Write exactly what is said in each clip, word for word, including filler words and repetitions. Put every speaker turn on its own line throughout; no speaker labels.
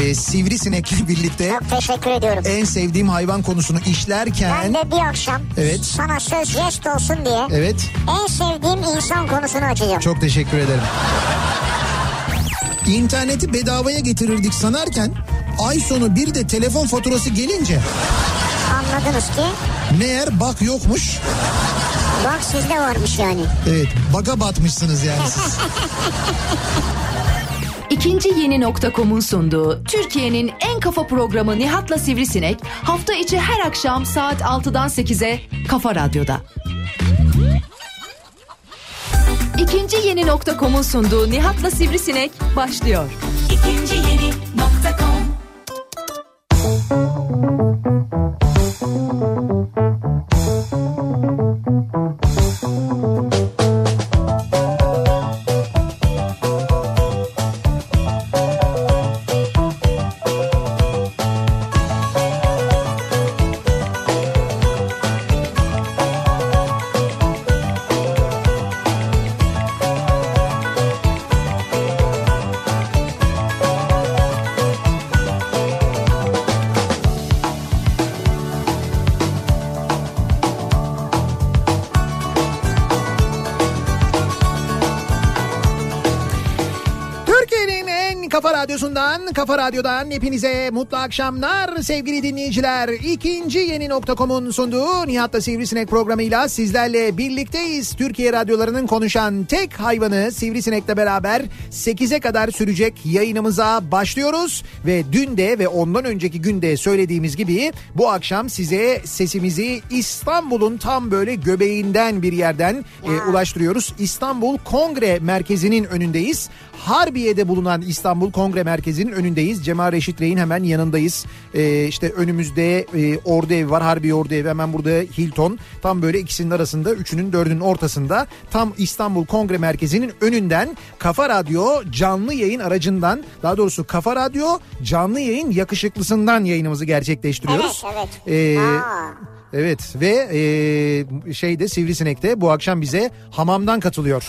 e, Sivrisinek'le birlikte.
Çok teşekkür ediyorum.
En sevdiğim hayvan konusunu işlerken.
Ben de bir akşam
evet.
sana söz jest olsun diye.
Evet.
En sevdiğim insan konusunu açacağım.
Çok teşekkür ederim. İnterneti bedavaya getirirdik sanarken ay sonu bir de telefon faturası gelince.
Anladınız ki.
Meğer bak yokmuş.
Bak sizde varmış yani.
Evet, baga batmışsınız yani siz.
İkinci Yeni nokta com'un sunduğu Türkiye'nin en kafa programı Nihat'la Sivrisinek hafta içi her akşam saat altıdan sekize Kafa Radyo'da. İkinci Yeni nokta com'un sunduğu Nihat'la Sivrisinek başlıyor. İkinci Yeni nokta com.
Kafa Radyo'dan hepinize mutlu akşamlar sevgili dinleyiciler. İkinci Yeni nokta com'un sunduğu Nihat'la Sivrisinek programıyla sizlerle birlikteyiz. Türkiye radyolarının konuşan tek hayvanı Sivrisinek'le beraber sekize kadar sürecek yayınımıza başlıyoruz. Ve dün de ve ondan önceki günde söylediğimiz gibi bu akşam size sesimizi İstanbul'un tam böyle göbeğinden bir yerden e, ulaştırıyoruz. İstanbul Kongre Merkezi'nin önündeyiz. Harbiye'de bulunan İstanbul Kongre Merkezi'nin önündeyiz. Cemal Reşit Rey'in hemen yanındayız. Ee, işte önümüzde e, Ordu Evi var. Harbiye Ordu Evi, hemen burada Hilton. Tam böyle ikisinin arasında, üçünün dördünün ortasında. Tam İstanbul Kongre Merkezi'nin önünden Kafa Radyo canlı yayın aracından, daha doğrusu Kafa Radyo canlı yayın yakışıklısından yayınımızı gerçekleştiriyoruz.
Evet, evet.
Ee, evet ve e, şeyde Sivrisinek'te bu akşam bize hamamdan katılıyor.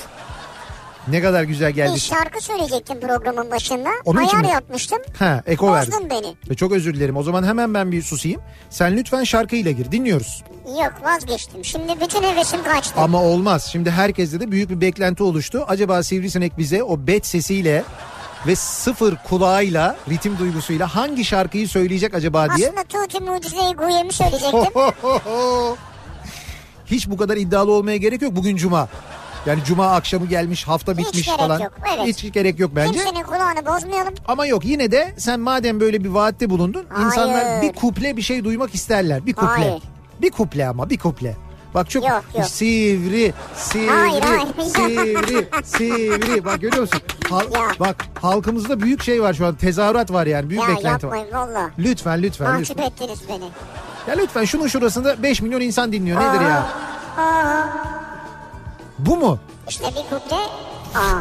Ne kadar güzel geldi.
Bir şarkı söyleyecektim programın başında.
Onun
Ayar
için
yapmıştım.
Ha, eko verdim.
Bozdun beni.
E, çok özür dilerim. O zaman hemen ben bir susayım. Sen lütfen şarkıyla gir. Dinliyoruz.
Yok, vazgeçtim. Şimdi bütün hevesim kaçtı.
Ama olmaz. Şimdi herkeste de büyük bir beklenti oluştu. Acaba Sivrisinek bize o bet sesiyle ve sıfır kulağıyla, ritim duygusuyla hangi şarkıyı söyleyecek acaba diye.
Aslında Tuğti Mucize-i Guyem'i söyleyecektim.
Hiç bu kadar iddialı olmaya gerek yok. Bugün Cuma. Yani Cuma akşamı gelmiş, hafta bitmiş
Hiç gerek
falan.
Yok, evet.
Hiç gerek yok bence.
Kimsenin kulağını bozmayalım.
Ama yok, yine de sen madem böyle bir vaatte bulundun,
Hayır.
insanlar bir kuple bir şey duymak isterler. Bir kuple.
Hayır.
Bir kuple ama bir kuple. Bak çok
yok, yok.
sivri, sivri,
hayır, hayır.
sivri, sivri. Bak görüyor musun? Hal- bak halkımızda büyük şey var şu an, tezahürat var yani, büyük
ya,
beklenti var.
Ya yapmayın valla.
Lütfen lütfen.
Mahcup
lütfen.
ettiniz beni.
Ya lütfen, şunun şurasında beş milyon insan dinliyor, nedir ya?
Aa.
Bu mu?
İşte bir kuple. Aa.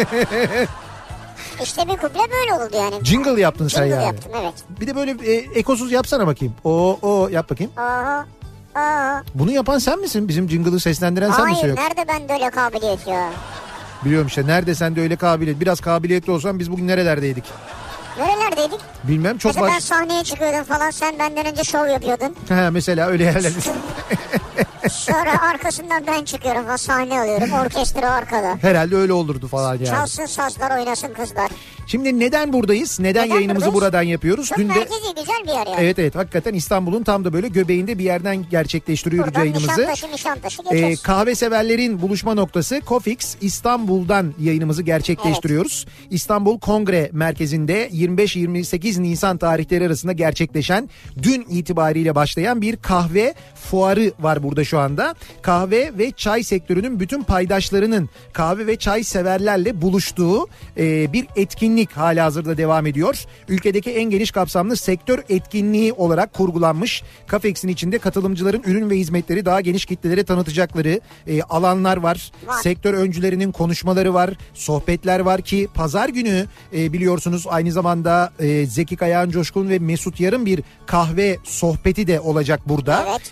İşte bir kuple böyle oldu yani.
Jingle yaptın sen
Jingle
yani.
yaptım, evet.
Bir de böyle e, ekosuz yapsana bakayım. O o yap bakayım.
Aha. Aa.
Bunu yapan sen misin? Bizim jingle'ı seslendiren sen misin?
Hayır, nerede bende öyle kabiliyet ya?
Biliyorum işte, nerede sende öyle kabiliyet. Biraz kabiliyetli olsan biz bugün nerelerdeydik?
Nerelerdeydik?
Bilmem, çok
mesela
var.
Ben sahneye çıkıyordum falan, sen benden önce şov yapıyordun.
Ha, mesela öyle yerler.
Sonra arkasından ben çıkıyorum falan, sahne alıyorum, orkestra arkada.
Herhalde öyle olurdu falan yani.
Çalsın sazlar, oynasın kızlar.
Şimdi neden buradayız? Neden, neden yayınımızı buradayız? Buradan yapıyoruz?
Çok
Dün de...
merkezi, güzel bir yer yani.
Evet evet, hakikaten İstanbul'un tam da böyle göbeğinde bir yerden gerçekleştiriyoruz
buradan
yayınımızı.
Nişantaşı Nişantaşı geçeriz.
Ee, kahve severlerin buluşma noktası Cofix İstanbul'dan yayınımızı gerçekleştiriyoruz. Evet. İstanbul Kongre Merkezi'nde yirmi beş yirmi sekiz Nisan tarihleri arasında gerçekleşen, dün itibariyle başlayan bir kahve fuarı var burada şu anda. Kahve ve çay sektörünün bütün paydaşlarının kahve ve çay severlerle buluştuğu e, bir etkinlik halihazırda devam ediyor. Ülkedeki en geniş kapsamlı sektör etkinliği olarak kurgulanmış. Cofix'in içinde katılımcıların ürün ve hizmetleri daha geniş kitlelere tanıtacakları e, alanlar var. var. Sektör öncülerinin konuşmaları var. Sohbetler var ki pazar günü e, biliyorsunuz aynı zamanda e, Zeki Kayağan Coşkun ve Mesut Yarın bir kahve sohbeti de olacak burada.
Evet.
E,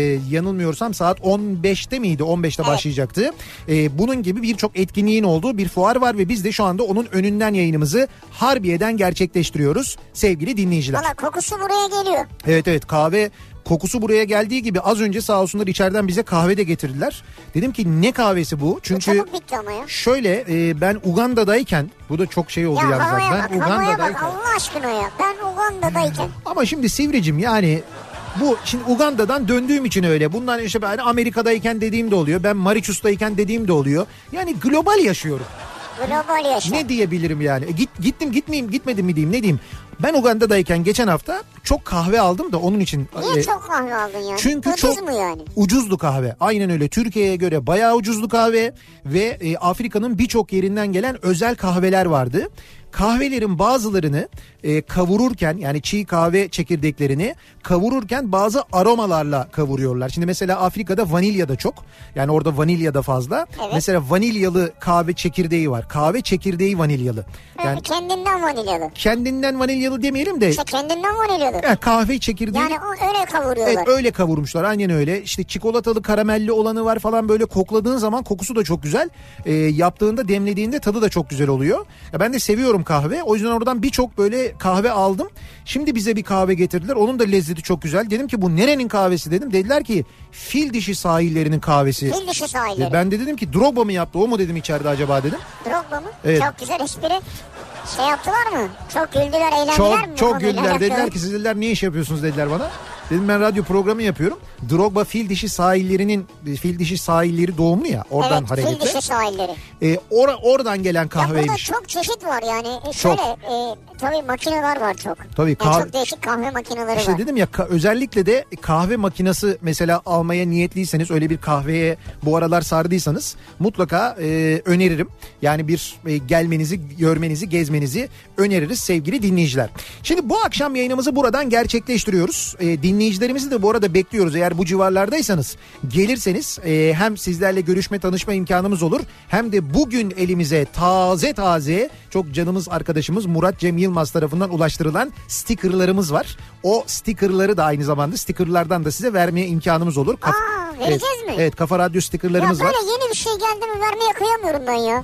yanılmıyorsam saat on beşte miydi? on beşte
Evet.
başlayacaktı. E, bunun gibi birçok etkinliğin olduğu bir fuar var ve biz de şu anda onun önünden yayınımızı Harbiye'den gerçekleştiriyoruz sevgili dinleyiciler.
Valla kokusu buraya geliyor.
Evet evet, kahve kokusu buraya geldiği gibi az önce sağ olsunlar içeriden bize kahve de getirdiler. Dedim ki ne kahvesi bu?
Bu
Çünkü
çabuk bitti ama ya.
şöyle e, ben Uganda'dayken, bu da çok şey oldu
Ya
yalnız.
havaya
Ben
bak, havaya bak
Uganda'dayken.
Allah aşkına ya. Ben Uganda'dayken.
Ama şimdi Sivricim yani bu şimdi Uganda'dan döndüğüm için öyle. Bundan işte ben Amerika'dayken dediğim de oluyor. Ben Mauritius'tayken dediğim de oluyor. Yani global yaşıyorum.
Global yaşa.
Ne diyebilirim yani? E, git gittim gitmeyeyim gitmedim mi diyeyim ne diyeyim? Ben Uganda'dayken geçen hafta çok kahve aldım da onun için.
Niye
e,
çok kahve aldın yani?
Çünkü
Ucuz
çok
mu yani?
ucuzdu kahve. Aynen öyle. Türkiye'ye göre bayağı ucuzdu kahve ve e, Afrika'nın birçok yerinden gelen özel kahveler vardı. Kahvelerin bazılarını e, kavururken, yani çiğ kahve çekirdeklerini kavururken bazı aromalarla kavuruyorlar. Şimdi mesela Afrika'da vanilya da çok. Yani orada vanilya da fazla.
Evet.
Mesela vanilyalı kahve çekirdeği var. Kahve çekirdeği vanilyalı. Yani
Kendinden vanilyalı.
kendinden vanilyalı demeyelim de
İşte kendinden vanilyalı.
yani kahve çekirdeği.
Yani o öyle kavuruyorlar.
Evet, öyle kavurmuşlar, aynen öyle. İşte çikolatalı karamelli olanı var falan, böyle kokladığın zaman kokusu da çok güzel. Ee, yaptığında, demlediğinde tadı da çok güzel oluyor. Ya ben de seviyorum kahve. O yüzden oradan birçok böyle kahve aldım. Şimdi bize bir kahve getirdiler. Onun da lezzeti çok güzel. Dedim ki bu nerenin kahvesi dedim. Dediler ki Fil Dişi sahillerinin kahvesi.
Fil Dişi sahilleri.
Ben de dedim ki Drogba mı yaptı, o mu dedim içeride acaba dedim.
Drogba mı?
Evet.
Çok güzel espri. Şey yaptılar mı? Çok güldüler, eğlendiler
Çok
mi? bu
çok
konuyla
güldüler, dediler
alakalı?
ki siz dediler ne iş yapıyorsunuz dediler bana. Dedim ben radyo programı yapıyorum. Drogba Fil Dişi sahillerinin, Fil Dişi sahilleri doğumlu ya, oradan
Evet,
hareketle.
Fil Dişi sahilleri.
E, or- oradan gelen
Ya burada
kahveymiş.
çok çeşit var yani. E, şöyle e, tabii makineler var çok.
Tabii,
Yani
kah-
çok değişik kahve makineleri
İşte
var.
dedim ya, ka- özellikle de kahve makinesi mesela almaya niyetliyseniz, öyle bir kahveye bu aralar sardıysanız mutlaka e, öneririm. Yani bir e, gelmenizi, görmenizi, gezmenizi öneririz sevgili dinleyiciler. Şimdi bu akşam yayınımızı buradan gerçekleştiriyoruz. E, dinleyicilerimizi de bu arada bekliyoruz. Eğer bu civarlardaysanız gelirseniz e, hem sizlerle görüşme, tanışma imkanımız olur. Hem de bugün elimize taze taze çok canımız arkadaşımız Murat Cem Yılmaz tarafından ulaştırılan stickerlarımız var. O stickerları da aynı zamanda, stickerlardan da size vermeye imkanımız olur. Kaf-
Aa, vereceğiz
evet,
mi?
Evet, Kafa Radyo
Ya
stickerlarımız
böyle
var.
yeni bir şey geldi mi vermeye kıyamıyorum ben ya.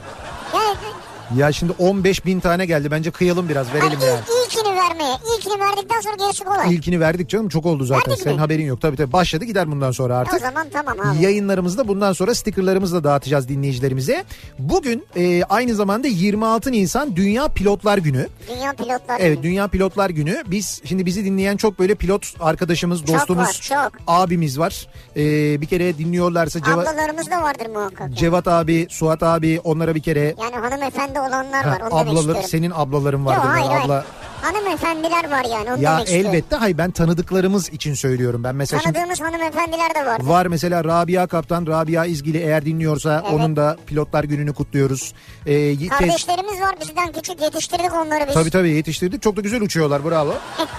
Yani
Ya şimdi on beş bin tane geldi, bence kıyalım biraz, verelim
hani
yani.
ilk, ilkini vermeye. İlkini verdikten sonra gerisi kolay.
İlkini verdik canım, çok oldu zaten.
Verdik
Senin
mi?
haberin yok. Tabii tabii, başladı gider bundan sonra artık.
O zaman tamam abi.
Yayınlarımızda bundan sonra stickerlarımızı da dağıtacağız dinleyicilerimize. Bugün e, aynı zamanda yirmi altı Nisan Dünya Pilotlar Günü.
Dünya pilotlar.
Evet,
Günü.
Dünya Pilotlar Günü. Biz şimdi bizi dinleyen çok böyle pilot arkadaşımız, dostumuz,
var, çok.
abimiz var. E, bir kere dinliyorlarsa Ceva-
Ablalarımız da vardır muhakkak. Yani.
Cevat abi, Suat abi, onlara bir kere.
Yani hanımefendi olanlar
Ha,
var, onu demek
ablalar,
istiyorum.
senin ablaların vardır.
Yok, hayır,
böyle abla.
hayır. Hanımefendiler var yani, onu
Ya
demek istiyorum.
elbette, hayır, ben tanıdıklarımız için söylüyorum. Ben mesela şimdi
Tanıdığımız hanımefendiler de var.
var mesela Rabia Kaptan, Rabia İzgili eğer dinliyorsa
Evet.
onun da Pilotlar Günü'nü kutluyoruz. Ee, kez-
Kardeşlerimiz var, bizden küçük, yetiştirdik onları biz.
Tabii tabii yetiştirdik, çok da güzel uçuyorlar, bravo.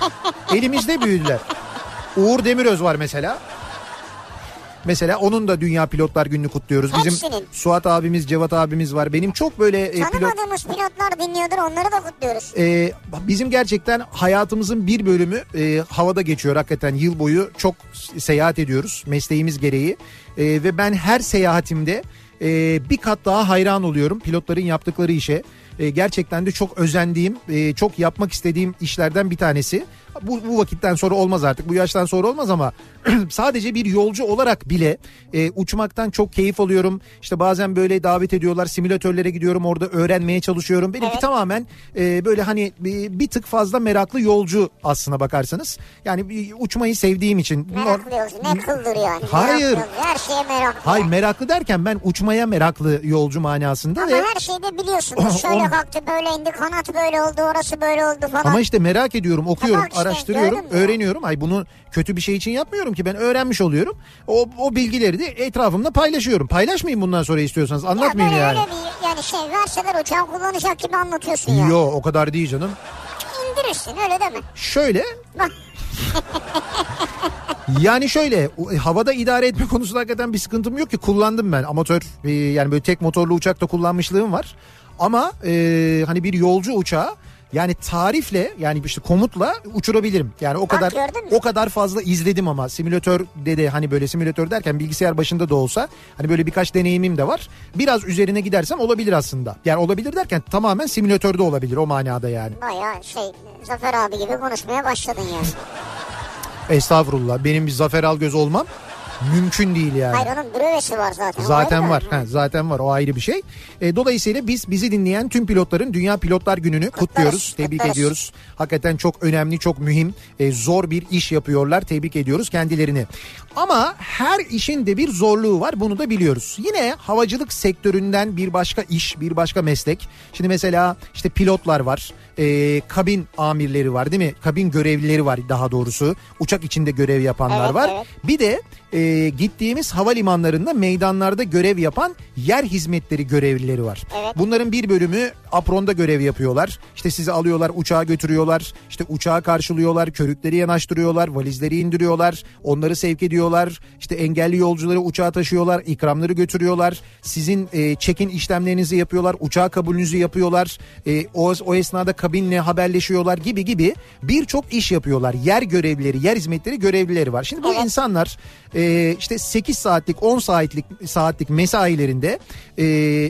Elimizde büyüdüler. Uğur Demiröz var mesela. Mesela onun da Dünya Pilotlar Günü'nü kutluyoruz. Bizim
Hepsinin.
Suat abimiz, Cevat abimiz var. Benim çok böyle e, pilot...
Tanımadığımız pilotlar dinliyordur, onları da kutluyoruz.
Ee, bizim gerçekten hayatımızın bir bölümü e, havada geçiyor hakikaten. Yıl boyu çok seyahat ediyoruz mesleğimiz gereği. E, ve ben her seyahatimde e, bir kat daha hayran oluyorum pilotların yaptıkları işe. E, gerçekten de çok özendiğim, e, çok yapmak istediğim işlerden bir tanesi. Bu, bu vakitten sonra olmaz artık, bu yaştan sonra olmaz ama sadece bir yolcu olarak bile e, uçmaktan çok keyif alıyorum. İşte bazen böyle davet ediyorlar, simülatörlere gidiyorum, orada öğrenmeye çalışıyorum. Benimki
Evet.
tamamen e, böyle hani bir, bir tık fazla meraklı yolcu aslına bakarsanız. Yani bir uçmayı sevdiğim için.
Meraklı yolcu, ne kıldır yani.
Hayır.
Meraklı yolcu, her şeye meraklı.
Hayır,
yani.
meraklı derken ben uçmaya meraklı yolcu manasında.
Ama
ve
her şeyde biliyorsunuz. Şöyle
Onu-
kalktı, böyle indi, kanat böyle oldu, orası böyle oldu falan.
Ama işte merak ediyorum, okuyorum,
bak işte,
araştırıyorum,
gördün mü?
öğreniyorum. Ay bunu kötü bir şey için yapmıyorum ki, ben öğrenmiş oluyorum. O, o bilgileri de etrafımda paylaşıyorum. Paylaşmayayım bundan sonra istiyorsanız,
ya
anlatmayayım
böyle
yani.
öyle bir yani şey verseler uçağı kullanacak gibi anlatıyorsun ya.
Yo, o kadar değil canım.
İndirirsin, öyle deme.
Şöyle
Bak.
yani şöyle o- havada idare etme konusunda hakikaten bir sıkıntım yok ki, kullandım ben amatör e, yani böyle tek motorlu uçakta kullanmışlığım var. Ama e, hani bir yolcu uçağı Yani tarifle yani işte komutla uçurabilirim. Yani o kadar o kadar fazla izledim ama simülatörde de hani böyle simülatör derken bilgisayar başında da olsa hani böyle birkaç deneyimim de var. Biraz üzerine gidersem olabilir aslında. Yani olabilir derken tamamen simülatörde olabilir o manada yani.
Bayağı şey Zafer abi gibi konuşmaya başladın yani.
Estağfurullah, benim bir Zafer Algöz olmam mümkün değil yani.
Hayır, onun brevesi var zaten.
Zaten var. Ha, zaten var. O ayrı bir şey. E, dolayısıyla biz bizi dinleyen tüm pilotların Dünya Pilotlar Günü'nü kutlarız, kutluyoruz. Tebrik kutlarız. ediyoruz. Hakikaten çok önemli, çok mühim, e, zor bir iş yapıyorlar. Tebrik ediyoruz kendilerini. Ama her işin de bir zorluğu var. Bunu da biliyoruz. Yine havacılık sektöründen bir başka iş, bir başka meslek. Şimdi mesela işte pilotlar var. E, kabin amirleri var değil mi? Kabin görevlileri var daha doğrusu. Uçak içinde görev yapanlar evet, var. Evet. Bir de e, gittiğimiz havalimanlarında meydanlarda görev yapan yer hizmetleri görevlileri var. Evet. Bunların bir bölümü apronda görev yapıyorlar. İşte sizi alıyorlar, uçağa götürüyorlar. İşte uçağı karşılıyorlar, körükleri yanaştırıyorlar, valizleri indiriyorlar. Onları sevk ediyorlar. İşte engelli yolcuları uçağa taşıyorlar, ikramları götürüyorlar. Sizin e, check-in işlemlerinizi yapıyorlar, uçağa kabulünüzü yapıyorlar. E, o, o esnada kabinle haberleşiyorlar gibi gibi birçok iş yapıyorlar. Yer görevlileri, yer hizmetleri görevlileri var. Şimdi bu evet. insanlar e, işte sekiz saatlik, on saatlik saatlik mesailerinde e,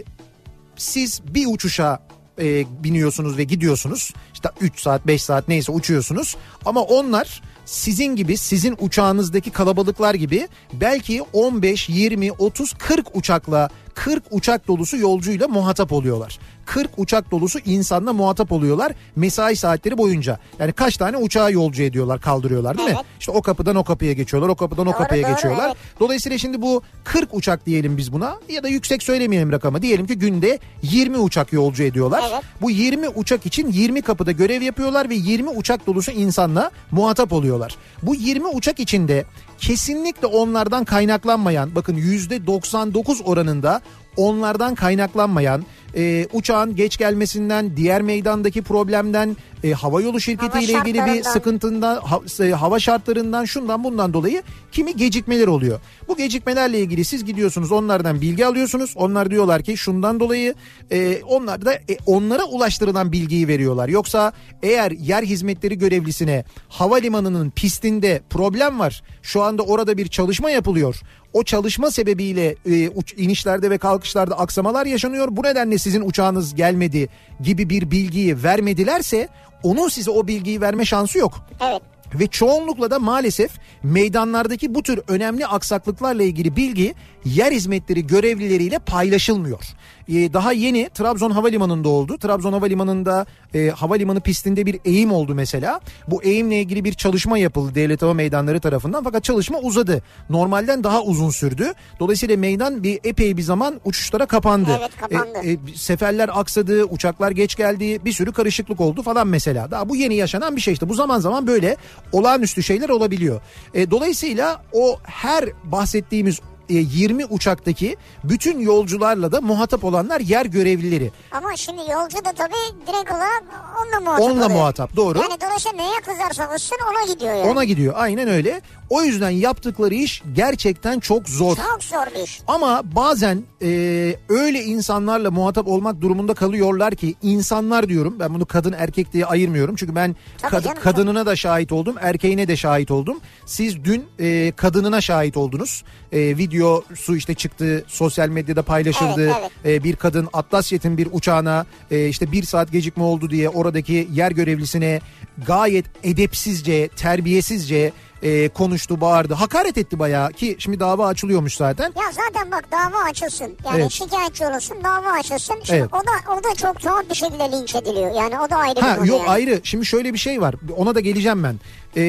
siz bir uçuşa e, biniyorsunuz ve gidiyorsunuz. İşte üç saat, beş saat neyse uçuyorsunuz. Ama onlar sizin gibi, sizin uçağınızdaki kalabalıklar gibi belki on beş, yirmi, otuz, kırk uçakla, kırk uçak dolusu yolcuyla muhatap oluyorlar. kırk uçak dolusu insanla muhatap oluyorlar mesai saatleri boyunca. Yani kaç tane uçağı yolcu ediyorlar, kaldırıyorlar değil evet. mi? İşte o kapıdan o kapıya geçiyorlar, o kapıdan doğru, o kapıya doğru, geçiyorlar. Evet. Dolayısıyla şimdi bu kırk uçak diyelim biz buna, ya da yüksek söylemeyelim rakamı. Diyelim ki günde yirmi uçak yolcu ediyorlar. Evet. Bu yirmi uçak için yirmi kapıda görev yapıyorlar ve yirmi uçak dolusu insanla muhatap oluyorlar. Bu yirmi uçak içinde kesinlikle onlardan kaynaklanmayan, bakın yüzde doksan dokuz oranında onlardan kaynaklanmayan, e, uçağın geç gelmesinden, diğer meydandaki problemden, e, havayolu şirketiyle hava ilgili bir sıkıntından, ha, e, hava şartlarından, şundan bundan dolayı kimi gecikmeler oluyor. Bu gecikmelerle ilgili siz gidiyorsunuz, onlardan bilgi alıyorsunuz. Onlar diyorlar ki şundan dolayı, e, onlar da e, onlara ulaştırılan bilgiyi veriyorlar. Yoksa eğer yer hizmetleri görevlisine havalimanının pistinde problem var, şu anda orada bir çalışma yapılıyor, o çalışma sebebiyle e, uç, inişlerde ve kalkışlarda aksamalar yaşanıyor, bu nedenle sizin uçağınız gelmedi gibi bir bilgiyi vermedilerse onun size o bilgiyi verme şansı yok. Evet. Ve çoğunlukla da maalesef meydanlardaki bu tür önemli aksaklıklarla ilgili bilgi yer hizmetleri görevlileriyle paylaşılmıyor. Ee, daha yeni Trabzon Havalimanı'nda oldu. Trabzon Havalimanı'nda e, havalimanı pistinde bir eğim oldu mesela. Bu eğimle ilgili bir çalışma yapıldı Devlet Hava Meydanları tarafından, fakat çalışma uzadı. Normalden daha uzun sürdü. Dolayısıyla meydan bir epey bir zaman uçuşlara kapandı. Evet, kapandı. E, e, seferler aksadı, uçaklar geç geldi, bir sürü karışıklık oldu falan mesela. Daha bu yeni yaşanan bir şey işte. Bu zaman zaman böyle olağanüstü şeyler olabiliyor. E, dolayısıyla o her bahsettiğimiz yirmi uçaktaki bütün yolcularla da muhatap olanlar yer görevlileri.
Ama şimdi yolcu da tabii direkt olarak onunla muhatap
Onunla
oluyor.
muhatap, doğru.
Yani dolayısıyla neye kızarsa kızsın ona gidiyor yani.
Ona gidiyor, aynen öyle. O yüzden yaptıkları iş gerçekten çok zor.
Çok zor bir iş.
Ama bazen e, öyle insanlarla muhatap olmak durumunda kalıyorlar ki, insanlar diyorum, ben bunu kadın erkek diye ayırmıyorum. Çünkü ben kad- canım, kadınına da şahit oldum, erkeğine de şahit oldum. Siz dün e, kadınına şahit oldunuz. E, videosu işte çıktı, sosyal medyada paylaşıldı. Evet, evet. E, bir kadın Atlasjet'in bir uçağına e, işte bir saat gecikme oldu diye oradaki yer görevlisine gayet edepsizce, terbiyesizce e, konuştu, bağırdı, hakaret etti bayağı, ki şimdi dava açılıyormuş zaten.
Ya zaten bak, dava açılsın. Yani evet. şikayetçi olursun, dava açılsın. Şimdi evet. o da o da çok tuhaf bir şekilde linç ediliyor. Yani o da ayrı ha, bir konu. Yok yani. Ayrı.
Şimdi şöyle bir şey var. Ona da geleceğim ben.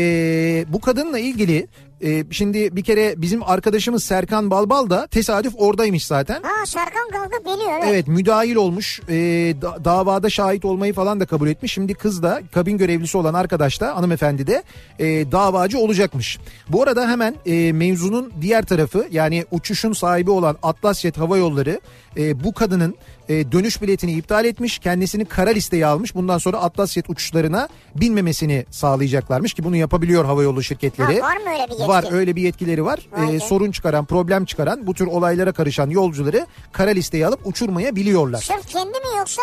Ee, bu kadınla ilgili e, şimdi bir kere bizim arkadaşımız Serkan Balbal da tesadüf oradaymış zaten.
Ha, Serkan kalkıp geliyor. Evet.
Evet, müdahil olmuş. E, da, davada şahit olmayı falan da kabul etmiş. Şimdi kız da, kabin görevlisi olan arkadaş da, hanımefendi de e, davacı olacakmış. Bu arada hemen e, mevzunun diğer tarafı, yani uçuşun sahibi olan Atlasjet Hava Yolları e, bu kadının e, dönüş biletini iptal etmiş. Kendisini kara listeye almış. Bundan sonra Atlasjet uçuşlarına binmemesini sağlayacaklarmış ki bunu yapabiliyor havayolu şirketleri.
Ha, var mı öyle bir yetki?
Var, öyle bir yetkileri var. E, sorun çıkaran, problem çıkaran, bu tür olaylara karışan yolcuları kara listeye alıp uçurmayabiliyorlar.
Sırf kendi mi yoksa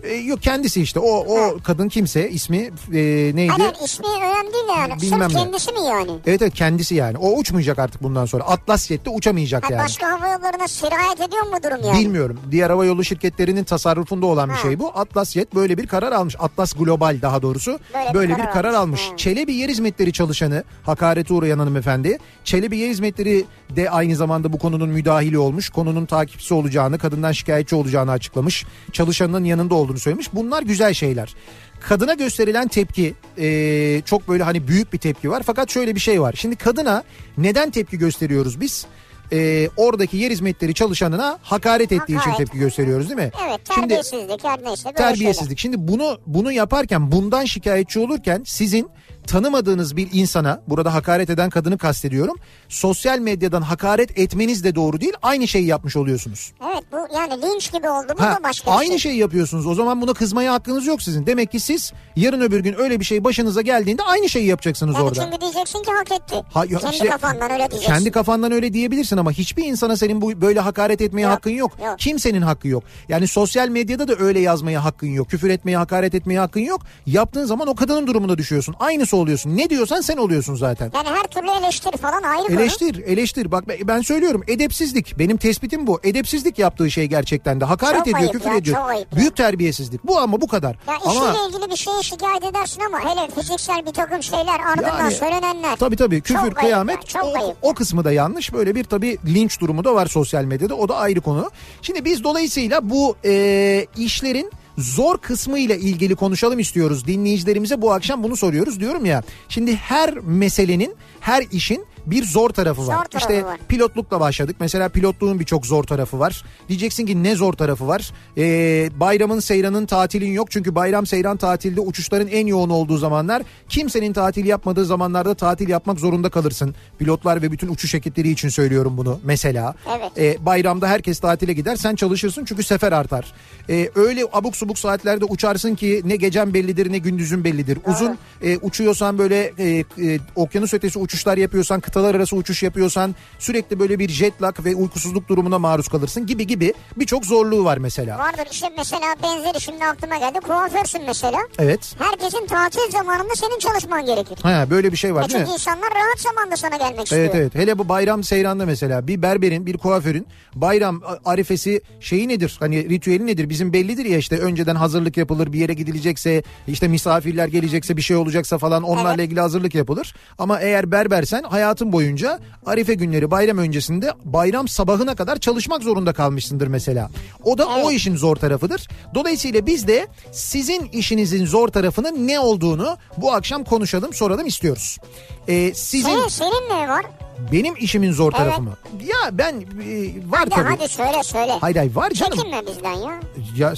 E, yok kendisi işte o o ha. kadın kimse ismi e, neydi?
Hayır ismi önemli değil yani.
Bilmem
Sırf
ne.
kendisi mi yani?
Evet evet kendisi yani. O uçmayacak artık bundan sonra. Atlas Jet'te uçamayacak ha, yani.
Başka hava yollarına sirayet ediyor mu durum yani?
Bilmiyorum. Diğer hava yolu şirketlerinin tasarrufunda olan ha. bir şey bu. Atlas Jet böyle bir karar almış. Atlas Global daha doğrusu böyle, böyle bir karar, bir karar almış. almış. Çelebi Yer Hizmetleri çalışanı hakarete uğrayan hanımefendi. Çelebi Yer Hizmetleri de aynı zamanda bu konunun müdahili olmuş. Konunun takipçisi olacağını, kadından şikayetçi olacağını açıklamış. Çalışanının yanında olduğunu söylemiş. Bunlar güzel şeyler. Kadına gösterilen tepki e, çok böyle hani büyük bir tepki var. Fakat şöyle bir şey var. Şimdi kadına neden tepki gösteriyoruz biz? E, oradaki yer hizmetleri çalışanına hakaret ettiği hakaret. için tepki gösteriyoruz değil mi?
Evet terbiyesizlik her neyse böyle
Terbiyesizlik. Şeyler. Şimdi bunu bunu yaparken bundan şikayetçi olurken sizin tanımadığınız bir insana, burada hakaret eden kadını kastediyorum, sosyal medyadan hakaret etmeniz de doğru değil, aynı şeyi yapmış oluyorsunuz.
Evet bu yani linç gibi oldu bu
ha,
da başka bir
aynı
şey.
şeyi yapıyorsunuz, o zaman buna kızmaya hakkınız yok sizin. Demek ki siz yarın öbür gün öyle bir şey başınıza geldiğinde aynı şeyi yapacaksınız
yani
orada.
Çünkü diyeceksin ki hak etti.
Ha, ya,
kendi
işte,
kafandan öyle diyeceksin.
Kendi kafandan öyle diyebilirsin ama hiçbir insana senin bu böyle hakaret etmeye
yok,
hakkın yok.
yok.
Kimsenin hakkı yok. Yani sosyal medyada da öyle yazmaya hakkın yok. Küfür etmeye, hakaret etmeye hakkın yok. Yaptığın zaman o kadının durumuna düşüyorsun. Aynısı oluyorsun. Ne diyorsan sen oluyorsun zaten.
Yani her türlü eleştiri falan ayrı konu.
Eleştir, eleştir. Bak ben söylüyorum, edepsizlik. Benim tespitim bu. Edepsizlik yaptığı şey gerçekten de. Hakaret
çok
ediyor, küfür
ya,
ediyor. Büyük terbiyesizlik. Bu ama bu kadar.
Ya
ama...
işiyle ilgili bir şeye şikayet edersin ama hele fiziksel bir takım şeyler ardından yani, söylenenler.
Tabii tabii. Küfür,
çok
kıyamet.
Ya,
o, o kısmı da yanlış. Böyle bir tabii linç durumu da var sosyal medyada. O da ayrı konu. Şimdi biz dolayısıyla bu e, işlerin zor kısmı ile ilgili konuşalım istiyoruz. Dinleyicilerimize bu akşam bunu soruyoruz. Diyorum ya, şimdi her meselenin, her işin bir zor tarafı var. Zor tarafı işte var. Pilotlukla başladık. Mesela pilotluğun birçok zor tarafı var. Diyeceksin ki ne zor tarafı var? Ee, bayramın, seyranın, tatilin yok. Çünkü bayram, seyran, tatilde uçuşların en yoğun olduğu zamanlar. Kimsenin tatil yapmadığı zamanlarda tatil yapmak zorunda kalırsın. Pilotlar ve bütün uçuş ekipleri için söylüyorum bunu mesela.
Evet.
Ee, bayramda herkes tatile gider. Sen çalışırsın çünkü sefer artar. Ee, öyle abuk subuk saatlerde uçarsın ki ne gecen bellidir ne gündüzün bellidir. Doğru. Uzun e, uçuyorsan böyle e, e, okyanus ötesi uçuşlar yapıyorsan, kıtalar arası uçuş yapıyorsan sürekli böyle bir jet lag ve uykusuzluk durumuna maruz kalırsın gibi gibi birçok zorluğu var mesela.
Vardır işte mesela benzeri şimdi aklıma geldi. Kuaförsün mesela.
Evet.
Herkesin tatil zamanında senin çalışman gerekir.
Ha, böyle bir şey var
e
değil mi?
Çünkü insanlar rahat zamanda sana gelmek istiyor.
Evet evet. Hele bu bayram seyranda mesela bir berberin, bir kuaförün bayram arifesi şeyi nedir? Hani ritüeli nedir? Bizim bellidir ya, işte önceden hazırlık yapılır, bir yere gidilecekse, işte misafirler gelecekse, bir şey olacaksa falan onlarla evet. ilgili hazırlık yapılır. Ama eğer berbersen hayatın boyunca arife günleri, bayram öncesinde bayram sabahına kadar çalışmak zorunda kalmışsındır mesela. O da evet. o işin zor tarafıdır. Dolayısıyla biz de sizin işinizin zor tarafının ne olduğunu bu akşam konuşalım, soralım istiyoruz. Ee, sizin...
Senin, senin ne var?
Benim işimin zor tarafı evet. mı? Ya ben e, var
hadi,
tabii.
Hadi söyle söyle.
Hayır hayır var canım.
Çekinme bizden ya.
Ya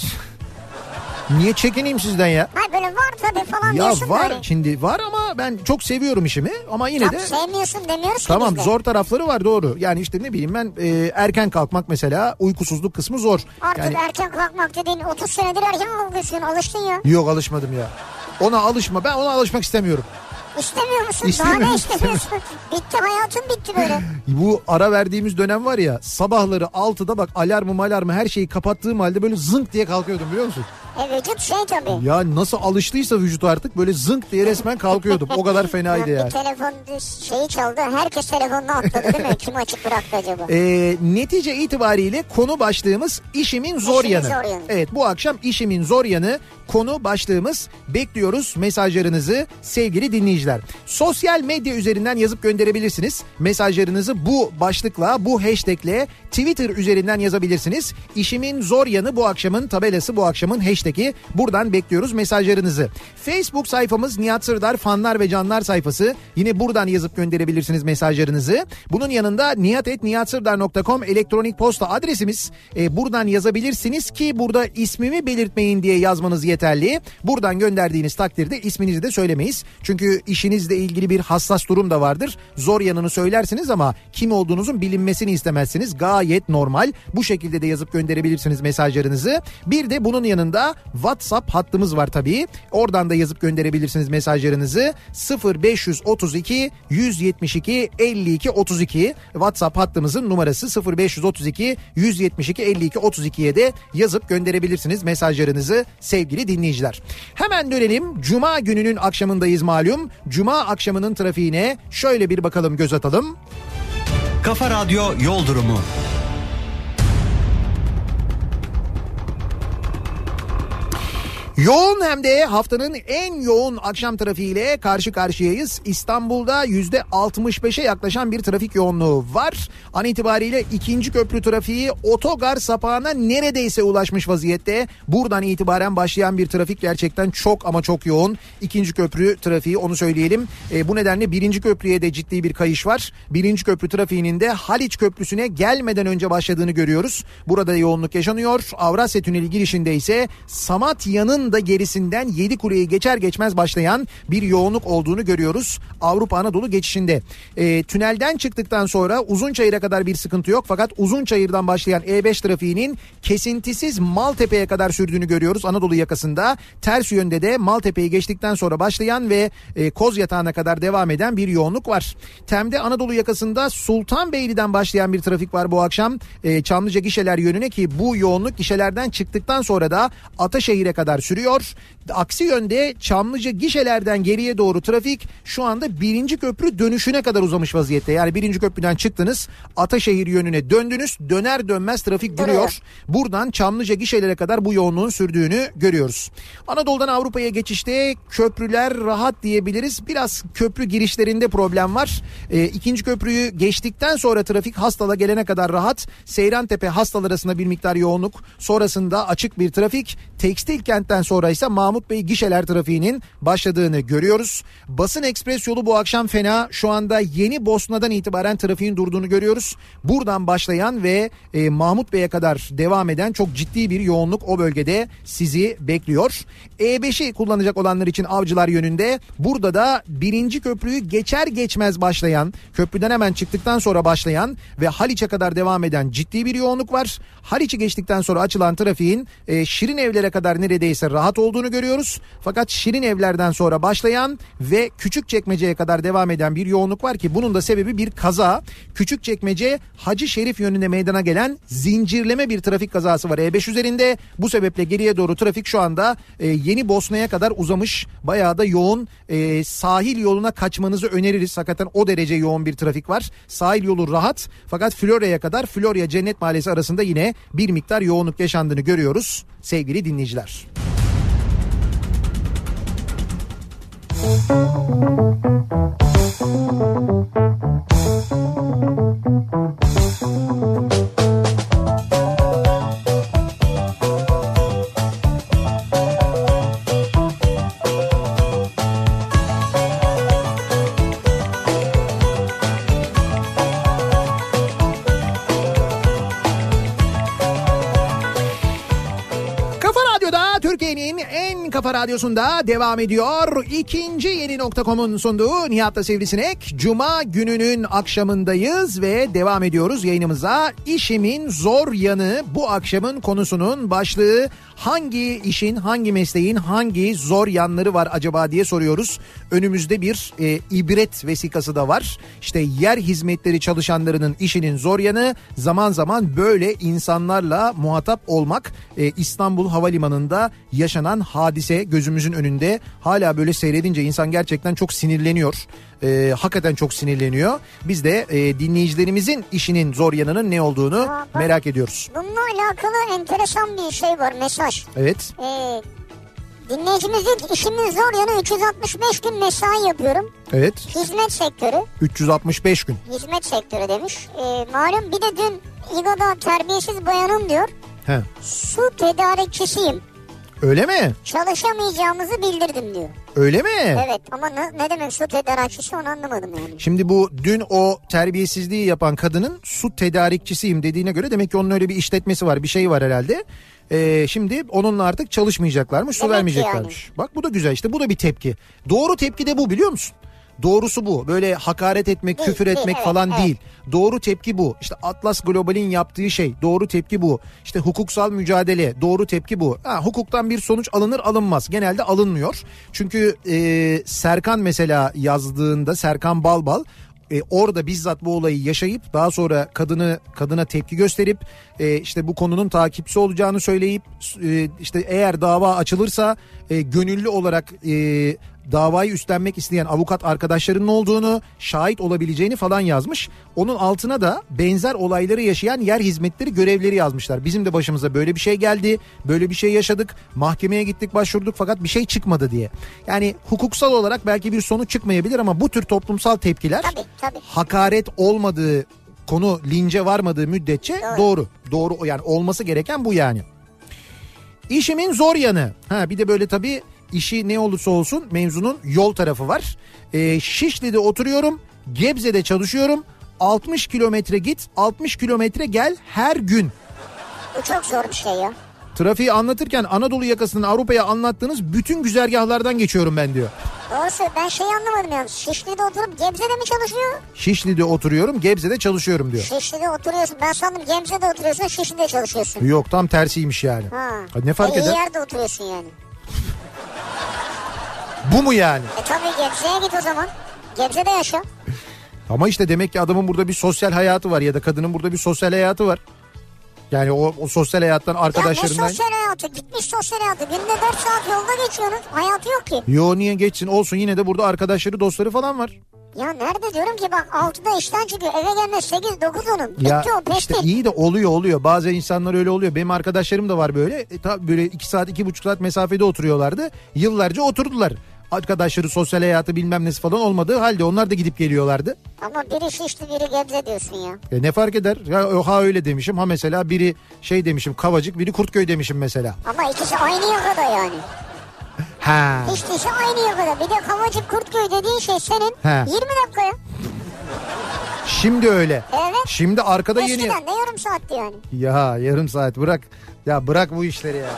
niye çekineyim sizden ya?
Hayır böyle var tabii falan
ya
diyorsun.
Ya var
böyle.
Şimdi var ama ben çok seviyorum işimi ama yine
Tam
de.
sevmiyorsun demiyoruz
tamam,
ki biz de.
Zor tarafları var, doğru. Yani işte ne bileyim ben e, erken kalkmak mesela, uykusuzluk kısmı zor.
Artık
yani...
erken kalkmak dediğin otuz senedir erken kalkıyorsun, alıştın ya.
Yok alışmadım ya. Ona alışma, ben ona alışmak istemiyorum.
İstemiyor musun?
İstemiyorum,
Daha ne istemiyorsun? Bitti, hayatın bitti böyle.
Bu ara verdiğimiz dönem var ya, sabahları altıda bak alarmı alarmı her şeyi kapattığım halde böyle zınk diye kalkıyordum, biliyor musun?
E vücut şey tabii.
Ya nasıl alıştıysa vücut artık böyle zınk diye resmen kalkıyordum. O kadar fenaydı yani.
Bir telefon şeyi çaldı. Herkes telefonunu atladı değil mi? Kim açık bıraktı acaba?
Ee, netice itibariyle konu başlığımız işimin zor
işimin
yanı.
Zor yanı.
Evet, bu akşam işimin zor yanı konu başlığımız. Bekliyoruz mesajlarınızı sevgili dinleyiciler. Sosyal medya üzerinden yazıp gönderebilirsiniz. Mesajlarınızı bu başlıkla, bu hashtagle Twitter üzerinden yazabilirsiniz. İşimin zor yanı bu akşamın tabelası, bu akşamın hashtag'i. Buradan bekliyoruz mesajlarınızı. Facebook sayfamız Nihat Sırdar fanlar ve canlar sayfası. Yine buradan yazıp gönderebilirsiniz mesajlarınızı. Bunun yanında nihat et nihatsırdar nokta com elektronik posta adresimiz. Ee, buradan yazabilirsiniz ki burada ismimi belirtmeyin diye yazmanız yeterli. yeterli. Buradan gönderdiğiniz takdirde isminizi de söylemeyiz. Çünkü işinizle ilgili bir hassas durum da vardır. Zor yanını söylersiniz ama kim olduğunuzun bilinmesini istemezsiniz. Gayet normal. Bu şekilde de yazıp gönderebilirsiniz mesajlarınızı. Bir de bunun yanında WhatsApp hattımız var tabii. Oradan da yazıp gönderebilirsiniz mesajlarınızı. sıfır beş otuz iki yüz yetmiş iki elli iki otuz iki WhatsApp hattımızın numarası sıfır beş otuz iki yüz yetmiş iki elli iki otuz ikiye de yazıp gönderebilirsiniz mesajlarınızı sevgili dinleyiciler. Hemen dönelim. Cuma gününün akşamındayız malum. Cuma akşamının trafiğine şöyle bir bakalım, göz atalım.
Kafa Radyo Yol Durumu.
Yoğun hem de haftanın en yoğun akşam trafiğiyle karşı karşıyayız. İstanbul'da yüzde altmış beşe yaklaşan bir trafik yoğunluğu var. An itibariyle ikinci köprü trafiği otogar sapağına neredeyse ulaşmış vaziyette. Buradan itibaren başlayan bir trafik gerçekten çok ama çok yoğun. İkinci köprü trafiği, onu söyleyelim. E, bu nedenle birinci köprüye de ciddi bir kayış var. Birinci köprü trafiğinin de Haliç Köprüsü'ne gelmeden önce başladığını görüyoruz. Burada yoğunluk yaşanıyor. Avrasya Tüneli girişinde ise Samatya'nın da gerisinden Yedikule'yi geçer geçmez başlayan bir yoğunluk olduğunu görüyoruz Avrupa Anadolu geçişinde. E, tünelden çıktıktan sonra Uzunçayır'a kadar bir sıkıntı yok, fakat Uzunçayır'dan başlayan E beş trafiğinin kesintisiz Maltepe'ye kadar sürdüğünü görüyoruz Anadolu yakasında. Ters yönde de Maltepe'yi geçtikten sonra başlayan ve e, Kozyatağı'na kadar devam eden bir yoğunluk var. Tem'de Anadolu yakasında Sultanbeyli'den başlayan bir trafik var bu akşam. E, Çamlıca gişeler yönüne, ki bu yoğunluk gişelerden çıktıktan sonra da Ataşehir'e kadar sürüyor. Aksi yönde Çamlıca gişelerden geriye doğru trafik şu anda birinci köprü dönüşüne kadar uzamış vaziyette. Yani birinci köprüden çıktınız, Ataşehir yönüne döndünüz, döner dönmez trafik duruyor. Buradan Çamlıca gişelere kadar bu yoğunluğun sürdüğünü görüyoruz. Anadolu'dan Avrupa'ya geçişte köprüler rahat diyebiliriz. Biraz köprü girişlerinde problem var. E, ikinci köprüyü geçtikten sonra trafik Hastal'a gelene kadar rahat. Seyrantepe Hastal arasında bir miktar yoğunluk. Sonrasında açık bir trafik. Tekstil kentten sonra ise Mahmut Bey gişeler trafiğinin başladığını görüyoruz. Basın Ekspres yolu bu akşam fena. Şu anda Yeni Bosna'dan itibaren trafiğin durduğunu görüyoruz. Buradan başlayan ve e, Mahmut Bey'e kadar devam eden çok ciddi bir yoğunluk o bölgede sizi bekliyor. E beşi kullanacak olanlar için Avcılar yönünde. Burada da birinci köprüyü geçer geçmez başlayan, köprüden hemen çıktıktan sonra başlayan ve Haliç'e kadar devam eden ciddi bir yoğunluk var. Haliç'i geçtikten sonra açılan trafiğin e, Şirin Evler'e kadar neredeyse rahat olduğunu görüyoruz. Fakat Şirin Evler'den sonra başlayan ve Küçükçekmece'ye kadar devam eden bir yoğunluk var ki bunun da sebebi bir kaza. Küçükçekmece Hacı Şerif yönünde meydana gelen zincirleme bir trafik kazası var E beş üzerinde. Bu sebeple geriye doğru trafik şu anda e, Yeni Bosna'ya kadar uzamış. Bayağı da yoğun. E, sahil yoluna kaçmanızı öneririz. Hakikaten o derece yoğun bir trafik var. Sahil yolu rahat, fakat Florya'ya kadar, Florya Cennet Mahallesi arasında yine bir miktar yoğunluk yaşandığını görüyoruz sevgili dinleyiciler. Kafa Radyosu'nda devam ediyor. İkinci yeni nokta com'un sunduğu Nihat'la Sivrisinek. Cuma gününün akşamındayız ve devam ediyoruz yayınımıza. İşimin zor yanı bu akşamın konusunun başlığı. Hangi işin, hangi mesleğin hangi zor yanları var acaba diye soruyoruz. Önümüzde bir e, ibret vesikası da var. İşte yer hizmetleri çalışanlarının işinin zor yanı, zaman zaman böyle insanlarla muhatap olmak. E, İstanbul Havalimanı'nda yaşanan hadise gözümüzün önünde. Hala böyle seyredince insan gerçekten çok sinirleniyor. Ee, hakikaten çok sinirleniyor. Biz de e, dinleyicilerimizin işinin zor yanının ne olduğunu Aa, bak, merak ediyoruz.
Bununla alakalı enteresan bir şey var, mesaj.
Evet.
Ee, dinleyicimiz diyor ki işimin zor yanı üç yüz altmış beş gün mesai yapıyorum.
Evet.
Hizmet sektörü.
üç yüz altmış beş gün.
Hizmet sektörü demiş. Ee, malum bir de dün İGA'da terbiyesiz bayanım diyor.
He.
Su tedarikçisiyim.
Öyle mi?
Çalışamayacağımızı bildirdim diyor.
Öyle mi?
Evet, ama ne, ne demek su tedarikçisi onu anlamadım yani.
Şimdi bu dün o terbiyesizliği yapan kadının su tedarikçisiyim dediğine göre demek ki onun öyle bir işletmesi var, bir şey var herhalde. Ee, şimdi onunla artık çalışmayacaklarmış, su
Demek
vermeyeceklermiş. Yani. Bak bu da güzel, işte bu da bir tepki. Doğru tepki de bu, biliyor musun? Doğrusu bu. Böyle hakaret etmek, değil, küfür etmek değil, falan evet, değil. Evet. Doğru tepki bu. İşte Atlas Global'in yaptığı şey, doğru tepki bu. İşte hukuksal mücadele, doğru tepki bu. Ha, hukuktan bir sonuç alınır alınmaz. Genelde alınmıyor. Çünkü e, Serkan mesela yazdığında, Serkan Balbal e, orada bizzat bu olayı yaşayıp daha sonra kadını kadına tepki gösterip e, işte bu konunun takipçisi olacağını söyleyip e, işte eğer dava açılırsa e, gönüllü olarak e, davayı üstlenmek isteyen avukat arkadaşlarının olduğunu, şahit olabileceğini falan yazmış. Onun altına da benzer olayları yaşayan yer hizmetleri görevleri yazmışlar. Bizim de başımıza böyle bir şey geldi, böyle bir şey yaşadık, mahkemeye gittik, başvurduk fakat bir şey çıkmadı diye. Yani hukuksal olarak belki bir sonuç çıkmayabilir ama bu tür toplumsal tepkiler
tabii, tabii.
hakaret olmadığı, konu lince varmadığı müddetçe doğru. Doğru, doğru yani olması gereken bu yani. İşimin zor yanı. Ha bir de böyle tabii İşi ne olursa olsun mevzunun yol tarafı var. Ee, Şişli'de oturuyorum, Gebze'de çalışıyorum. altmış kilometre git, altmış kilometre gel her gün.
Bu çok zor bir şey ya.
Trafiği anlatırken Anadolu yakasının Avrupa'ya anlattığınız bütün güzergahlardan geçiyorum ben diyor.
Doğrusu ben şeyi anlamadım yani. Şişli'de oturup Gebze'de mi çalışıyor?
Şişli'de oturuyorum, Gebze'de çalışıyorum diyor.
Şişli'de oturuyorsun. Ben sandım Gebze'de oturuyorsun, Şişli'de çalışıyorsun.
Yok, tam tersiymiş yani.
Ha.
Ne fark
e,
eder?
İyi yerde oturuyorsun yani.
Bu mu yani?
E tabii Gebze'ye git o zaman. Gebze'de yaşa.
Ama işte demek ki adamın burada bir sosyal hayatı var ya da kadının burada bir sosyal hayatı var. Yani o, o sosyal hayattan arkadaşlarından...
Ya ne sosyal hayatı? Gitmiş sosyal hayatı. Günde dört saat yolda geçiyorsunuz. Hayatı yok ki.
Yo niye geçsin? Olsun, yine de burada arkadaşları, dostları falan var.
Ya nerede diyorum ki bak altıda işten çıkıyor. Eve gelmez sekiz dokuz onun.
Ya
Bitti o, peşte.
işte iyi de oluyor oluyor. Bazı insanlar öyle oluyor. Benim arkadaşlarım da var böyle. E, ta, böyle iki saat iki buçuk saat mesafede oturuyorlardı. Yıllarca oturdular. Arkadaşları, sosyal hayatı bilmem nesi falan olmadığı halde onlar da gidip geliyorlardı.
Ama biri Şişli biri Gebze diyorsun ya.
E ne fark eder? Ya, ha öyle demişim, ha mesela biri şey demişim Kavacık, biri Kurtköy demişim mesela.
Ama ikisi aynı yakada yani.
Ha.
Hiç değilse aynı yakada. Bir de Kavacık Kurtköy dediğin şey senin ha. yirmi dakikaya.
Şimdi öyle.
Evet.
Şimdi arkada
eskiden
yeni.
Eskiden de yarım saatti yani.
Ya yarım saat bırak. Ya bırak bu işleri ya.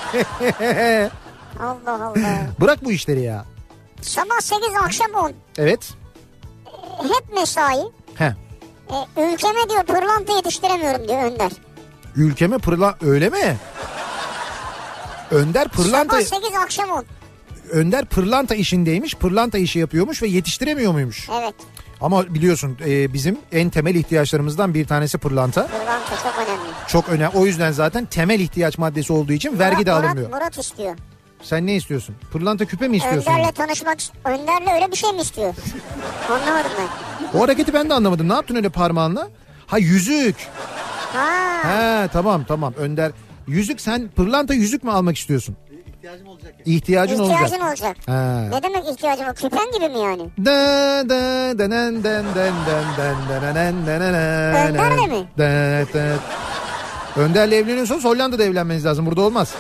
Allah Allah.
Bırak bu işleri ya.
Sabah sekiz akşam on.
Evet.
E, hep mesai.
He.
E, ülkeme diyor pırlanta yetiştiremiyorum diyor Önder.
Ülkeme pırlanta öyle mi? Önder pırlanta...
Sabah sekiz akşam on.
Önder pırlanta işindeymiş. Pırlanta işi yapıyormuş ve yetiştiremiyor muymuş?
Evet.
Ama biliyorsun e, bizim en temel ihtiyaçlarımızdan bir tanesi pırlanta.
Pırlanta çok önemli.
Çok önemli. O yüzden zaten temel ihtiyaç maddesi olduğu için Murat, vergi de alınmıyor.
Murat, Murat istiyor.
Sen ne istiyorsun? Pırlanta küpe mi istiyorsun?
Önder'le tanışmak, Önder'le öyle bir şey mi istiyor? Anlamadım ben.
O hareketi ben de anlamadım. Ne yaptın öyle parmağınla? Ha yüzük.
Ha.
He tamam tamam Önder. Yüzük, sen pırlanta yüzük mü almak istiyorsun?
İhtiyacım olacak. Yani.
İhtiyacın,
İhtiyacın
olacak.
olacak.
Ha.
Ne demek ihtiyacım olacak? Küpen gibi mi yani?
Da da da den den den den den den den den den.
Önder'le mi?
Da da. Önder'le evleniyorsanız Hollanda'da evlenmeniz lazım. Burada olmaz.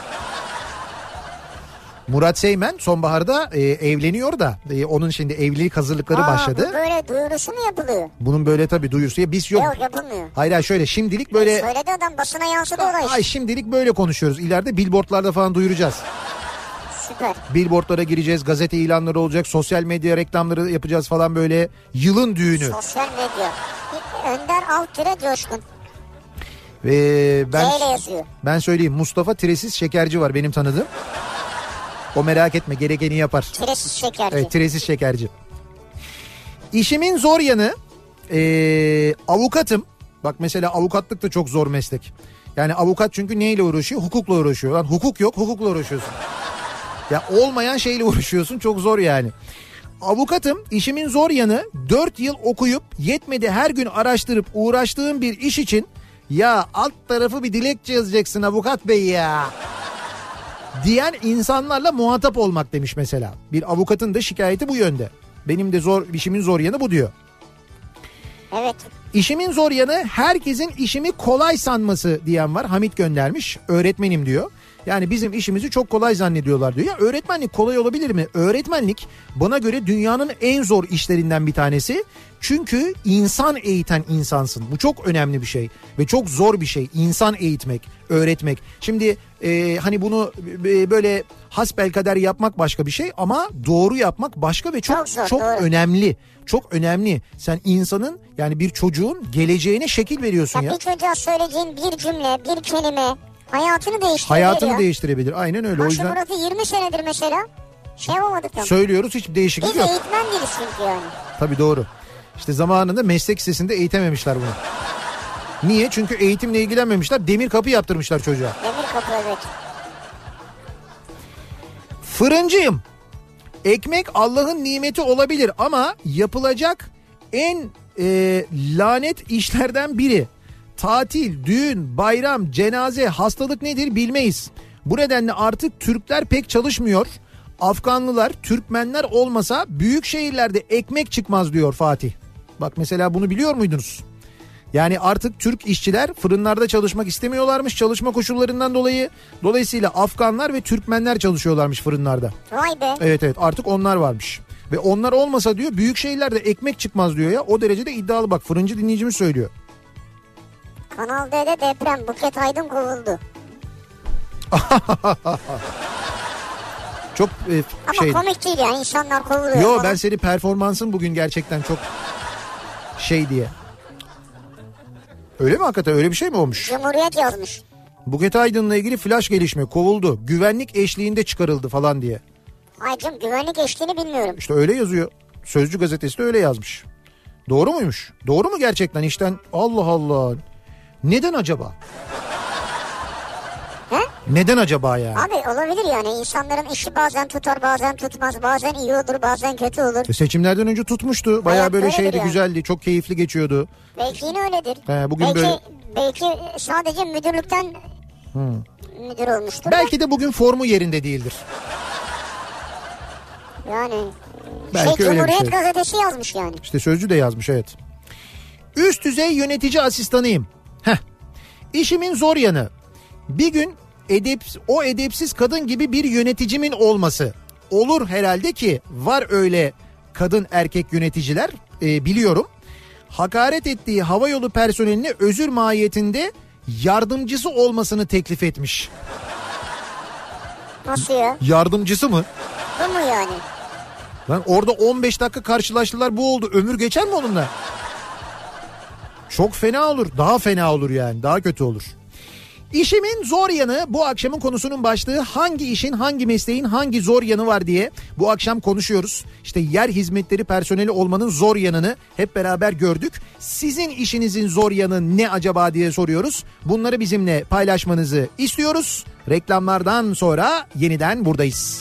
Murat Seymen sonbaharda e, evleniyor da e, onun şimdi evlilik hazırlıkları
Aa,
başladı.
Bu böyle duyurusu mu yapılıyor?
Bunun böyle tabii duyurusu. Biz yok.
Yok yapılmıyor.
Hayır hayır şöyle şimdilik böyle.
E, söyledi adam basına yansıdı olay.
Ay şimdilik böyle konuşuyoruz. İleride billboardlarda falan duyuracağız.
Süper.
Billboardlara gireceğiz, gazete ilanları olacak, sosyal medya reklamları yapacağız falan böyle. Yılın düğünü.
Sosyal medya. Önder alt tire Coşkun.
Ve ben
yazıyor.
Ben söyleyeyim, Mustafa Tiresiz Şekerci var benim tanıdığım. O merak etme, gerekeni yapar.
Tiresiz Şekerci.
Evet, Tiresiz Şekerci. İşimin zor yanı ee, avukatım. Bak mesela avukatlık da çok zor meslek. Yani avukat çünkü neyle uğraşıyor? Hukukla uğraşıyor. Lan hukuk yok, hukukla uğraşıyorsun. Ya olmayan şeyle uğraşıyorsun, çok zor yani. Avukatım, işimin zor yanı dört yıl okuyup yetmedi her gün araştırıp uğraştığım bir iş için ya alt tarafı bir dilekçe yazacaksın avukat bey ya diyen insanlarla muhatap olmak demiş mesela. Bir avukatın da şikayeti bu yönde. Benim de zor, işimin zor yanı bu diyor.
Evet.
İşimin zor yanı herkesin işimi kolay sanması diyen var. Hamit göndermiş. Öğretmenim diyor. Yani bizim işimizi çok kolay zannediyorlar diyor. Ya öğretmenlik kolay olabilir mi? Öğretmenlik bana göre dünyanın en zor işlerinden bir tanesi. Çünkü insan eğiten insansın. Bu çok önemli bir şey ve çok zor bir şey. İnsan eğitmek, öğretmek. Şimdi e, hani bunu e, böyle hasbelkader yapmak başka bir şey ama doğru yapmak başka ve çok çok,
zor,
çok önemli. Çok önemli. Sen insanın yani bir çocuğun geleceğine şekil veriyorsun ya.
Ya bir çocuğa söyleyeceğin bir cümle, bir kelime hayatını değiştirebilir.
Hayatını
ya.
değiştirebilir. Aynen öyle.
Bak
o yüzden
Murat'ı yirmi senedir mesela şey yapamadık.
söylüyoruz, hiç değişiklik
Biz
yok.
eğitmen değiliz çünkü yani.
Tabii doğru. İşte zamanında meslek lisesinde eğitememişler bunu. Niye? Çünkü eğitimle ilgilenmemişler. Demir kapı yaptırmışlar çocuğa.
Demir kapı, evet.
Fırıncıyım. Ekmek Allah'ın nimeti olabilir ama yapılacak en e, lanet işlerden biri. Tatil, düğün, bayram, cenaze, hastalık nedir bilmeyiz. Bu nedenle artık Türkler pek çalışmıyor. Afganlılar, Türkmenler olmasa büyük şehirlerde ekmek çıkmaz diyor Fatih. Bak mesela bunu biliyor muydunuz? Yani artık Türk işçiler fırınlarda çalışmak istemiyorlarmış çalışma koşullarından dolayı. Dolayısıyla Afganlar ve Türkmenler çalışıyorlarmış fırınlarda.
Vay be.
Evet evet, artık onlar varmış. Ve onlar olmasa diyor büyük şehirlerde ekmek çıkmaz diyor ya. O derecede iddialı, bak fırıncı dinleyicimiz söylüyor.
Kanal D'de deprem, Buket Aydın kovuldu.
Çok e,
Ama
şey.
komik değil yani, insanlar kovuluyor.
Yo
falan.
ben senin performansın bugün gerçekten çok şey diye. Öyle mi hakikaten, öyle bir şey mi olmuş?
Cumhuriyet yazmış.
Buket Aydın'la ilgili flash gelişme, kovuldu. Güvenlik eşliğinde çıkarıldı falan diye.
Ay canım, güvenlik eşliğini bilmiyorum.
İşte öyle yazıyor. Sözcü gazetesi de öyle yazmış. Doğru muymuş? Doğru mu gerçekten işten? Allah Allah. Neden acaba?
He?
Neden acaba yani?
Abi olabilir yani, insanların işi bazen tutar bazen tutmaz, bazen iyi olur bazen kötü olur.
E seçimlerden önce tutmuştu. Bayağı
Hayat
böyle
öyledir
şeydi,
yani.
güzeldi. Çok keyifli geçiyordu.
Belki yine öyledir.
He, bugün
belki,
böyle...
belki sadece müdürlükten hmm. müdür olmuştur.
Belki de bugün formu yerinde değildir.
Yani
belki
şey,
öyle
Cumhuriyet
bir şey.
Gazetesi yazmış yani.
İşte Sözcü de yazmış, evet. Üst düzey yönetici asistanıyım. Heh. İşimin zor yanı. Bir gün edep, o edepsiz kadın gibi bir yöneticimin olması. Olur herhalde ki var öyle kadın erkek yöneticiler, e, biliyorum. Hakaret ettiği havayolu personeline özür mahiyetinde yardımcısı olmasını teklif etmiş.
Nasıl ya?
Yardımcısı mı?
Bu mu yani?
Lan orada on beş dakika karşılaştılar, bu oldu. Ömür geçer mi onunla? Çok fena olur. Daha fena olur yani. Daha kötü olur. İşimin zor yanı bu akşamın konusunun başlığı. Hangi işin, hangi mesleğin hangi zor yanı var diye bu akşam konuşuyoruz. İşte yer hizmetleri personeli olmanın zor yanını hep beraber gördük. Sizin işinizin zor yanı ne acaba diye soruyoruz. Bunları bizimle paylaşmanızı istiyoruz. Reklamlardan sonra yeniden buradayız.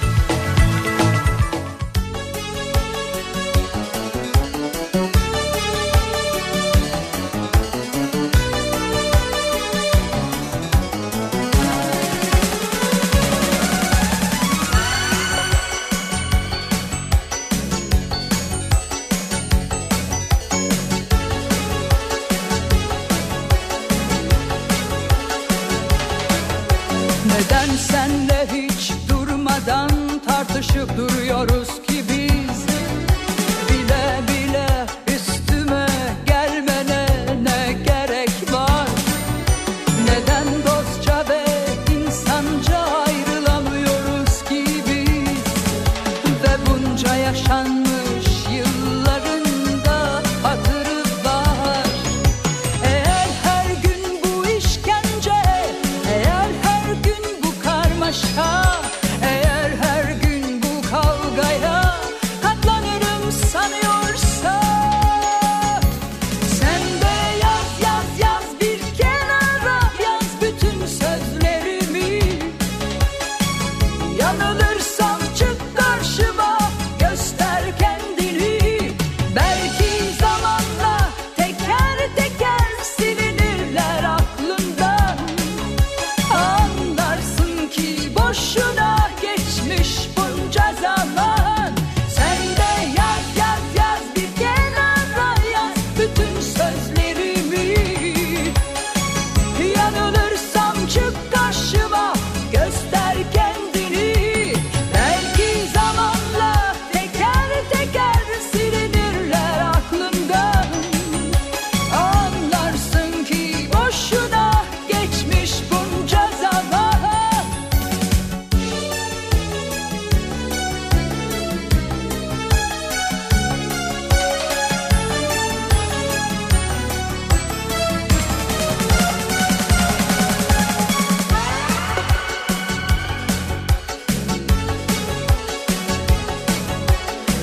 Neden senle hiç durmadan tartışıp duruyoruz ki biz? Bile bile üstüme gelmene ne gerek var? Neden dostça ve insanca ayrılamıyoruz ki biz? Ve bunca yaşanmış yıllarında hatırı var. Eğer her gün bu işkence, eğer her gün bu karmaşa, eğer her gün bu kavgaya katlanırım sanıyorsa, sen de yaz yaz yaz bir kenara, yaz bütün sözlerimi. Yanılırsam çık karşıma, göster kendini.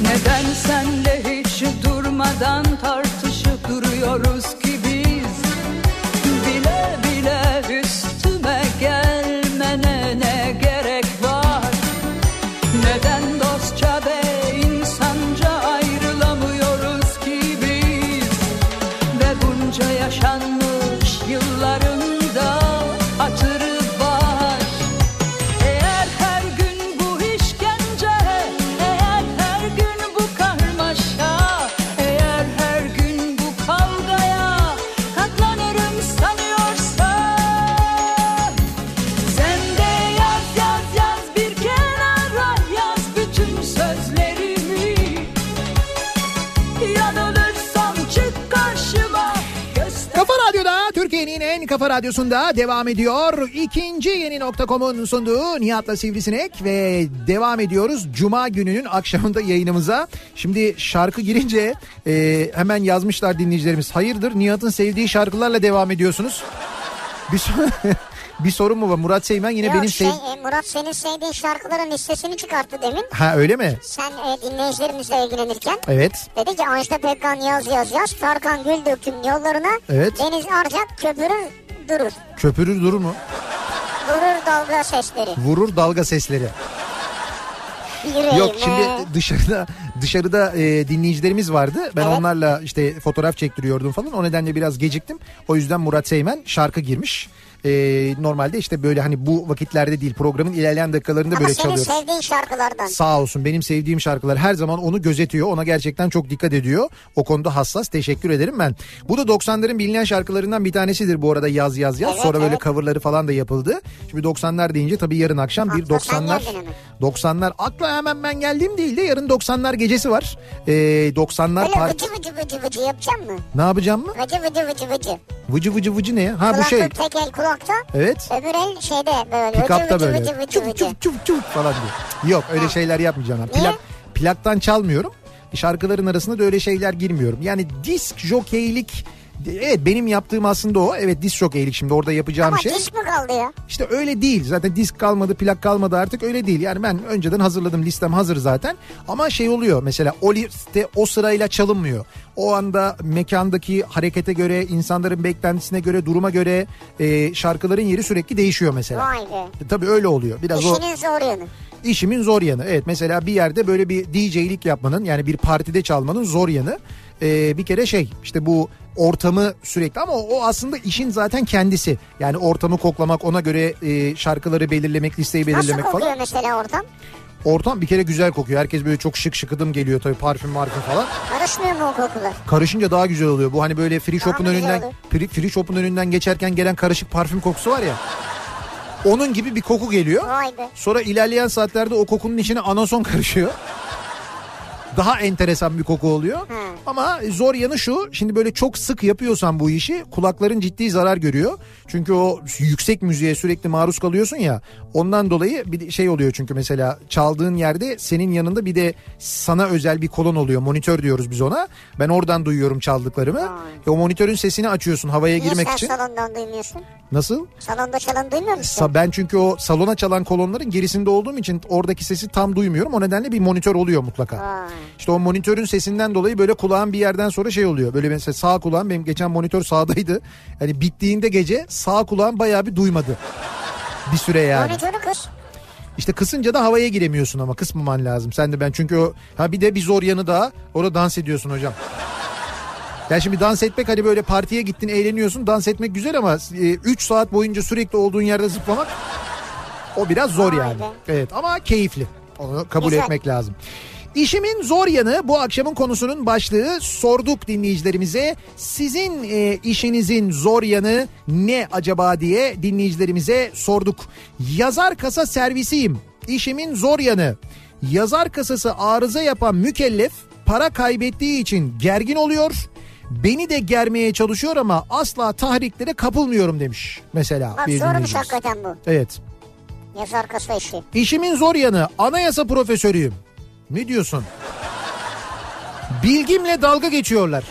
Neden senle hiç durmadan tartışıp duruyoruz ki biz? Bile bile üstüme gelmene ne gerek var? Neden dostça ve insanca ayrılamıyoruz ki biz? Ve bunca yaşanmış yıllarında hatırı var. Eğer her gün bu işkence, eğer her gün bu karmaşa, eğer her gün bu kavgaya katlanırım sanıyorsan, sen de yaz yaz yaz bir kenara, yaz bütün sözlerimi. Yanılırsam çık karşıma, göster.
Kafa Radyo'da, Türkiye'nin en kafa radyosunda devam ediyor. İkinci yeni nokta com'un sunduğu Nihat'la Sivrisinek ve devam ediyoruz Cuma gününün akşamında yayınımıza. Şimdi şarkı girince e, hemen yazmışlar dinleyicilerimiz. Hayırdır, Nihat'ın sevdiği şarkılarla devam ediyorsunuz? Bir, sor- bir sorun mu var? Murat Seymen yine
Yok,
benim
şey,
sev...
e, Murat senin sevdiğin şarkıların listesini çıkarttı demin.
Ha öyle mi?
Sen e, dinleyicilerimizle ilgilenirken.
Evet.
Dedi ki Ajda Pekkan yaz yaz yaz, Tarkan Güldürk'ün yollarına,
Evet.
Deniz Arcak köpürür durur.
Köpürür durur mu?
Durur dalga sesleri.
Vurur dalga sesleri.
Yüreğime.
Yok şimdi dışarıda dışarıda e, dinleyicilerimiz vardı. Ben
Evet.
onlarla işte fotoğraf çektiriyordum falan. O nedenle biraz geciktim. O yüzden Murat Seymen şarkı girmiş. E, normalde işte böyle hani bu vakitlerde değil, programın ilerleyen dakikalarında
Ama
böyle
senin
çalıyoruz.
sevdiğin şarkılardan.
Sağ olsun, benim sevdiğim şarkılar her zaman onu gözetiyor. Ona gerçekten çok dikkat ediyor. O konuda hassas, teşekkür ederim ben. Bu da doksanların bilinen şarkılarından bir tanesidir bu arada, yaz yaz yaz.
Evet,
Sonra böyle
evet.
coverları falan da yapıldı. Şimdi doksanlar deyince tabii yarın akşam bir
Akla
doksanlar
sen geldin hemen.
doksanlar akla hemen ben geldiğim değil de yarın doksanlar gecesi var. Ee, doksanlar
Böyle
parti.
vıcı vıcı vıcı vıcı yapacak mı?
Ne yapacağım mı?
Vıcı vıcı vıcı vıcı.
Vıcı vıcı vıcı ne ya? Ha bu
Kulaklık,
şey.
tek el kulakta.
Evet.
Öbür el şeyde böyle
Pick-up'ta
vıcı vıcı
böyle.
vıcı vıcı
Çuf
vıcı.
çuf çuf çuf falan diyor. Yok öyle
Ha.
şeyler yapmayacağım ben.
Niye?
Plak, plaktan çalmıyorum. Şarkıların arasında da öyle şeyler girmiyorum. Yani disk jokeylik, evet benim yaptığım aslında o. Evet, disk jokeylik şimdi orada yapacağım
Ama
şey.
disk mi kaldı ya?
İşte öyle değil. Zaten disk kalmadı, plak kalmadı artık, öyle değil. Yani ben önceden hazırladım, listem hazır zaten. Ama şey oluyor mesela, o liste o sırayla çalınmıyor. O anda mekandaki harekete göre, insanların beklentisine göre, duruma göre e, şarkıların yeri sürekli değişiyor mesela.
Vay be.
E, tabii öyle oluyor. Biraz o
İşinin zor yanı.
işimin zor yanı. Evet, mesela bir yerde böyle bir D J'lik yapmanın, yani bir partide çalmanın zor yanı. E, bir kere şey işte bu ortamı sürekli, ama o aslında işin zaten kendisi. Yani ortamı koklamak, ona göre e, şarkıları belirlemek, listeyi
Nasıl
belirlemek
kokuyor
falan.
mesela ortam?
Ortam bir kere güzel kokuyor. Herkes böyle çok şık şıkıdım geliyor tabii, parfüm marfüm falan.
Karışmıyor mu o kokular?
Karışınca daha güzel oluyor. Bu hani böyle free
Daha
shop'un
mı güzel
önünden
oluyor?
free, free shop'un önünden geçerken gelen karışık parfüm kokusu var ya. Onun gibi bir koku geliyor.
Vay be.
Sonra ilerleyen saatlerde o kokunun içine anason karışıyor. Daha enteresan bir koku oluyor.
Hmm.
Ama zor yanı şu, şimdi böyle çok sık yapıyorsan bu işi, kulakların ciddi zarar görüyor. Çünkü o yüksek müziğe sürekli maruz kalıyorsun ya, ondan dolayı bir şey oluyor. Çünkü mesela çaldığın yerde senin yanında bir de sana özel bir kolon oluyor, monitör diyoruz biz ona. Ben oradan duyuyorum çaldıklarımı. E o monitörün sesini açıyorsun havaya
Niye
girmek
sen
için.
salondan duymuyorsun?
Nasıl?
Salonda çalan duymuyor musun?
Sa- Ben çünkü o salona çalan kolonların gerisinde olduğum için oradaki sesi tam duymuyorum. O nedenle bir monitör oluyor mutlaka.
Vay.
İşte o monitörün sesinden dolayı böyle kulağım bir yerden sonra şey oluyor. Böyle mesela sağ kulağım, benim geçen monitör sağdaydı. Yani bittiğinde gece sağ kulağım bayağı bir duymadı. Bir süre yani.
Monitörü kız.
İşte kısınca da havaya giremiyorsun, ama kısmaman lazım. Sen de ben çünkü o, ha bir de bir zor yanı daha, orada dans ediyorsun hocam. Ya şimdi dans etmek, hani böyle partiye gittin eğleniyorsun, dans etmek güzel ama üç saat boyunca sürekli olduğun yerde zıplamak, o biraz zor
Vay
yani.
be.
Evet ama keyifli. Onu kabul
Güzel.
etmek lazım. İşimin zor yanı bu akşamın konusunun başlığı. Sorduk dinleyicilerimize, sizin e, işinizin zor yanı ne acaba diye dinleyicilerimize sorduk. Yazar kasa servisiyim. İşimin zor yanı. Yazar kasası arıza yapan mükellef para kaybettiği için gergin oluyor. Beni de germeye çalışıyor ama asla tahriklere kapılmıyorum demiş mesela.
Bak
bir
zormuş
dinleyicimiz.
hakikaten bu.
Evet.
Yazar kasa işi.
İşimin zor yanı, anayasa profesörüyüm. Ne diyorsun? Bilgimle dalga geçiyorlar.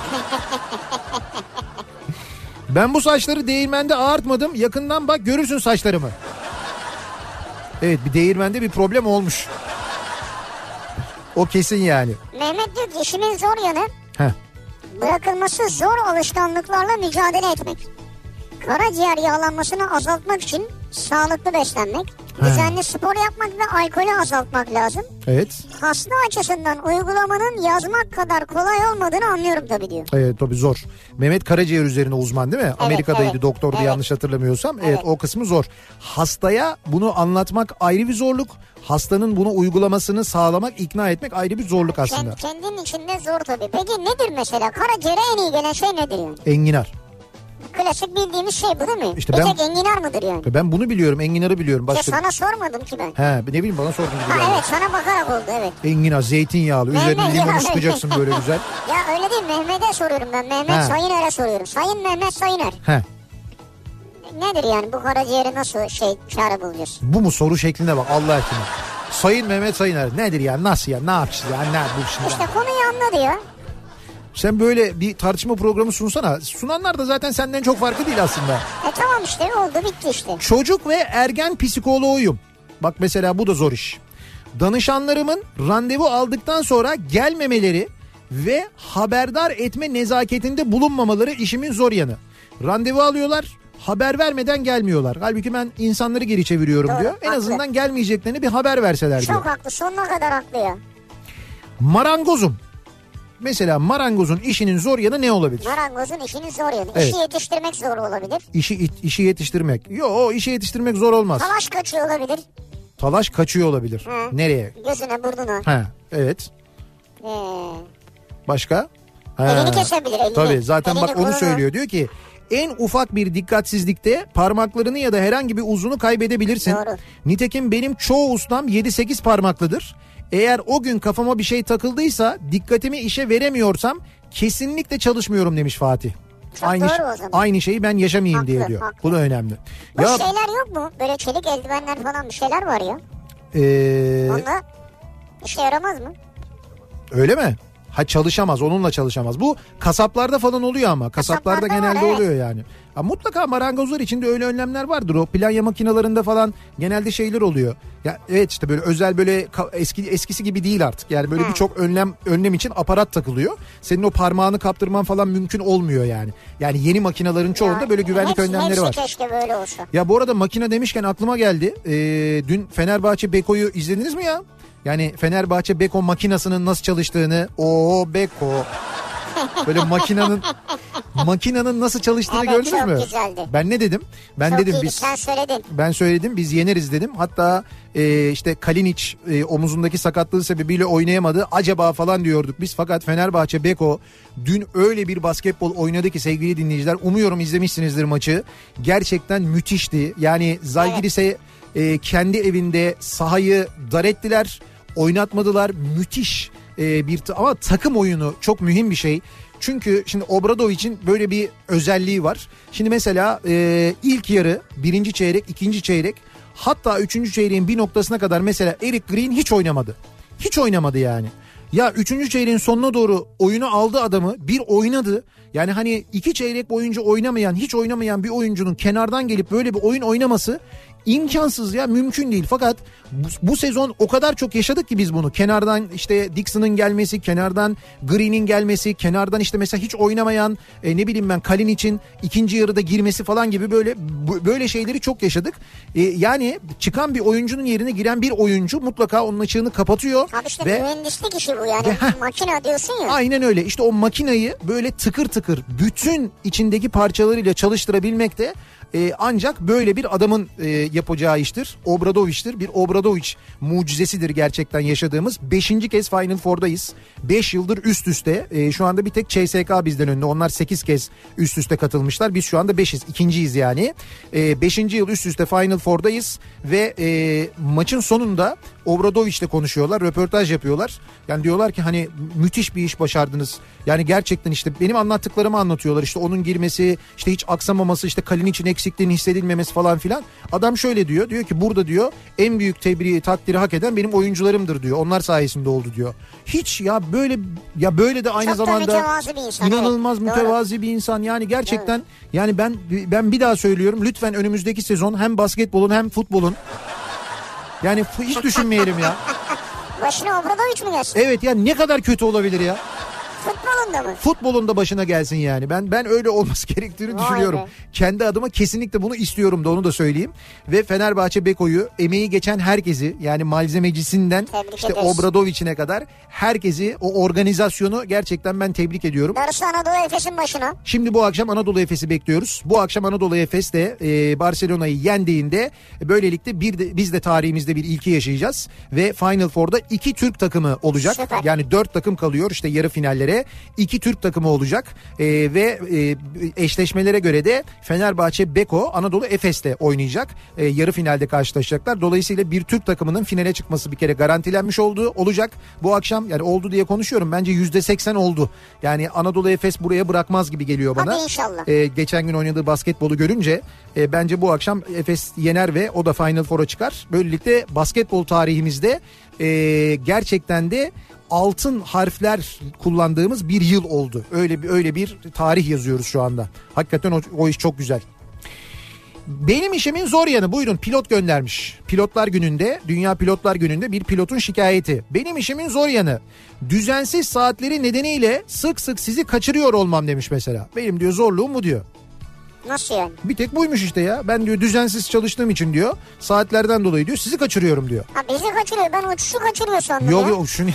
Ben bu saçları değirmende ağartmadım. Yakından bak görürsün saçlarımı. Evet, bir değirmende bir problem olmuş. O kesin yani.
Mehmet diyor ki işimin zor yanı
Heh.
bırakılması zor alışkanlıklarla mücadele etmek. Karaciğer yağlanmasını azaltmak için sağlıklı beslenmek,
He.
düzenli spor yapmak ve alkolü azaltmak lazım.
Evet.
Hasta açısından uygulamanın yazmak kadar kolay olmadığını anlıyorum tabii diyor.
Evet tabii zor. Mehmet karaciğer üzerine uzman değil mi? Evet, Amerika'daydı
evet,
doktordu
evet.
yanlış hatırlamıyorsam. Evet.
Evet.
evet o kısmı zor. Hastaya bunu anlatmak ayrı bir zorluk. Hastanın bunu uygulamasını sağlamak, ikna etmek ayrı bir zorluk aslında.
Kendin içinde zor tabii. Peki nedir mesela? Karaciğere en iyi gelen şey nedir yani?
Enginar.
Klasik bildiğimiz şey bu değil mi?
İşte
bir
ben-
tek enginar mıdır yani?
Ben bunu biliyorum, enginarı biliyorum.
Ya
Başka...
sana sormadım ki ben.
He, ne bileyim bana sordun gibi
Ha
geldi.
evet sana bakarak oldu evet.
Enginar, zeytinyağlı. Üzerine
Mehmet
limonu
ya.
sıkacaksın böyle güzel.
Ya öyle değil Mehmet'e soruyorum ben. Mehmet
Ha.
Sayıner'e soruyorum. Sayın Mehmet Sayıner.
He.
Nedir yani bu karaciğeri nasıl şey çare bulacağız?
Bu mu soru şekline bak Allah aşkına. Sayın Mehmet Sayıner nedir ya, nasıl ya, ne yapacağız ya, ne bu şimdi?
İşte konuyu anla diyor.
Sen böyle bir tartışma programı sunsana. Sunanlar da zaten senden çok farklı değil aslında.
E tamam işte oldu bitti işte.
Çocuk ve ergen psikoloğuyum. Bak mesela bu da zor iş. Danışanlarımın randevu aldıktan sonra gelmemeleri ve haberdar etme nezaketinde bulunmamaları işimin zor yanı. Randevu alıyorlar, haber vermeden gelmiyorlar. Halbuki ben insanları geri çeviriyorum
Doğru,
diyor. En
haklı.
azından gelmeyeceklerini bir haber verseler diyor.
Çok haklı sonuna kadar haklı ya.
Marangozum. Mesela marangozun işinin zor yanı ne olabilir?
Marangozun işini zor yanı.
Evet.
İşi yetiştirmek zor olabilir.
İşi işi yetiştirmek. Yo, işi yetiştirmek zor olmaz.
Talaş kaçıyor olabilir.
Talaş kaçıyor olabilir.
Hı.
Nereye?
Gözüne burnuna.
Ha, evet.
Ee,
Başka? Ha.
Elini kesebilir, elini.
Tabii zaten
Elini,
bak onu
kolunu.
söylüyor. Diyor ki en ufak bir dikkatsizlikte parmaklarını ya da herhangi bir uzunu kaybedebilirsin.
Doğru.
Nitekim benim çoğu ustam yedi sekiz parmaklıdır. Eğer o gün kafama bir şey takıldıysa, dikkatimi işe veremiyorsam kesinlikle çalışmıyorum demiş Fatih.
Çok
aynı
doğru o zaman.
aynı şeyi ben yaşamayayım
Haklı,
diye diyor.
haklı.
Bu da önemli.
Bu
Ya
şeyler yok mu? Böyle çelik eldivenler falan bir şeyler var ya.
ee,
Onda işe yaramaz mı?
öyle mi? Ha çalışamaz, onunla çalışamaz. Bu kasaplarda falan oluyor ama. Kasaplarda,
Kasaplarda var,
genelde
evet.
oluyor yani. Ha, mutlaka marangozlar içinde öyle önlemler vardır. O planya makinelerinde falan genelde şeyler oluyor. Ya evet işte böyle özel böyle ka- eski eskisi gibi değil artık. Yani böyle
Ha.
birçok önlem önlem için aparat takılıyor. Senin o parmağını kaptırman falan mümkün olmuyor yani. Yani yeni makinelerin çoğunda
Ya,
böyle güvenlik
hepsi,
önlemleri
hepsi
var.
keşke böyle olsa.
Ya bu arada makine demişken aklıma geldi. Ee, dün Fenerbahçe Beko'yu izlediniz mi ya? Yani Fenerbahçe Beko makinasının nasıl çalıştığını. O Beko. Böyle makinanın makinanın nasıl çalıştığını
Evet,
gördünüz
çok
mü?
güzeldi.
Ben ne dedim? Ben
Çok
dedim
iyiydi,
biz
sen söyledin.
ben söyledim biz yeneriz dedim. Hatta e, işte Kalinic e, omuzundaki sakatlığı sebebiyle oynayamadı. Acaba falan diyorduk biz. Fakat Fenerbahçe Beko dün öyle bir basketbol oynadı ki sevgili dinleyiciler. Umuyorum izlemişsinizdir maçı. Gerçekten müthişti. Yani Zalgiris'e e, kendi evinde sahayı dar ettiler. Oynatmadılar. Müthiş e, bir ta- ama takım oyunu çok mühim bir şey. Çünkü şimdi Obradovic'in böyle bir özelliği var. Şimdi mesela e, ilk yarı, birinci çeyrek, ikinci çeyrek, hatta üçüncü çeyreğin bir noktasına kadar mesela Eric Green hiç oynamadı. Hiç oynamadı yani. Ya üçüncü çeyreğin sonuna doğru oyunu aldı adamı, bir oynadı. Yani hani iki çeyrek boyunca oynamayan, hiç oynamayan bir oyuncunun kenardan gelip böyle bir oyun oynaması imkansız ya, mümkün değil. Fakat bu, bu sezon o kadar çok yaşadık ki biz bunu. Kenardan işte Dixon'ın gelmesi, kenardan Green'in gelmesi, kenardan işte mesela hiç oynamayan e, ne bileyim ben Kalinic'in ikinci yarıda girmesi falan gibi böyle bu, böyle şeyleri çok yaşadık. E, yani çıkan bir oyuncunun yerine giren bir oyuncu mutlaka onun açığını kapatıyor.
Abi işte
ve
mühendislik işi bu yani.
Ve- heh.
Makine diyorsun ya.
aynen öyle. İşte o makinayı böyle tıkır tıkır bütün içindeki parçalarıyla çalıştırabilmek de e, ancak böyle bir adamın e, yapacağı iştir. Obradoviç'tir. Bir Obradoviç mucizesidir gerçekten yaşadığımız. Beşinci kez Final Four'dayız. Beş yıldır üst üste. E, şu anda bir tek C S K bizden önde. Onlar sekiz kez üst üste katılmışlar. Biz şu anda beşiz. İkinciyiz yani. E, beşinci yıl üst üste Final Four'dayız. Ve e, maçın sonunda Obradoviç'le konuşuyorlar. Röportaj yapıyorlar. Yani diyorlar ki hani müthiş bir iş başardınız. Yani gerçekten işte benim anlattıklarımı anlatıyorlar. İşte onun girmesi, işte hiç aksamaması, işte Kalinic'in eksikliğinin hissedilmemesi falan filan. Adam şöyle diyor. Diyor ki burada diyor en büyük tebriği, takdiri hak eden benim oyuncularımdır diyor. Onlar sayesinde oldu diyor. Hiç ya böyle ya böyle de aynı
Çok da
zamanda
mütevazı bir insan,
inanılmaz
evet.
mütevazi bir insan. Yani gerçekten yani ben ben bir daha söylüyorum. Lütfen önümüzdeki sezon hem basketbolun hem futbolun yani hiç düşünmeyelim ya.
Başına Obradoviç mi gelsin?
Evet ya, ne kadar kötü olabilir ya.
Futbolunda mı?
Futbolunda başına gelsin yani. Ben ben öyle olması gerektiğini
Vay
düşünüyorum.
be.
Kendi adıma kesinlikle bunu istiyorum da, onu da söyleyeyim. Ve Fenerbahçe Beko'yu, emeği geçen herkesi, yani malzemecisinden
Tebrik
işte
ederiz.
Obradoviç'ine kadar herkesi, o organizasyonu gerçekten ben tebrik ediyorum.
Darısı Anadolu Efes'in başına.
Şimdi bu akşam Anadolu Efes'i bekliyoruz. Bu akşam Anadolu Efes de e, Barcelona'yı yendiğinde e, böylelikle bir de, biz de tarihimizde bir ilki yaşayacağız. Ve Final Four'da iki Türk takımı olacak.
Süper.
Yani dört takım kalıyor işte yarı finallere. İki Türk takımı olacak. E, ve e, eşleşmelere göre de Fenerbahçe Beko Anadolu Efes'le oynayacak. E, yarı finalde karşılaşacaklar. Dolayısıyla bir Türk takımının finale çıkması bir kere garantilenmiş olduğu olacak. Bu akşam, yani oldu diye konuşuyorum. Bence yüzde seksen oldu. Yani Anadolu Efes buraya bırakmaz gibi geliyor bana.
Hadi inşallah.
Ee, geçen gün oynadığı basketbolu görünce e, bence bu akşam Efes yener ve o da Final Four'a çıkar. Böylelikle basketbol tarihimizde e, gerçekten de altın harfler kullandığımız bir yıl oldu. Öyle bir öyle bir tarih yazıyoruz şu anda. Hakikaten o, o iş çok güzel. Benim işimin zor yanı, buyurun, pilot göndermiş. Pilotlar gününde, Dünya Pilotlar Günü'nde bir pilotun şikayeti. Benim işimin zor yanı, düzensiz saatleri nedeniyle sık sık sizi kaçırıyor olmam demiş mesela. Benim diyor zorluğum mu diyor.
Nasıl yani?
Bir tek buymuş işte ya. Ben diyor düzensiz çalıştığım için diyor, saatlerden dolayı diyor sizi kaçırıyorum diyor.
Ha bizi kaçırıyor, ben uçuşu kaçırıyor sandım
Yok
ya.
yok şunu...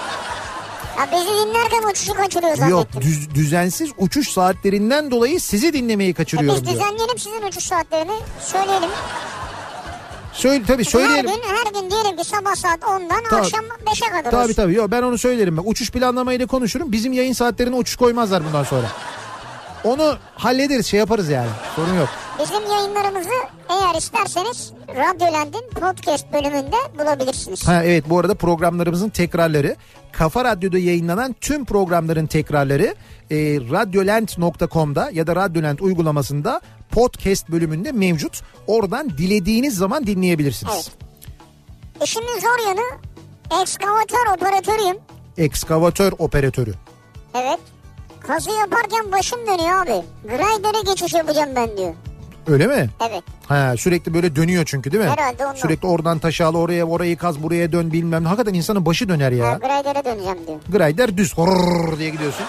Ha bizi dinlerken uçuşu kaçırıyor zannettim.
Yok, düz- düzensiz uçuş saatlerinden dolayı sizi dinlemeyi
E
kaçırıyorum
biz
diyor.
düzenleyelim sizin uçuş saatlerini, söyleyelim.
Söyle, tabii söyleyelim.
Her gün, her gün diyelim ki sabah saat ondan
Tabii.
akşam beşe kadar
Tabii
olsun.
tabii. Yo, ben onu söylerim. Bak, uçuş planlamayı da konuşurum. Bizim yayın saatlerine uçuş koymazlar bundan sonra. Onu hallederiz, şey yaparız yani. Sorun yok.
Bizim yayınlarımızı eğer isterseniz Radyolent'in podcast bölümünde bulabilirsiniz.
Ha evet, bu arada programlarımızın tekrarları, Kafa Radyo'da yayınlanan tüm programların tekrarları e, radyolent nokta com'da ya da Radyolent uygulamasında podcast bölümünde mevcut. Oradan dilediğiniz zaman dinleyebilirsiniz.
Evet. İşimin zor yanı, ekskavatör operatörüyüm.
Ekskavatör operatörü.
Evet. Kazı yaparken başım dönüyor abi. Grader'e geçiş yapacağım ben diyor.
Öyle mi?
Evet.
Ha, sürekli böyle dönüyor çünkü değil mi?
Herhalde ondan.
Sürekli oradan taşı al, oraya, orayı kaz, buraya dön, bilmem ne. Hakikaten insanın başı döner ya.
Ha, Grader'e döneceğim diyor.
Grider düz horrrr diye gidiyorsun.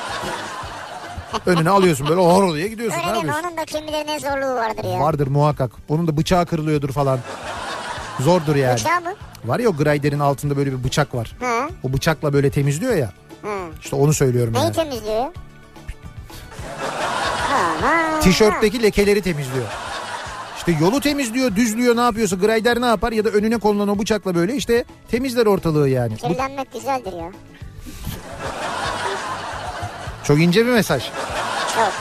Önüne alıyorsun böyle horrrr diye gidiyorsun.
Öyle
Ne
değil mi?
yapıyorsun?
Onun da kim bilir ne zorluğu vardır ya.
Vardır muhakkak. Bunun da bıçağı kırılıyordur falan. Zordur yani.
Bıçağı mı?
Var ya o grider'in altında böyle bir bıçak var.
Ha.
O bıçakla böyle temizliyor ya.
Ha.
İşte onu söylüyorum
Neyi
yani.
temizliyor ya? Ha, ha,
Tişörtteki lekeleri temizliyor. İşte yolu temizliyor, düzlüyor, ne yapıyorsa grider ne yapar, ya da önüne konulan o bıçakla böyle işte temizler ortalığı yani. Bu
kirlenmek güzeldir ya.
çok ince bir mesaj.
Çok.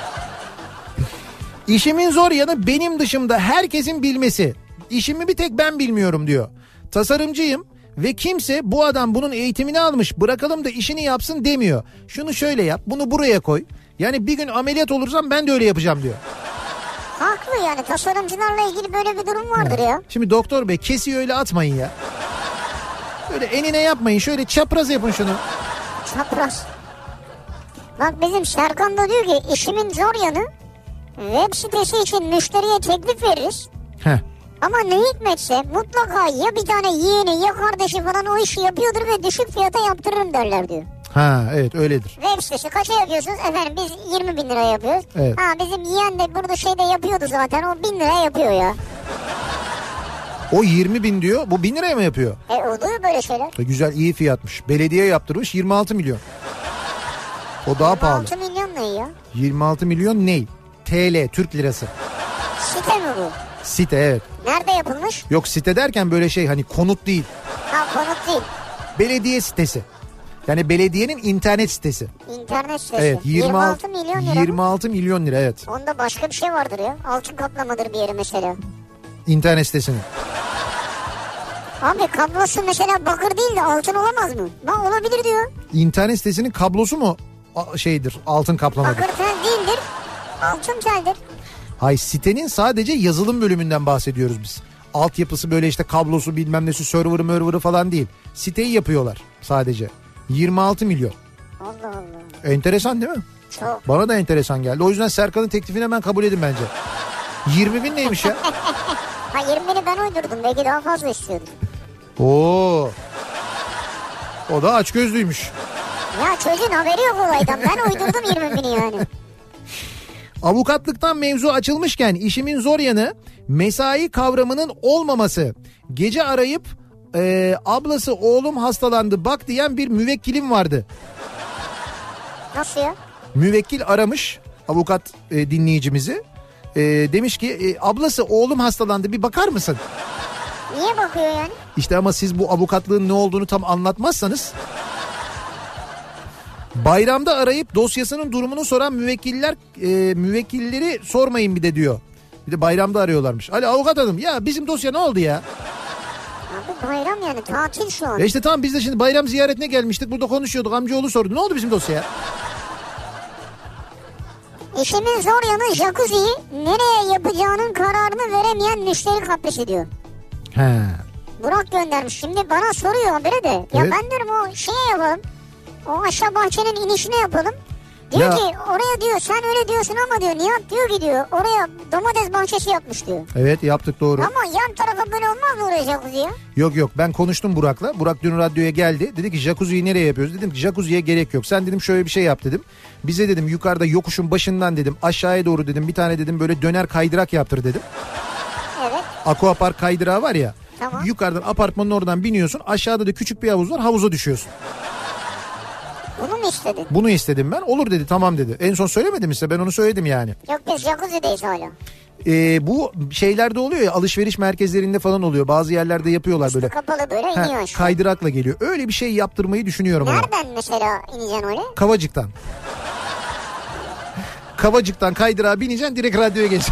İşimin zor yanı benim dışımda herkesin bilmesi. İşimi bir tek ben bilmiyorum diyor. Tasarımcıyım ve kimse bu adam bunun eğitimini almış, bırakalım da işini yapsın demiyor. Şunu şöyle yap, bunu buraya koy. Yani bir gün ameliyat olursam ben de öyle yapacağım diyor.
Haklı yani, tasarımcılarla ilgili böyle bir durum vardır ya.
Şimdi doktor bey, kesiyi öyle atmayın ya. Böyle enine yapmayın, şöyle çapraz yapın şunu.
Çapraz. Bak bizim Serkan da diyor ki işimin zor yanı, web sitesi için müşteriye teklif veririz.
Heh.
Ama ne hikmetse mutlaka ya bir tane yeğeni ya kardeşi falan o işi yapıyordur ve düşük fiyata yaptırırım derler diyor.
Ha evet, öyledir.
Web sitesi kaça yapıyorsunuz? Efendim biz yirmi bin lira yapıyoruz.
Evet.
Ha bizim yeğen de burada şeyde yapıyordu zaten, o bin lira yapıyor ya.
O yirmi bin diyor, bu bin liraya mı yapıyor?
E oluyor böyle şeyler.
E, güzel, iyi fiyatmış. Belediye yaptırmış yirmi altı milyon. O daha pahalı.
altı milyon ne ya?
yirmi altı milyon ne? T L, Türk lirası.
Site mi bu?
Site, evet.
Nerede yapılmış?
Yok, site derken böyle şey, hani konut değil.
Ha konut değil.
Belediye sitesi. Yani belediyenin internet sitesi.
İnternet sitesi.
Evet, yirmi altı,
yirmi altı milyon lira
yirmi
mı?
altı milyon lira, evet.
Onda başka bir şey vardır ya. Altın kaplamadır bir yeri mesela.
İnternet sitesinin.
Abi kablosu mesela bakır değil de altın olamaz mı? Bak olabilir diyor.
İnternet sitesinin kablosu mu a- şeydir, altın kaplamadır?
Bakır tel değildir. Altın teldir.
Hayır, sitenin sadece yazılım bölümünden bahsediyoruz biz. Altyapısı böyle işte kablosu bilmem nesi, server'ı mörver'ı falan değil. Siteyi yapıyorlar sadece. yirmi altı milyon.
Allah Allah.
Enteresan değil mi?
Çok.
Bana da enteresan geldi. O yüzden Serkan'ın teklifini hemen kabul edin bence. yirmi bin neymiş ya?
Ha yirmi bini ben uydurdum. Belki daha fazla istiyordur.
Oo. O da açgözlüymüş.
Ya çocuğun haberi yok olaydan. Ben uydurdum yirmi bini yani.
Avukatlıktan mevzu açılmışken işimin zor yanı mesai kavramının olmaması. Gece arayıp e, ablası oğlum hastalandı bak diyen bir müvekkilim vardı.
Nasıl ya?
Müvekkil aramış avukat e, dinleyicimizi. E, demiş ki e, ablası oğlum hastalandı bir bakar mısın?
Niye bakıyor yani?
İşte ama siz bu avukatlığın ne olduğunu tam anlatmazsanız... Bayramda arayıp dosyasının durumunu soran müvekkiller e, müvekkilleri sormayın bir de diyor. Bir de bayramda arıyorlarmış. Ali avukat hanım ya bizim dosya ne oldu ya?
Abi bayram yani tatil şu an.
E işte tamam biz de şimdi bayram ziyaretine gelmiştik. Burada konuşuyorduk amcaoğlu sordu. Ne oldu bizim dosya?
İşimin zor yanı jacuzziyi nereye yapacağının kararını veremeyen müşteri kaprisi diyor.
He.
Burak göndermiş. Şimdi bana soruyor haberi de. Ya
Evet.
ben diyorum o şeye yapalım. O aşağı bahçenin inişine yapalım. Diyor
Ya.
ki oraya diyor sen öyle diyorsun ama diyor Nihat diyor ki diyor oraya domates bahçesi yapmış diyor.
Evet yaptık doğru.
Ama yan tarafa böyle olmaz mı oraya jacuzzi ya?
Yok yok ben konuştum Burak'la. Burak dün radyoya geldi. Dedi ki jacuzziyi nereye yapıyoruz? Dedim ki jacuzziye gerek yok. Sen dedim şöyle bir şey yap dedim. Bize dedim yukarıda yokuşun başından dedim aşağıya doğru dedim bir tane dedim böyle döner kaydırak yaptır dedim.
Evet.
Aquapark kaydırağı var ya.
Tamam.
Yukarıdan apartmanın oradan biniyorsun. Aşağıda da küçük bir havuz var. Havuza düşüyorsun.
Bunu mu istedin?
Bunu istedim ben. Olur dedi tamam dedi. En son söylemedim size ben onu söyledim yani.
Yok biz jacuzzi'deyiz hala.
Ee, bu şeylerde oluyor ya alışveriş merkezlerinde falan oluyor. Bazı yerlerde yapıyorlar böyle.
Kapalı böyle
Ha,
iniyor aşağı.
kaydırakla geliyor. Öyle bir şey yaptırmayı düşünüyorum ama.
Nereden mesela ineceksin öyle?
Kavacık'tan. Kavacık'tan kaydırağa bineceksin direkt radyoya geleceksin.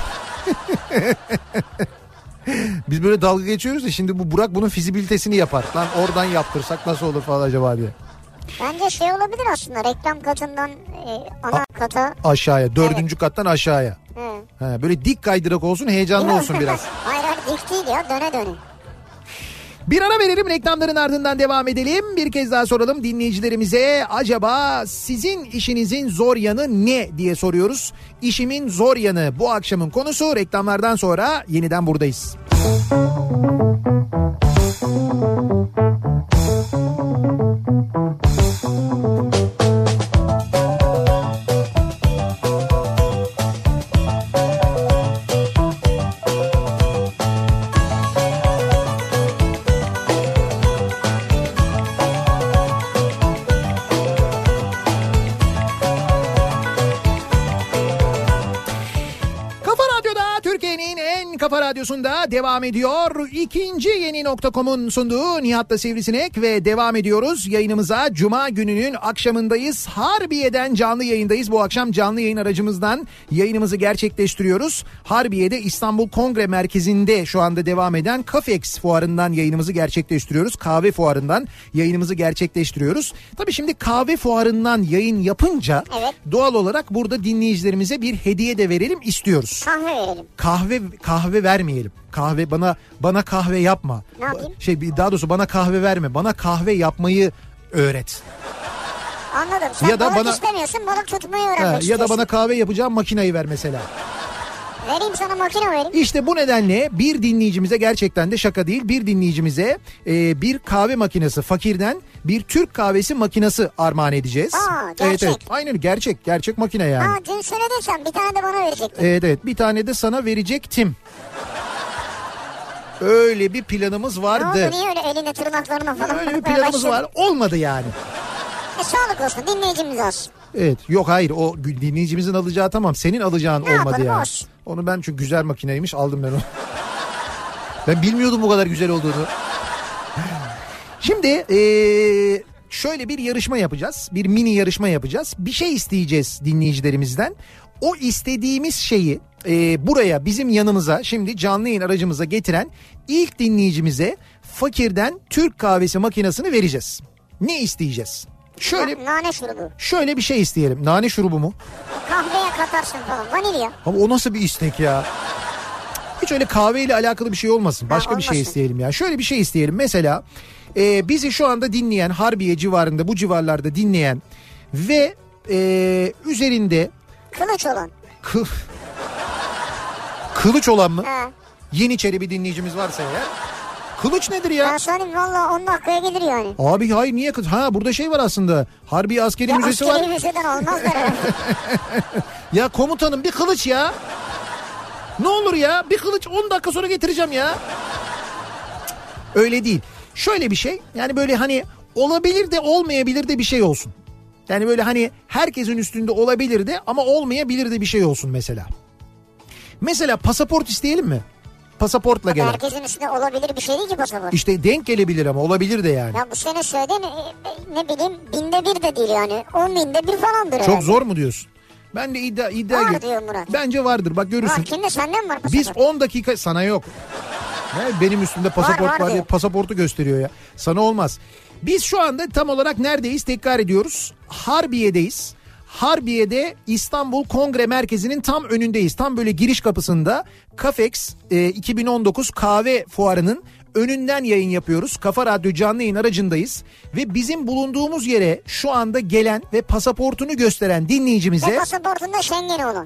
Biz böyle dalga geçiyoruz ya şimdi bu Burak bunun fizibilitesini yapar. Lan oradan yaptırsak nasıl olur falan acaba diye.
Bence şey olabilir aslında reklam katından e, ana
A-
kata.
Aşağıya dördüncü kattan aşağıya.
Hı.
Ha, böyle dik kaydırak olsun heyecanlı olsun biraz.
Hayır hayır dik değil ya döne döne.
Bir ara verelim reklamların ardından devam edelim. Bir kez daha soralım dinleyicilerimize acaba sizin işinizin zor yanı ne diye soruyoruz. İşimin zor yanı bu akşamın konusu reklamlardan sonra yeniden buradayız. Kafa Radyosu'nda devam ediyor. İkinci yeni nokta com'un sunduğu Nihat'la Sivrisinek ve devam ediyoruz. Yayınımıza Cuma gününün akşamındayız. Harbiye'den canlı yayındayız. Bu akşam canlı yayın aracımızdan yayınımızı gerçekleştiriyoruz. Harbiye'de İstanbul Kongre Merkezi'nde şu anda devam eden Cafex fuarından yayınımızı gerçekleştiriyoruz. Kahve fuarından yayınımızı gerçekleştiriyoruz. Tabii şimdi kahve fuarından yayın yapınca
evet.
Doğal olarak burada dinleyicilerimize bir hediye de verelim istiyoruz.
Kahve verelim.
Kahve kahve vermeyelim. Kahve bana bana kahve yapma.
Ne yapayım?
Şey daha doğrusu bana kahve verme. Bana kahve yapmayı öğret.
Anladım. Sen
ya da
balık
bana,
istemiyorsun, balık tutmayı öğrenmek
he,
istiyorsun.
Ya da bana kahve yapacağım makineyi ver mesela.
Vereyim sana makine vereyim.
İşte bu nedenle bir dinleyicimize gerçekten de şaka değil bir dinleyicimize e, bir kahve makinesi fakirden bir Türk kahvesi makinesi armağan edeceğiz.
Aa, gerçek.
Evet, evet. Aynen gerçek gerçek makine yani.
Ha dün söyledin sen bir tane de bana verecektin.
Evet evet bir tane de sana verecektim. Öyle bir planımız vardı.
Ne oldu niye öyle eline tırnaklarına falan
Öyle bir
bakmaya
planımız
başladın?
var. Olmadı yani.
E sağlık olsun dinleyicimiz olsun.
Evet yok hayır o dinleyicimizin alacağı tamam senin alacağın
Ne
olmadı
yapalım,
yani.
olsun.
Onu ben çünkü güzel makineymiş aldım ben onu. Ben bilmiyordum bu kadar güzel olduğunu. Şimdi ee, şöyle bir yarışma yapacağız. Bir mini yarışma yapacağız. Bir şey isteyeceğiz dinleyicilerimizden. O istediğimiz şeyi e, buraya bizim yanımıza şimdi canlı yayın aracımıza getiren ilk dinleyicimize fakirden Türk kahvesi makinesini vereceğiz. Ne isteyeceğiz? Şöyle
Na, nane şurubu.
Şöyle bir şey isteyelim. Nane şurubu mu?
Kahveye katarsın falan. Vanilya.
Ama o nasıl bir istek ya? Hiç öyle kahveyle alakalı bir şey olmasın. Başka
ha,
bir şey isteyelim ya. Şöyle bir şey isteyelim. Mesela e, bizi şu anda dinleyen Harbiye civarında bu civarlarda dinleyen ve e, üzerinde
Kılıç olan.
kı, kılıç olan mı?
Ha.
Yeniçeri bir dinleyicimiz varsa eğer Kılıç nedir ya?
Ben söyleyeyim valla on dakikaya gelir yani.
Abi hayır niye kılıç? Ha burada şey var aslında. Harbi Askeri
Ya
Müzesi
askeri
var.
müzeden olmaz herhalde.
Ya komutanım bir kılıç ya. Ne olur ya bir kılıç on dakika sonra getireceğim ya. Cık, öyle değil. Şöyle bir şey yani böyle hani olabilir de olmayabilir de bir şey olsun. Yani böyle hani herkesin üstünde olabilir de ama olmayabilir de bir şey olsun mesela. Mesela pasaport isteyelim mi? Pasaportla gelen.
Herkesin üstünde olabilir bir şey değil ki pasaport.
İşte denk gelebilir ama olabilir de yani.
Ya bu sene söyledi ne, ne bileyim binde bir de değil yani. On binde bir falandır herhalde.
Çok zor mu diyorsun? Ben de iddia iddia
Var
gö-
diyor Murat.
Bence vardır bak görürsün.
Var kimde senden mi var pasaport?
Biz on dakika sana yok. Ne, benim üstümde pasaport
Var,
var,
var
diye
diyor.
pasaportu gösteriyor ya. Sana olmaz. Biz şu anda tam olarak neredeyiz tekrar ediyoruz. Harbiye'deyiz. Harbiye'de İstanbul Kongre Merkezi'nin tam önündeyiz. Tam böyle giriş kapısında Cafex e, iki bin on dokuz kahve fuarının önünden yayın yapıyoruz. Kafa Radyo canlı yayın aracındayız. Ve bizim bulunduğumuz yere şu anda gelen ve pasaportunu gösteren dinleyicimize...
Ve pasaportunda Schengen'i olan.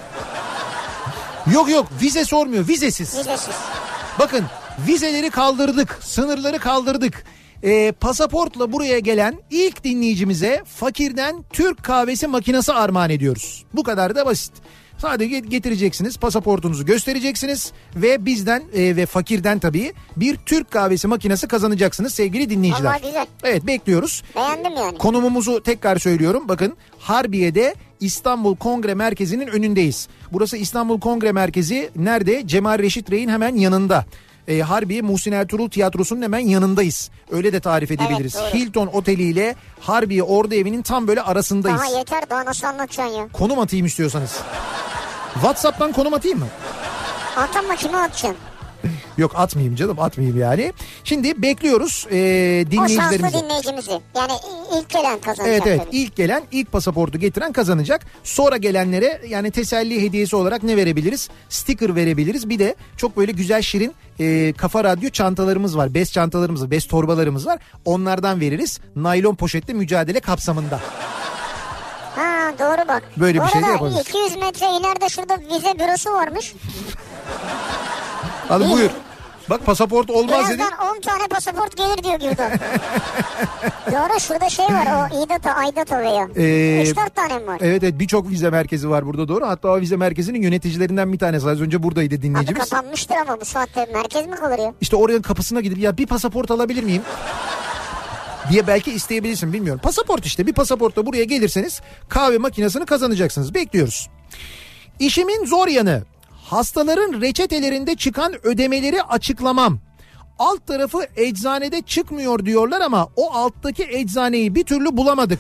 Yok yok vize sormuyor, vizesiz.
Vizesiz.
Bakın vizeleri kaldırdık, sınırları kaldırdık. Ee, pasaportla buraya gelen ilk dinleyicimize fakirden Türk kahvesi makinesi armağan ediyoruz. Bu kadar da basit. Sadece getireceksiniz, pasaportunuzu göstereceksiniz ve bizden e, ve fakirden tabii bir Türk kahvesi makinesi kazanacaksınız sevgili dinleyiciler.
Vallahi güzel.
Evet bekliyoruz.
Beğendim yani.
Konumumuzu tekrar söylüyorum. Bakın Harbiye'de İstanbul Kongre Merkezi'nin önündeyiz. Burası İstanbul Kongre Merkezi nerede? Cemal Reşit Rey'in hemen yanında. E, Harbiye Muhsin Ertuğrul Tiyatrosu'nun hemen yanındayız. Öyle de tarif edebiliriz.
Evet, doğru.
Hilton Oteli ile Harbiye Ordu Evi'nin tam böyle arasındayız.
Daha yeter daha nasıl anlatacaksın ya?
Konum atayım istiyorsanız. WhatsApp'tan konum atayım mı?
Atama kime atacaksın?
Yok atmayayım canım atmayayım yani. Şimdi bekliyoruz e,
O
dinleyicilerimizi.
şanslı dinleyicimizi. Yani ilk gelen kazanacak.
Evet evet
tabii.
ilk gelen ilk pasaportu getiren kazanacak. Sonra gelenlere yani teselli hediyesi olarak ne verebiliriz? Sticker verebiliriz. Bir de çok böyle güzel şirin e, Kafa Radyo çantalarımız var. Bez çantalarımız var. Bez torbalarımız var. Onlardan veririz. Naylon poşetle mücadele kapsamında.
Ha doğru bak.
Böyle
Bu
bir şey de
arada
yapabiliriz.
iki yüz metre ileride şurada vize bürosu varmış.
Hadi buyur. Bak pasaport olmaz dedi.
Birazdan on tane pasaport gelir diyor Gürdan. Doğru şurada şey var o İDATA, Aydata veya.
Ee,
üç dört tane mi var?
Evet evet birçok vize merkezi var burada doğru. Hatta o vize merkezinin yöneticilerinden bir tanesi. Az önce buradaydı
Adı
dinleyicimiz.
kapanmıştır ama bu saatte merkez mi kalır ya?
İşte oranın kapısına gidip ya bir pasaport alabilir miyim? diye belki isteyebilirsin bilmiyorum. Pasaport işte bir pasaportla buraya gelirseniz kahve makinesini kazanacaksınız. Bekliyoruz. İşimin zor yanı hastaların reçetelerinde çıkan ödemeleri açıklamam. Alt tarafı eczanede çıkmıyor diyorlar ama o alttaki eczaneyi bir türlü bulamadık.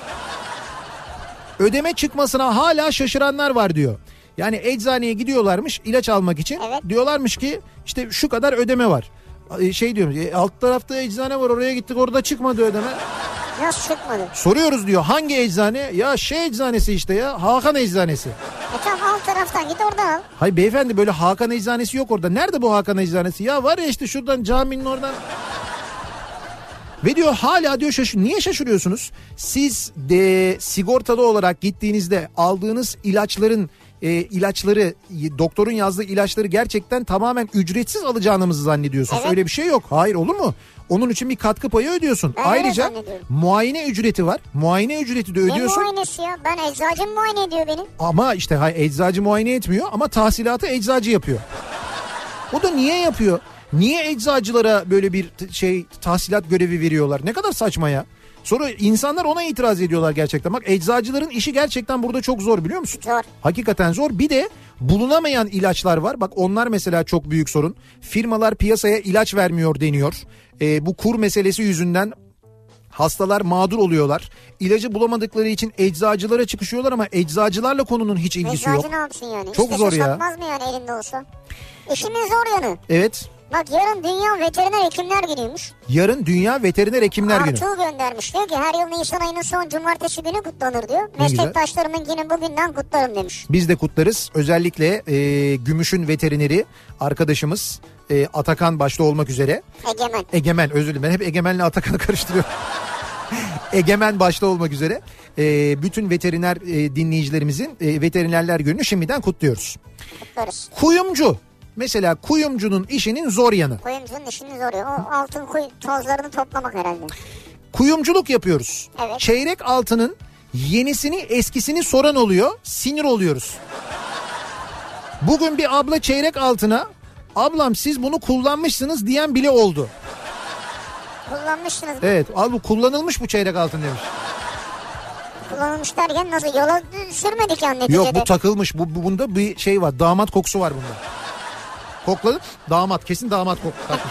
Ödeme çıkmasına hala şaşıranlar var diyor. Yani eczaneye gidiyorlarmış ilaç almak için.
Evet.
Diyorlarmış ki işte şu kadar ödeme var. Şey diyorum e, alt tarafta eczane var oraya gittik orada çıkmadı ödeme.
Nasıl çıkmadı?
Soruyoruz diyor hangi eczane? Ya şey eczanesi işte ya Hakan eczanesi.
E tamam alt taraftan git oradan al.
Hayır beyefendi böyle Hakan eczanesi yok orada. Nerede bu Hakan eczanesi? Ya var ya işte şuradan caminin oradan. Ve diyor hala diyor şaşır. Niye şaşırıyorsunuz? Siz de sigortalı olarak gittiğinizde aldığınız ilaçların e, ilaçları doktorun yazdığı ilaçları gerçekten tamamen ücretsiz alacağınızı zannediyorsunuz.
Evet.
Öyle bir şey yok. Hayır olur mu? Onun için bir katkı payı ödüyorsun.
Ben öyle
Ayrıca
zannediyorum.
muayene ücreti var. Muayene ücreti de
Ne
ödüyorsun.
muayenesi ya? Ben eczacım muayene ediyor beni.
Ama işte hayır, eczacı muayene etmiyor ama tahsilatı eczacı yapıyor. O da niye yapıyor? Niye eczacılara böyle bir t- şey tahsilat görevi veriyorlar? Ne kadar saçma ya. Sonra insanlar ona itiraz ediyorlar gerçekten. Bak eczacıların işi gerçekten burada çok zor biliyor musun?
Zor.
Hakikaten zor. Bir de bulunamayan ilaçlar var. Bak onlar mesela çok büyük sorun. Firmalar piyasaya ilaç vermiyor deniyor. Ee, bu kur meselesi yüzünden hastalar mağdur oluyorlar. İlacı bulamadıkları için eczacılara çıkışıyorlar ama eczacılarla konunun hiç ilgisi yok.
Eczacı ne yapsın yani?
Çok
İstese
zor ya.
satmaz mı yani elinde olsa? İşimin zor yanı.
Evet.
Bak yarın Dünya Veteriner Hekimler Günü'ymüş.
Yarın Dünya Veteriner Hekimler Günü.
Artuğ göndermiş. Diyor ki her yıl Nisan ayının son cumartesi günü kutlanır diyor.
Ne güzel.
Meslektaşlarımın yine bugünden kutlarım demiş.
Biz de kutlarız. Özellikle e, Gümüş'ün veterineri arkadaşımız e, Atakan başta olmak üzere.
Egemen.
Egemen özür dilerim. Ben hep Egemen'le Atakan'ı karıştırıyorum. Egemen başta olmak üzere e, bütün veteriner e, dinleyicilerimizin e, veterinerler gününü şimdiden kutluyoruz.
Kutlarız.
Kuyumcu. Mesela kuyumcunun işinin zor yanı.
Kuyumcunun işini zor ya. O altın kuy tozlarını toplamak herhalde.
Kuyumculuk yapıyoruz.
Evet.
Çeyrek altının yenisini eskisini soran oluyor. Sinir oluyoruz. Bugün bir abla çeyrek altına ablam siz bunu kullanmışsınız diyen bile oldu.
Kullanmışsınız.
Evet al bu kullanılmış bu çeyrek altın demiş.
Kullanılmış derken nasıl yola sürmedik yani neticede.
Yok bu takılmış. Bu, bu bunda bir şey var. Damat kokusu var bunda. Kokladık. Damat kesin damat kokusu takmış.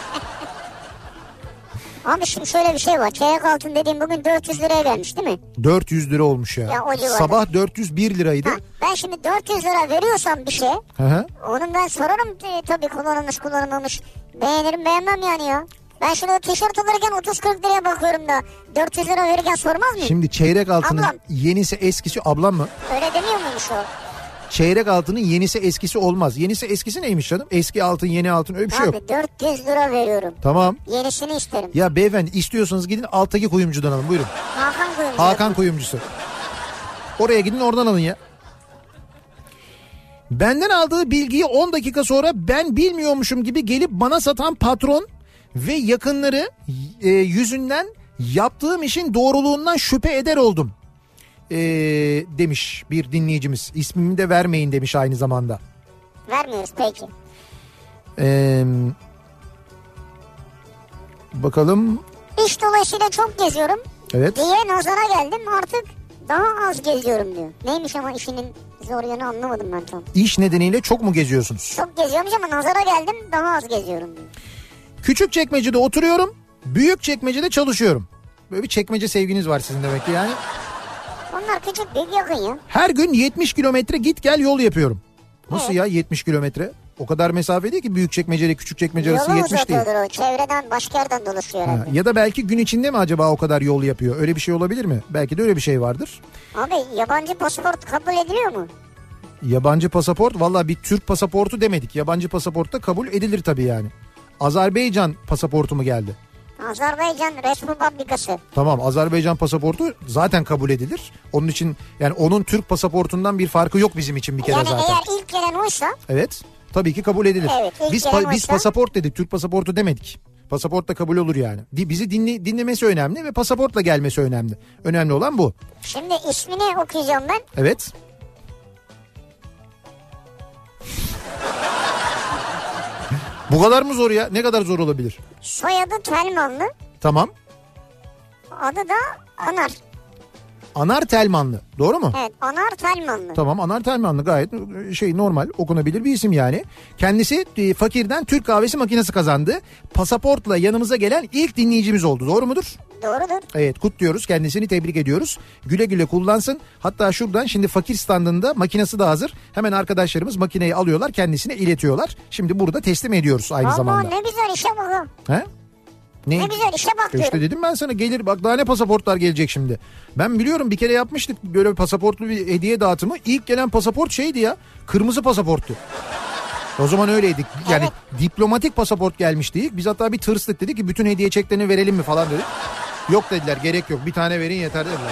Abi şimdi şöyle bir şey var. Çeyrek altın dediğim bugün dört yüz liraya gelmiş değil mi?
dört yüz lira olmuş ya.
Ya o civarda.
Sabah dört yüz bir liraydı.
Ha, ben şimdi dört yüz lira veriyorsam bir şey.
Hı hı.
Onun ben sorarım e, tabii kullanılmış kullanılmamış. Beğenirim beğenmem yani ya. Ben şimdi o tişört alırken otuz kırk liraya bakıyorum da dört yüz lira verirken sormaz mıyım?
Şimdi çeyrek altının
Ablam.
yenisi eskisi ablam mı?
Öyle demiyor muymuş o?
Çeyrek altının yenisi eskisi olmaz. Yenisi eskisi neymiş canım? Eski altın yeni altın öyle bir şey yok.
Abi dört yüz lira veriyorum.
Tamam.
Yenisini isterim.
Ya beyefendi istiyorsanız gidin alttaki kuyumcudan alın buyurun.
Hakan kuyumcu.
Hakan kuyumcusu. Oraya gidin oradan alın ya. Benden aldığı bilgiyi on dakika sonra ben bilmiyormuşum gibi gelip bana satan patron ve yakınları e, yüzünden yaptığım işin doğruluğundan şüphe eder oldum. E, demiş bir dinleyicimiz. İsmimi de vermeyin demiş aynı zamanda.
Vermiyoruz peki.
E, bakalım.
İş dolayısıyla çok geziyorum.
Evet.
Diye nazara geldim artık daha az geziyorum diyor. Neymiş ama işinin zor yanı anlamadım ben tam.
İş nedeniyle çok mu geziyorsunuz?
Çok geziyormuş ama nazara geldim daha az geziyorum diyor.
Küçükçekmece'de oturuyorum. Büyükçekmece'de çalışıyorum. Böyle bir çekmece sevginiz var sizin demek ki yani.
Onlar küçük büyük yakın ya.
Her gün yetmiş kilometre git gel yol yapıyorum. Nasıl
Evet.
ya yetmiş kilometre? O kadar mesafe değil ki Büyükçekmece ile Küçükçekmece arası
Yolu
yetmiş değil.
uzatıyordur o. Çevreden başka yerden dolaşıyor herhalde.
Ha, ya da belki gün içinde mi acaba o kadar yol yapıyor? Öyle bir şey olabilir mi? Belki de öyle bir şey vardır.
Abi yabancı pasaport kabul ediliyor mu?
Yabancı pasaport valla bir Türk pasaportu demedik. Yabancı pasaport da kabul edilir tabii yani. Azerbaycan pasaportu mu geldi?
Azerbaycan Respublikası.
Tamam Azerbaycan pasaportu zaten kabul edilir. Onun için yani onun Türk pasaportundan bir farkı yok bizim için bir kere
Yani
zaten.
eğer ilk gelen oysa
Evet tabii ki kabul edilir.
Evet, ilk
biz
gelen
pa- biz
oysa-
pasaport dedik Türk pasaportu demedik. Pasaport da kabul olur yani. Di- bizi dinle- dinlemesi önemli ve pasaportla gelmesi önemli. Önemli olan bu.
şimdi ismini okuyacağım ben.
Evet. Bu kadar mı zor ya? Ne kadar zor olabilir?
Soyadı Telmanlı.
Tamam.
Adı da Anar.
Anar Telmanlı. Doğru mu?
Evet Anar Telmanlı.
Tamam Anar Telmanlı gayet şey normal okunabilir bir isim yani. Kendisi e, fakirden Türk kahvesi makinesi kazandı. Pasaportla yanımıza gelen ilk dinleyicimiz oldu. Doğru mudur?
Doğrudur.
Evet kutluyoruz kendisini tebrik ediyoruz. Güle güle kullansın. Hatta şuradan şimdi fakir standında makinesi de hazır. Hemen arkadaşlarımız makineyi alıyorlar kendisine iletiyorlar. Şimdi burada teslim ediyoruz aynı
Vallahi
zamanda.
ne güzel işe bak.
He? Ne?
Ne güzel işe bak diyorum.
İşte dedim ben sana gelir bak daha ne pasaportlar gelecek şimdi. Ben biliyorum bir kere yapmıştık böyle pasaportlu bir hediye dağıtımı. İlk gelen pasaport şeydi ya kırmızı pasaporttu. O zaman öyleydik. Yani
Evet.
diplomatik pasaport gelmişti ilk. Biz hatta bir tırstık dedik ki bütün hediye çeklerini verelim mi falan dedik. Yok dediler gerek yok bir tane verin yeter dediler.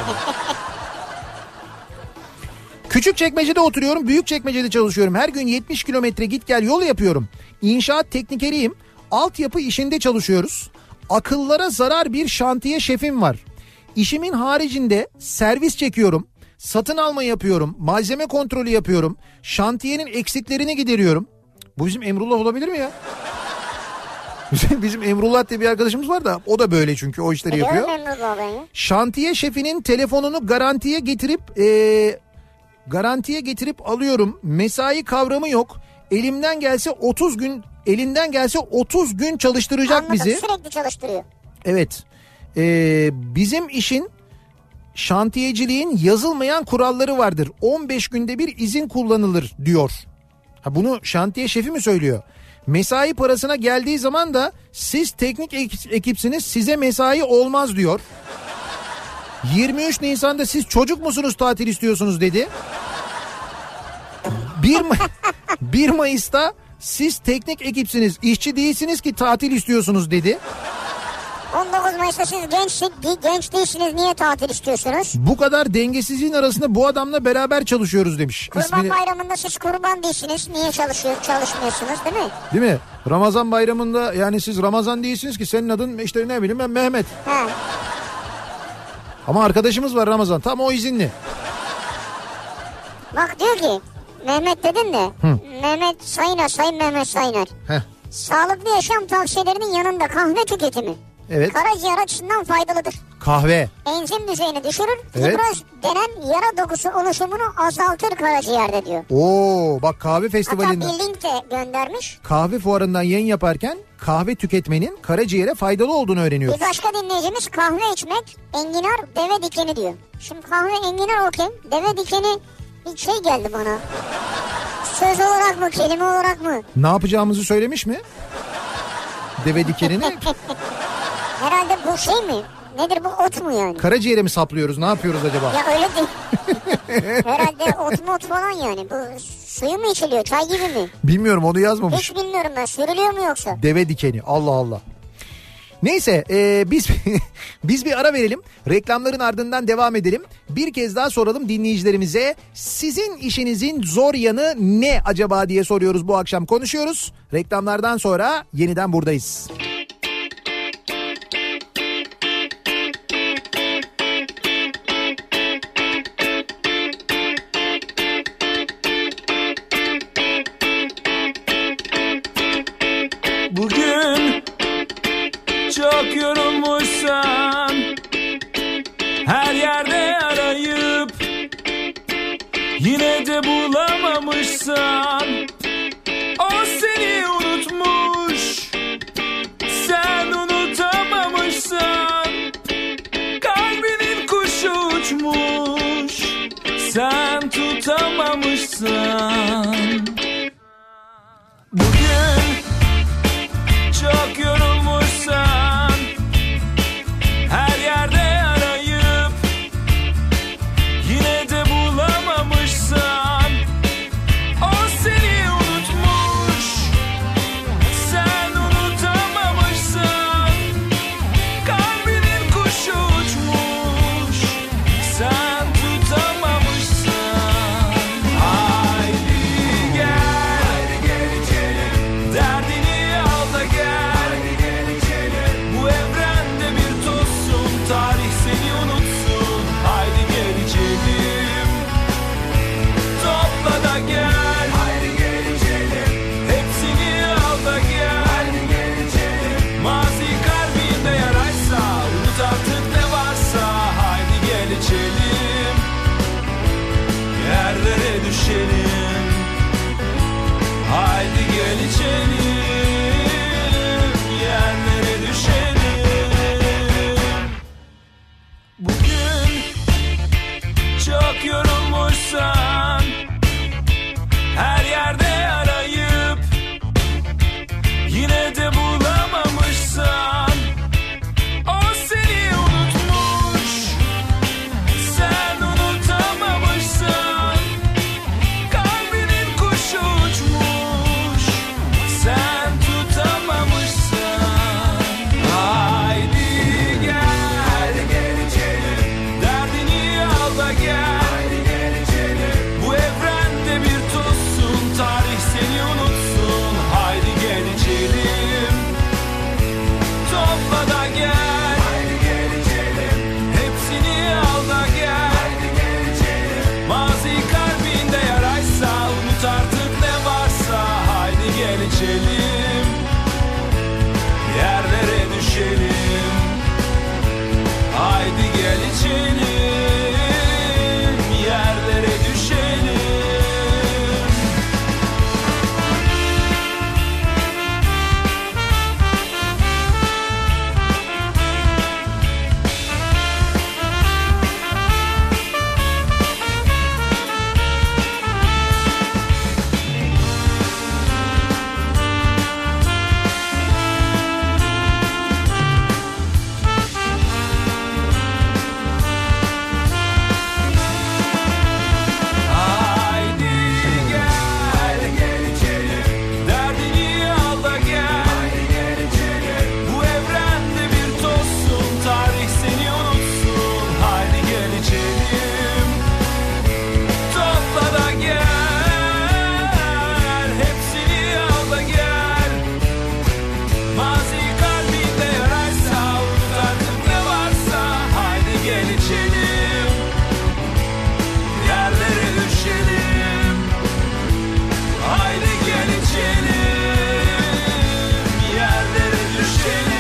Küçükçekmece'de oturuyorum, Büyükçekmece'de çalışıyorum. Her gün yetmiş kilometre git gel yol yapıyorum. İnşaat teknikeriyim. Altyapı işinde çalışıyoruz. Akıllara zarar bir şantiye şefim var. İşimin haricinde servis çekiyorum. Satın alma yapıyorum. Malzeme kontrolü yapıyorum. Şantiyenin eksiklerini gideriyorum. Bu bizim Emrullah olabilir mi ya? Bizim Emrullah diye bir arkadaşımız var da o da böyle çünkü o işleri yapıyor.
Biliyorum Emrullah ben ya.
Şantiye şefinin telefonunu garantiye getirip e, garantiye getirip alıyorum. Mesai kavramı yok. Elimden gelse otuz gün elinden gelse otuz gün çalıştıracak
Anladım,
bizi.
sürekli çalıştırıyor.
Evet. E, bizim işin şantiyeciliğin yazılmayan kuralları vardır. on beş günde bir izin kullanılır diyor. Ha, bunu şantiye şefi mi söylüyor? Mesai parasına geldiği zaman da siz teknik ekipsiniz size mesai olmaz diyor. yirmi üç Nisan'da siz çocuk musunuz tatil istiyorsunuz dedi. bir Mayıs'ta siz teknik ekipsiniz işçi değilsiniz ki tatil istiyorsunuz dedi.
on dokuz Mayıs'ta siz genç, genç değilsiniz, niye tatil istiyorsunuz?
Bu kadar dengesizliğin arasında bu adamla beraber çalışıyoruz demiş.
Kurban
İsmini...
bayramında siz kurban değilsiniz, niye çalışıyor, çalışmıyorsunuz değil mi?
Değil mi? Ramazan bayramında yani siz Ramazan değilsiniz ki, senin adın işte ne bileyim ben Mehmet.
He.
Ama arkadaşımız var Ramazan, tam o izinli.
Bak diyor ki Mehmet dedin de Hı. Mehmet Sayıner, Sayın Mehmet Sayıner.
Heh.
Sağlıklı yaşam tavsiyelerinin yanında kahve tüketimi
evet.
karaciğer açısından faydalıdır.
Kahve.
Enzim düzeyini düşürür.
Evet.
Fibroz denen yara dokusu oluşumunu azaltır karaciğerde diyor.
Oo, bak kahve festivalinden.
Hatta bir link de göndermiş.
Kahve fuarından yayın yaparken kahve tüketmenin karaciğere faydalı olduğunu öğreniyoruz.
Bir başka dinleyicimiz kahve içmek enginar deve dikeni diyor. Şimdi kahve enginar okey. Deve dikeni bir şey geldi bana. Söz olarak mı, kelime olarak mı?
Ne yapacağımızı söylemiş mi? Deve dikenini.
Herhalde bu şey mi? Nedir bu, ot mu yani?
Karaciğere mi saplıyoruz, ne yapıyoruz acaba?
Ya öyle değil. Herhalde ot mu ot falan yani. Bu suyu mu içiliyor, çay gibi mi?
Bilmiyorum, onu yazmamış.
Hiç bilmiyorum ben, sürülüyor mu yoksa?
Deve dikeni, Allah Allah. Neyse e, biz biz bir ara verelim. Reklamların ardından devam edelim. Bir kez daha soralım dinleyicilerimize. Sizin işinizin zor yanı ne acaba diye soruyoruz, bu akşam konuşuyoruz. Reklamlardan sonra yeniden buradayız.
Bugün çok yorulmuşsan, her yerde arayıp yine de bulamamışsan, o seni unutmuş, sen unutamamışsan, kalbinin kuşu uçmuş, sen tutamamışsan. Bugün çok yorulmuşsan, her yerde arayıp yine de bulamamışsan, o seni unutmuş, sen unutamamışsan, kalbinin kuşu uçmuş, sen tutamamışsan. Haydi gel, haydi gel içelim, derdini al da gel, haydi gel içelim, bu evrende bir tozsun, tarih seni unutsun. Haydi gel içelim, topla da gel, haydi gel içelim, hepsini al da gel, haydi gel içelim, mazi kalbinde yaraysa, unut artık ne varsa, haydi gel içelim, yerlere düşelim, haydi gel içelim, yerlere düşelim. Bugün çok yorulmuşsan, her yerde arayıp yine de bulamamışsan, o seni unutmuş, sen unutamamışsan, kalbinin kuşu uçmuş, sen tutamamışsan. Haydi gel, haydi gel içelim, içelim, yerlere düşelim. Haydi gel içelim, yerlere düşelim.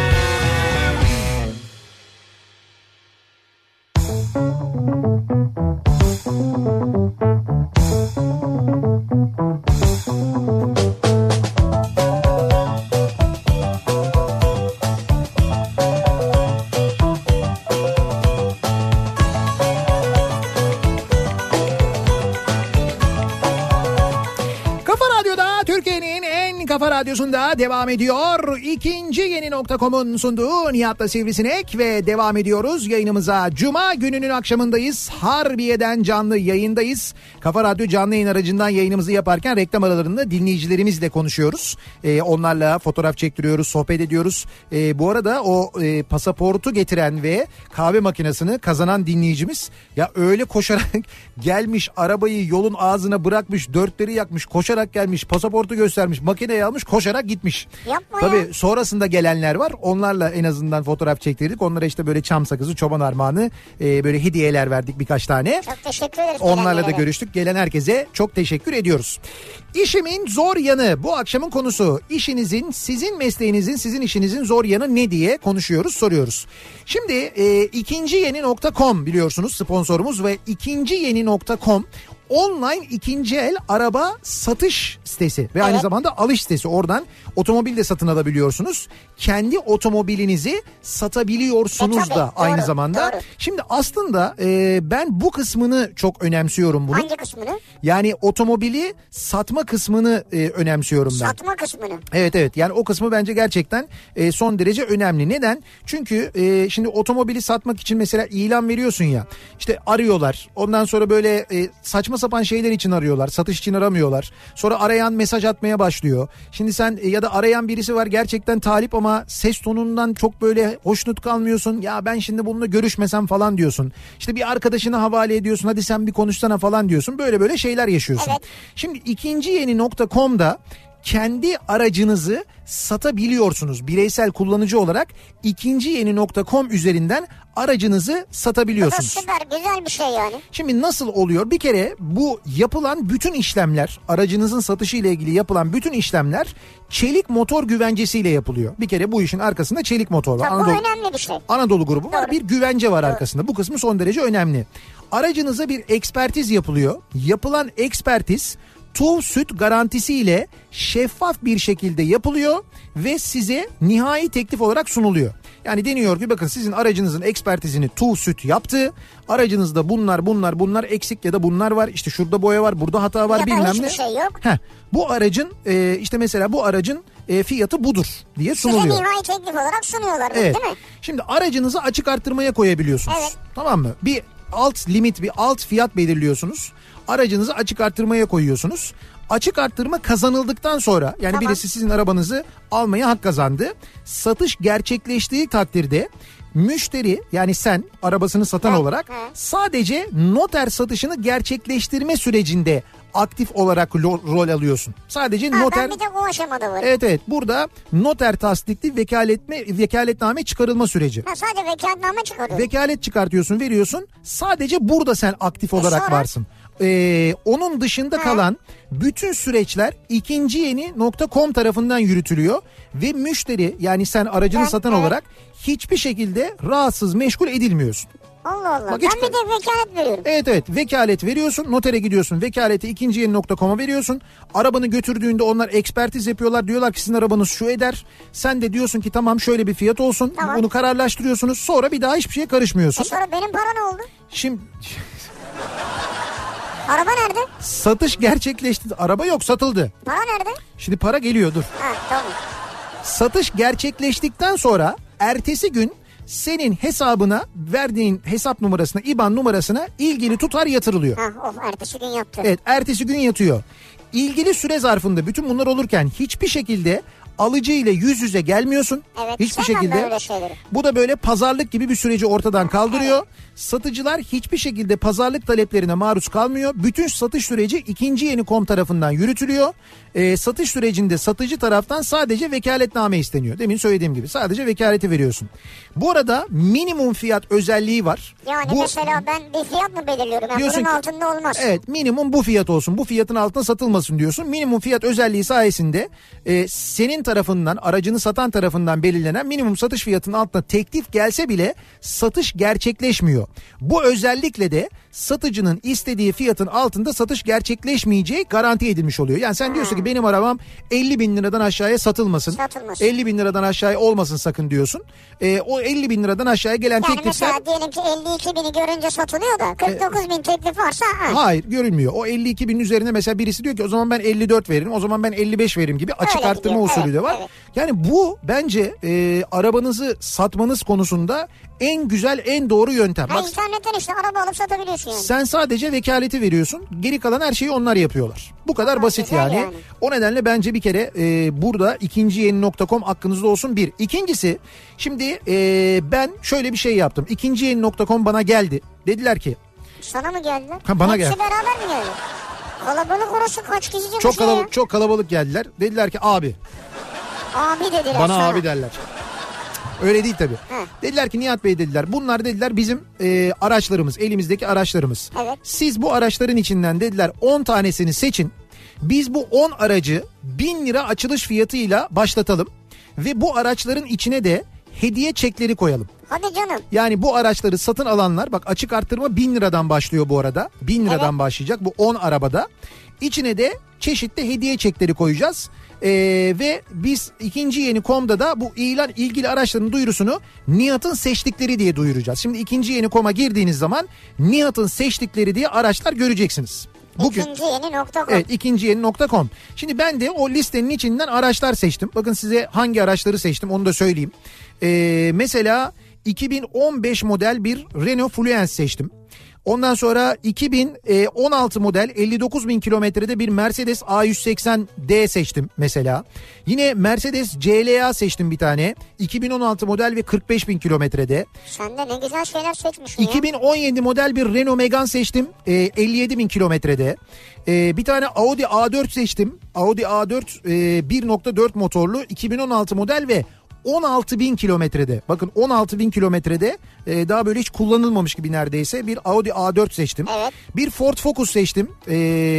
Kafa Radyo'da, Türkiye'nin en kafa radyosunda devam ediyor. İkinci yeni nokta com'un sunduğu Nihat'la Sivrisinek ve devam ediyoruz yayınımıza. Cuma gününün akşamındayız. Harbiye'den canlı yayındayız. Kafa Radyo canlı yayın aracından yayınımızı yaparken reklam aralarında dinleyicilerimizle konuşuyoruz. Ee, onlarla fotoğraf çektiriyoruz, sohbet ediyoruz. Ee, bu arada o e, pasaportu getiren ve kahve makinesini kazanan dinleyicimiz ya öyle koşarak gelmiş, arabayı yolun ağzına bırakmış, dörtleri yakmış, koşarak gelmiş, pasaportu göstermiş, makineyi almış, koşarak gitmiş.
Yapma
Tabii
ya.
sonrasında gelenler var. Onlarla en azından fotoğraf çektirdik. Onlara işte böyle çam sakızı, çoban armağanı, e, böyle hediyeler verdik birkaç tane.
Çok teşekkür ederiz.
Onlarla da
gelenlere.
görüştük. Gelen herkese çok teşekkür ediyoruz. İşimin zor yanı bu akşamın konusu. İşinizin, sizin mesleğinizin, sizin işinizin zor yanı ne diye konuşuyoruz, soruyoruz. Şimdi e, ikinci yeni nokta com biliyorsunuz sponsorumuz ve ikinci yeni nokta com online ikinci el araba satış sitesi ve aynı
Evet.
zamanda alış sitesi. Oradan otomobil de satın alabiliyorsunuz. Kendi otomobilinizi satabiliyorsunuz
E, tabii,
da aynı
doğru,
zamanda.
doğru.
Şimdi aslında e, ben bu kısmını çok önemsiyorum bunun.
Hangi kısmını?
Yani otomobili satma kısmını e, önemsiyorum ben.
Satma kısmını.
Evet evet, yani o kısmı bence gerçekten e, son derece önemli. Neden? Çünkü e, şimdi otomobili satmak için mesela ilan veriyorsun ya, işte arıyorlar, ondan sonra böyle e, saçma sapan şeyler için arıyorlar, satış için aramıyorlar. Sonra arayan mesaj atmaya başlıyor. Şimdi sen e, ya da arayan birisi var gerçekten talip ama ses tonundan çok böyle hoşnut kalmıyorsun. Ya ben şimdi bununla görüşmesem falan diyorsun. İşte bir arkadaşına havale ediyorsun, hadi sen bir konuşsana falan diyorsun. Böyle böyle şeyler yaşıyorsun.
Evet.
Şimdi ikinci yeni nokta com'da kendi aracınızı satabiliyorsunuz. Bireysel kullanıcı olarak ikinci yeni nokta com üzerinden aracınızı
Bu da
satabiliyorsunuz.
süper, güzel bir şey yani.
Şimdi nasıl oluyor? Bir kere bu yapılan bütün işlemler, aracınızın satışı ile ilgili yapılan bütün işlemler çelik motor güvencesiyle yapılıyor. Bir kere bu işin arkasında çelik motor var.
Tabii bu
Anadolu,
önemli bir şey.
Anadolu grubu var,
Doğru.
bir güvence var arkasında. Bu kısmı son derece önemli. Aracınıza bir ekspertiz yapılıyor. Yapılan ekspertiz TUV süt garantisiyle şeffaf bir şekilde yapılıyor ve size nihai teklif olarak sunuluyor. Yani deniyor ki bakın sizin aracınızın ekspertizini TUV süt yaptı. Aracınızda bunlar bunlar bunlar eksik ya da bunlar var. İşte şurada boya var, burada hata var,
Ya da
bilmem
hiçbir
ne.
şey yok.
Heh, bu aracın e, işte mesela bu aracın e, fiyatı budur diye
Size
sunuluyor.
nihai teklif olarak sunuyorlar bunu,
Evet.
değil mi?
Şimdi aracınızı açık arttırmaya koyabiliyorsunuz.
Evet.
Tamam mı? Bir alt limit, bir alt fiyat belirliyorsunuz. Aracınızı açık arttırmaya koyuyorsunuz. Açık arttırma kazanıldıktan sonra yani
Tamam.
birisi sizin arabanızı almaya hak kazandı. Satış gerçekleştiği takdirde müşteri yani sen arabasını satan
Evet,
olarak
evet.
sadece noter satışını gerçekleştirme sürecinde aktif olarak lo- rol alıyorsun. Sadece
Ha,
noter...
ben bir tek o aşamada varım.
Evet evet, burada noter tasdikli vekaletme, vekaletname çıkarılma süreci.
Ha, sadece vekaletname çıkarıyorum.
Vekalet çıkartıyorsun, veriyorsun. Sadece burada sen aktif olarak
sonra?
varsın. Ee, onun dışında
Ha.
kalan bütün süreçler ikinci yeni nokta com tarafından yürütülüyor ve müşteri yani sen aracını
Ben-
satan
evet.
olarak hiçbir şekilde rahatsız, meşgul edilmiyorsun.
Allah Allah.
Bak
ben
hiç-
bir de vekalet veriyorum.
Evet evet, vekalet veriyorsun, notere gidiyorsun, vekaleti ikinci yeni nokta com'a veriyorsun. Arabanı götürdüğünde onlar ekspertiz yapıyorlar, diyorlar ki sizin arabanız şu eder. Sen de diyorsun ki tamam şöyle bir fiyat olsun,
Tamam.
bunu kararlaştırıyorsunuz, sonra bir daha hiçbir şeye karışmıyorsun.
E sonra benim para ne oldu?
Şimdi
Araba nerede?
satış gerçekleşti, araba yok, satıldı.
Para nerede?
Şimdi para geliyor, dur.
Ha tamam.
Satış gerçekleştikten sonra ertesi gün senin hesabına verdiğin hesap numarasına, İ B A N numarasına ilgili tutar yatırılıyor.
Ha oh, ertesi gün yaptı.
Evet, ertesi gün yatıyor. İlgili süre zarfında bütün bunlar olurken hiçbir şekilde alıcı ile yüz yüze gelmiyorsun.
Evet,
Hiçbir
sevmem ben
şekilde.
öyle şeyleri.
Bu da böyle pazarlık gibi bir süreci ortadan kaldırıyor. Satıcılar hiçbir şekilde pazarlık taleplerine maruz kalmıyor. Bütün satış süreci ikinci yeni nokta com tarafından yürütülüyor. E, satış sürecinde satıcı taraftan sadece vekaletname isteniyor. Demin söylediğim gibi sadece vekaleti veriyorsun. Bu arada minimum fiyat özelliği var.
Yani
bu,
mesela ben bir fiyat mı belirliyorum? Yani
diyorsun
bunun
ki,
altında olmaz.
Evet, minimum bu fiyat olsun. Bu fiyatın altına satılmasın diyorsun. Minimum fiyat özelliği sayesinde e, senin tarafından, aracını satan tarafından belirlenen minimum satış fiyatının altına teklif gelse bile satış gerçekleşmiyor. Bu özellikle de satıcının istediği fiyatın altında satış gerçekleşmeyeceği garanti edilmiş oluyor. Yani sen hmm. diyorsun ki benim arabam elli bin liradan aşağıya satılmasın.
Satılmasın.
elli bin liradan aşağıya olmasın sakın diyorsun. E, o elli bin liradan aşağıya gelen
yani
teklifler...
Yani mesela diyelim ki elli iki bini görünce satılıyor da kırk dokuz bin teklif varsa... Ha.
Hayır, görülmüyor. O elli iki binin üzerine mesela birisi diyor ki o zaman ben elli dört veririm, o zaman ben elli beş veririm gibi açık
Öyle
arttırma
gidiyor.
usulü
Evet,
de var.
evet.
Yani bu bence e, arabanızı satmanız konusunda en güzel, en doğru yöntem.
Ha,
Bak,
internetten işte araba alıp satabiliyorsun yani.
Sen sadece vekaleti veriyorsun. Geri kalan her şeyi onlar yapıyorlar. Bu kadar
Ha,
basit yani. yani. O nedenle bence bir kere e, burada ikinci yeni nokta com aklınızda olsun bir. İkincisi, şimdi e, ben şöyle bir şey yaptım. ikinci yeni nokta com bana geldi. Dediler ki.
Sana mı geldiler?
Ha, bana geldi.
Hepsi beraber mi geldi? Kalabalık orası, kaç kişici
Çok
bir şey
kalabalık,
ya?
çok kalabalık geldiler. Dediler ki abi.
Abi dediler
Bana
sana.
abi derler. Öyle değil tabii.
Hı.
Dediler ki Nihat Bey dediler, bunlar dediler bizim e, araçlarımız, elimizdeki araçlarımız.
Evet.
Siz bu araçların içinden dediler on tanesini seçin. Biz bu on aracı bin lira açılış fiyatıyla başlatalım. Ve bu araçların içine de hediye çekleri koyalım.
Hadi canım.
Yani bu araçları satın alanlar, bak açık arttırma bin liradan başlıyor bu arada. bin liradan evet. başlayacak bu on arabada. İçine de çeşitli hediye çekleri koyacağız. Ee, ve biz ikinci yeni nokta com'da da bu ilan ilgili araçların duyurusunu Nihat'ın seçtikleri diye duyuracağız. Şimdi ikinci yeni nokta com'a girdiğiniz zaman Nihat'ın seçtikleri diye araçlar göreceksiniz. Bugün,
ikinci yeni nokta com.
Evet, ikinci yeni nokta com. Şimdi ben de o listenin içinden araçlar seçtim. Bakın size hangi araçları seçtim onu da söyleyeyim. Ee, mesela iki bin on beş model bir Renault Fluence seçtim. Ondan sonra iki bin on altı model elli dokuz bin kilometrede bir Mercedes A yüz seksen D seçtim mesela. Yine Mercedes C L A seçtim bir tane. iki bin on altı model ve kırk beş bin kilometrede.
Sen de ne güzel şeyler seçmişsin
iki bin on yedi ya. Model bir Renault Megane seçtim. elli yedi bin kilometrede. Bir tane Audi A dört seçtim. Audi A dört bir nokta dört motorlu iki bin on altı model ve on altı bin kilometrede. Bakın on altı bin kilometrede e, daha böyle hiç kullanılmamış gibi neredeyse bir Audi A dört seçtim.
Evet.
Bir Ford Focus seçtim. E,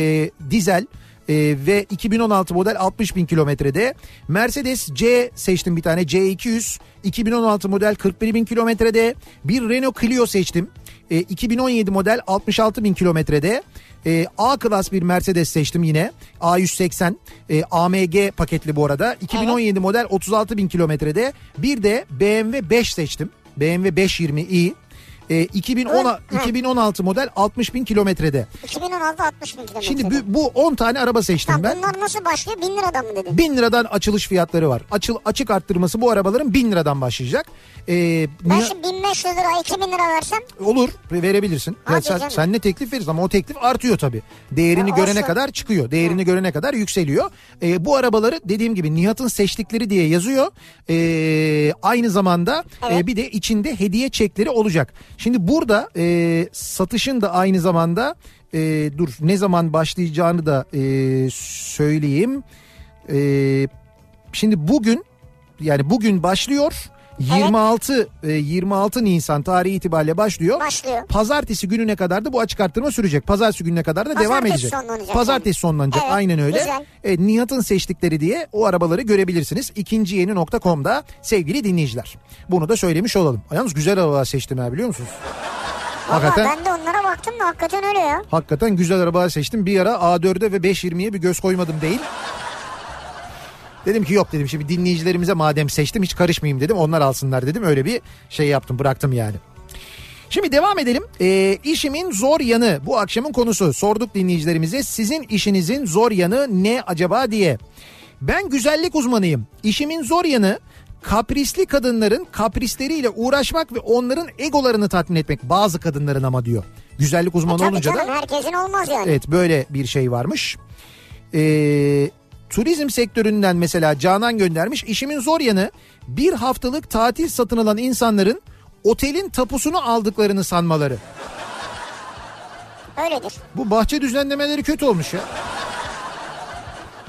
dizel e, ve iki bin on altı model altmış bin kilometrede. Mercedes C seçtim bir tane C iki yüz. iki bin on altı model kırk bir bin kilometrede. Bir Renault Clio seçtim. E, iki bin on yedi model altmış altı bin kilometrede. E, A klas bir Mercedes seçtim yine. A yüz seksen e, A M G paketli bu arada. iki bin on yedi evet. model otuz altı bin kilometrede. Bir de B M W beş seçtim. B M W beş yüz yirmi i. E, iki bin on, iki bin on altı model altmış bin kilometrede.
iki bin on altı altmış bin kilometrede.
Şimdi bu, bu on tane araba seçtim
tamam,
ben.
Bunlar nasıl başlıyor? bin liradan mı dedin?
bin liradan açılış fiyatları var. Açıl, açık arttırması bu arabaların bin liradan başlayacak. Ee,
ben
niye...
şimdi bin beş yüz lira iki bin lira versem?
Olur, verebilirsin. Ya sen, sen ne teklif verirsin ama o teklif artıyor tabii. Değerini ya görene olsun. kadar çıkıyor. Değerini Hı. görene kadar yükseliyor. Ee, bu arabaları dediğim gibi Nihat'ın seçtikleri diye yazıyor. Ee, aynı zamanda evet. e, bir de içinde hediye çekleri olacak. Şimdi burada e, satışın da aynı zamanda e, dur ne zaman başlayacağını da e, söyleyeyim. E, şimdi bugün yani bugün başlıyor. yirmi altı evet. yirmi altı Nisan tarihi itibariyle başlıyor.
Başlıyor.
Pazartesi gününe kadar da bu açık arttırma sürecek. Pazartesi gününe kadar da Pazartesi devam edecek.
Sonlanacak
Pazartesi yani. sonlanacak. Evet, aynen öyle.
Güzel.
Evet, Nihat'ın seçtikleri diye o arabaları görebilirsiniz. ikinci yeni nokta com'da sevgili dinleyiciler. Bunu da söylemiş olalım. Yalnız güzel arabalar seçtim ha, biliyor musunuz?
Hakikaten, ben de onlara baktım da hakikaten öyle ya.
Hakikaten güzel arabalar seçtim. Bir ara A dörde ve beş yüz yirmiye bir göz koymadım değil. Dedim ki yok dedim, şimdi dinleyicilerimize madem seçtim hiç karışmayayım dedim, onlar alsınlar dedim, öyle bir şey yaptım, bıraktım yani. Şimdi devam edelim. E, işimin zor yanı bu akşamın konusu. Sorduk dinleyicilerimize, sizin işinizin zor yanı ne acaba diye. Ben güzellik uzmanıyım. İşimin zor yanı kaprisli kadınların kaprisleriyle uğraşmak ve onların egolarını tatmin etmek. Bazı kadınların ama diyor. Güzellik uzmanı
e,
olunca
canım,
da.
herkesin olmaz yani.
Evet, böyle bir şey varmış. Eee... Turizm sektöründen mesela Canan göndermiş. İşimin zor yanı bir haftalık tatil satın alan insanların otelin tapusunu aldıklarını sanmaları.
Öyledir.
Bu bahçe düzenlemeleri kötü olmuş ya.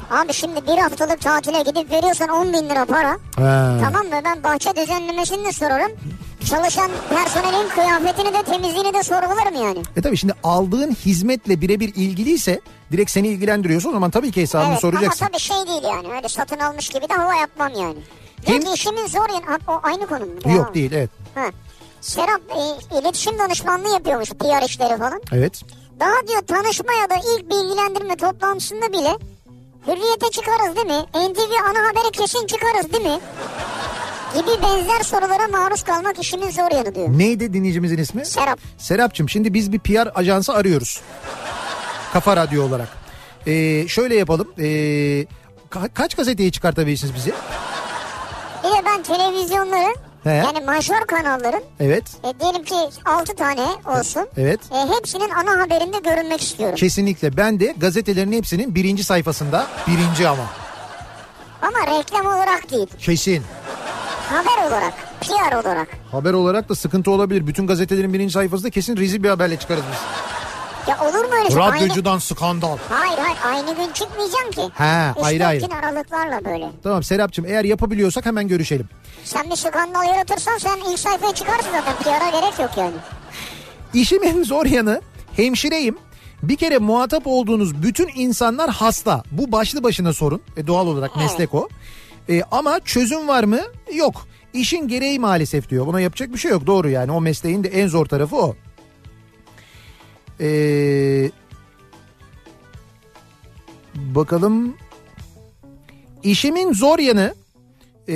Abi şimdi bir haftalık tatile gidip veriyorsan on bin lira para.
He.
Tamam mı? Ben bahçe düzenlemesini de sorarım. Çalışan personelin kıyafetini de temizliğini de sorgularım yani.
E tabii şimdi aldığın hizmetle birebir ilgiliyse direkt seni ilgilendiriyorsa o zaman tabii ki hesabını
Evet,
soracaksın.
ama tabii şey değil yani. Öyle satın almış gibi de hava yapmam yani.
Kim?
Peki işimin zor yani. Ha, o aynı konu mu?
Yok değil, evet.
Ha. Serap e, iletişim danışmanlığı yapıyormuş, P R işleri falan.
Evet.
Daha diyor tanışma ya da ilk bilgilendirme toplantısında bile Hürriyete çıkarız değil mi? N T V ana habere kesin çıkarız değil mi? Gibi benzer sorulara maruz kalmak işimin zor yanı diyor.
Neydi dinleyicimizin ismi?
Serap.
Serap'cığım şimdi biz bir P R ajansı arıyoruz. Kafa Radyo olarak. Ee, şöyle yapalım. Ee, ka- kaç gazeteyi çıkartabilirsiniz bizi?
Bir de ben televizyonların
He.
yani majör kanalların
Evet.
e, diyelim ki altı tane olsun.
Evet.
E, hepsinin ana haberinde görünmek istiyorum.
Kesinlikle. Ben de gazetelerin hepsinin birinci sayfasında. Birinci ama.
Ama reklam olarak değil.
Kesin.
Haber olarak. P R olarak.
Haber olarak da sıkıntı olabilir. Bütün gazetelerin birinci sayfasında kesin rezil bir haberle çıkarız biz.
Ya olur mu öyle şey?
Radyocudan
Aynı...
skandal.
Hayır hayır aynı gün çıkmayacağım ki.
He,
üç
ayrı
dört
ayrı.
gün aralıklarla böyle.
Tamam Serap'cığım eğer yapabiliyorsak hemen görüşelim.
Sen bir skandal yaratırsan sen ilk sayfaya çıkarsın zaten. P R'a gerek yok yani.
İşimin zor yanı hemşireyim. Bir kere muhatap olduğunuz bütün insanlar hasta. Bu başlı başına sorun. E, doğal olarak
Evet.
meslek o. E, ama çözüm var mı? Yok. İşin gereği maalesef diyor. Buna yapacak bir şey yok. Doğru yani. O mesleğin de en zor tarafı o. Ee, bakalım. İşimin zor yanı ee,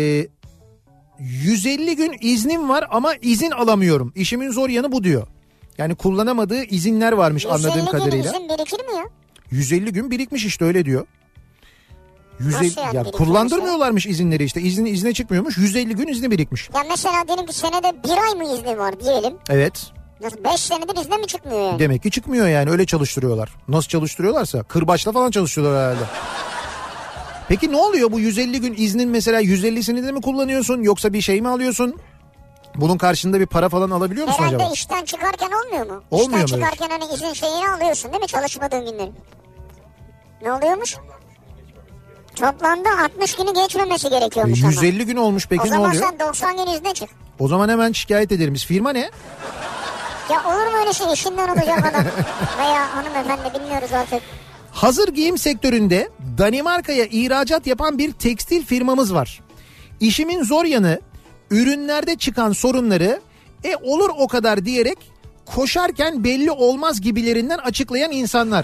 yüz elli gün iznim var ama izin alamıyorum. İşimin zor yanı bu diyor. Yani kullanamadığı izinler varmış anladığım kadarıyla.
yüz elli gün izin birikir mi ya?
yüz elli gün birikmiş işte öyle diyor. yüz elli,
Nasıl yani
ya
birikmiş
kullandırmıyorlarmış izinleri işte. İzin, izne çıkmıyormuş. yüz elli gün izni birikmiş.
Ya mesela diyelim ki senede bir ay mı izni var diyelim.
Evet.
Nasıl beş senedir izne mi çıkmıyor yani?
Demek ki çıkmıyor yani öyle çalıştırıyorlar. Nasıl çalıştırıyorlarsa kırbaçla falan çalıştırıyorlar herhalde. Peki ne oluyor bu yüz elli gün iznin mesela yüz ellisini de mi kullanıyorsun yoksa bir şey mi alıyorsun? Bunun karşında bir para falan alabiliyor musun
Herhalde
acaba?
işten çıkarken olmuyor mu?
Olmuyor
işten
mu öyle?
çıkarken hani izin şeyini alıyorsun değil mi çalışmadığın günleri? Ne oluyormuş? Toplamda altmış günü geçmemesi gerekiyormuş ama.
yüz elli gün olmuş peki
o
ne
zaman
oluyor?
sen doksan gün izne çık.
O zaman hemen şikayet edelim biz. Firma ne?
Ya olur mu öyle şey işinden olacak adam? Veya hanımefendi bilmiyoruz artık.
Hazır giyim sektöründe Danimarka'ya ihracat yapan bir tekstil firmamız var. İşimin zor yanı ürünlerde çıkan sorunları e olur o kadar diyerek koşarken belli olmaz gibilerinden açıklayan insanlar.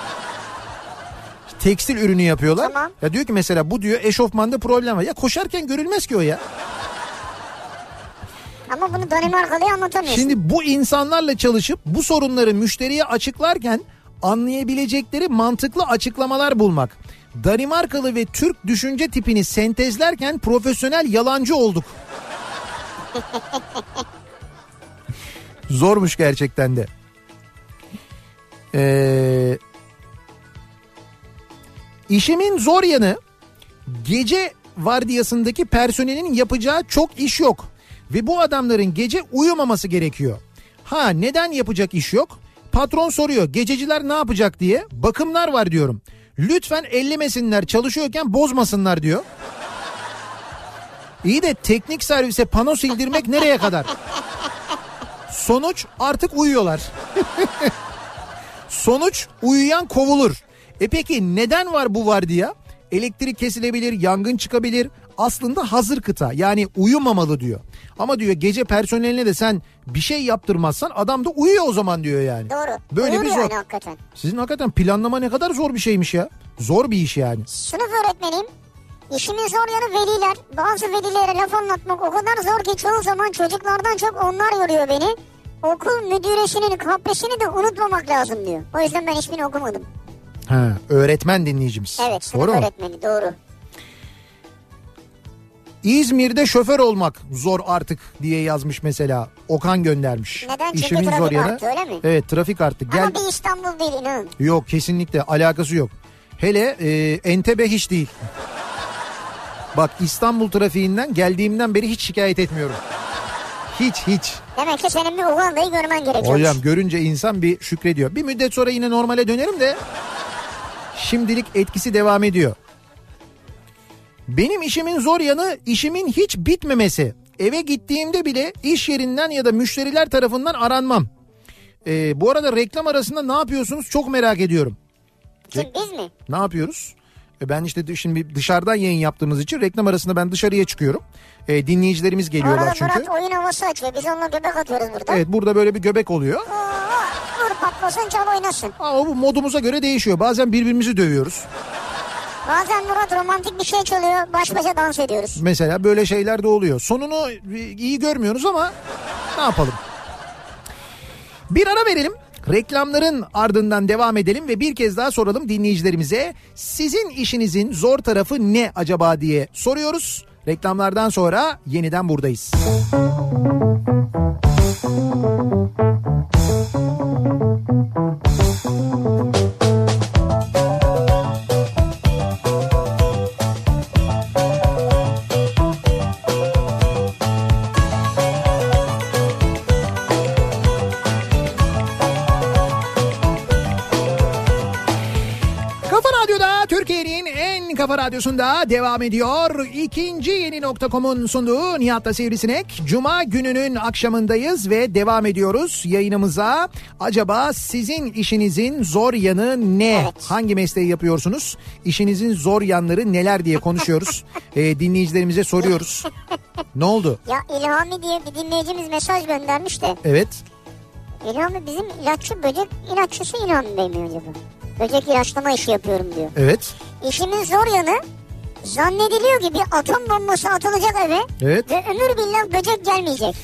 Tekstil ürünü yapıyorlar.
Tamam.
Ya diyor ki mesela bu diyor eşofmanda problem var. Ya koşarken görülmez ki o ya.
Ama bunu Danimarkalı'ya anlatamıyorsun.
Şimdi bu insanlarla çalışıp bu sorunları müşteriye açıklarken anlayabilecekleri mantıklı açıklamalar bulmak. Danimarkalı ve Türk düşünce tipini sentezlerken profesyonel yalancı olduk. Zormuş gerçekten de. Ee, işimin zor yanı gece vardiyasındaki personelin yapacağı çok iş yok. Ve bu adamların gece uyumaması gerekiyor. Ha neden yapacak iş yok? Patron soruyor gececiler ne yapacak diye. Bakımlar var diyorum. Lütfen ellemesinler çalışıyorken bozmasınlar diyor. İyi de teknik servise pano sildirmek nereye kadar? Sonuç artık uyuyorlar. Sonuç uyuyan kovulur. E peki neden var bu vardiya? Elektrik kesilebilir, yangın çıkabilir. Aslında hazır kıta yani uyumamalı diyor. Ama diyor gece personeline de sen bir şey yaptırmazsan adam da uyuyor o zaman diyor yani.
Doğru.
Böyle
Uyur
bir zor.
yani hakikaten.
Sizin hakikaten planlama ne kadar zor bir şeymiş ya. Zor bir iş yani.
Sınıf öğretmeniyim. İşimin zor yanı veliler. Bazı velilere laf anlatmak o kadar zor ki çoğu zaman çocuklardan çok onlar yoruyor beni. Okul müdüresinin kahpesini de unutmamak lazım diyor. O yüzden ben hiçbirini okumadım.
Ha, öğretmen dinleyicimiz.
Evet sınıf
doğru mu?
öğretmeni doğru.
İzmir'de şoför olmak zor artık diye yazmış mesela. Okan göndermiş.
Neden? Çünkü
İşimin
trafik
zor yanı.
arttı, öyle mi?
Evet trafik arttı. Gel...
Ama bir İstanbul değil inanın.
Yok kesinlikle alakası yok. Hele e, Entebbe hiç değil. Bak İstanbul trafiğinden geldiğimden beri hiç şikayet etmiyorum. Hiç hiç.
Demek ki senin bir Uganda'yı görmen gerekiyormuş.
Hocam görünce insan bir şükrediyor. Bir müddet sonra yine normale dönerim de Şimdilik etkisi devam ediyor. Benim işimin zor yanı işimin hiç bitmemesi. Eve gittiğimde bile iş yerinden ya da müşteriler tarafından aranmam. Ee, bu arada reklam arasında ne yapıyorsunuz çok merak ediyorum.
Kim, biz mi?
Ne yapıyoruz? E ben işte şimdi dışarıdan yayın yaptığımız için reklam arasında ben dışarıya çıkıyorum. E, dinleyicilerimiz geliyorlar
Orada
çünkü.
Murat oyun havası açıyor. Biz onunla göbek atıyoruz burada.
Evet, burada böyle bir göbek oluyor.
Oo, vur patlasın çal oynasın.
Ama bu modumuza göre değişiyor. Bazen birbirimizi dövüyoruz.
Bazen Murat romantik bir şey çalıyor. Baş başa dans ediyoruz.
Mesela böyle şeyler de oluyor. Sonunu iyi görmüyoruz ama ne yapalım? Bir ara verelim. Reklamların ardından devam edelim ve bir kez daha soralım dinleyicilerimize. Sizin işinizin zor tarafı ne acaba diye soruyoruz. Reklamlardan sonra yeniden buradayız. Türkiye'nin en kafa radyosunda devam ediyor. İkinci yeni nokta com'un sunduğu Nihat'la Sivrisinek. Cuma gününün akşamındayız ve devam ediyoruz yayınımıza. Acaba sizin işinizin zor yanı ne?
Evet.
Hangi mesleği yapıyorsunuz? İşinizin zor yanları neler diye konuşuyoruz. e, dinleyicilerimize soruyoruz. Ne oldu?
Ya İlhami diye bir dinleyicimiz mesaj göndermiş de.
Evet.
İlhami bizim ilaççı böcek ilaççısı İlhami Bey mi acaba? Böcek ilaçlama işi yapıyorum diyor.
Evet.
İşimin zor yanı zannediliyor ki bir atom bombası atılacak eve.
Evet.
Ve ömür billah böcek gelmeyecek.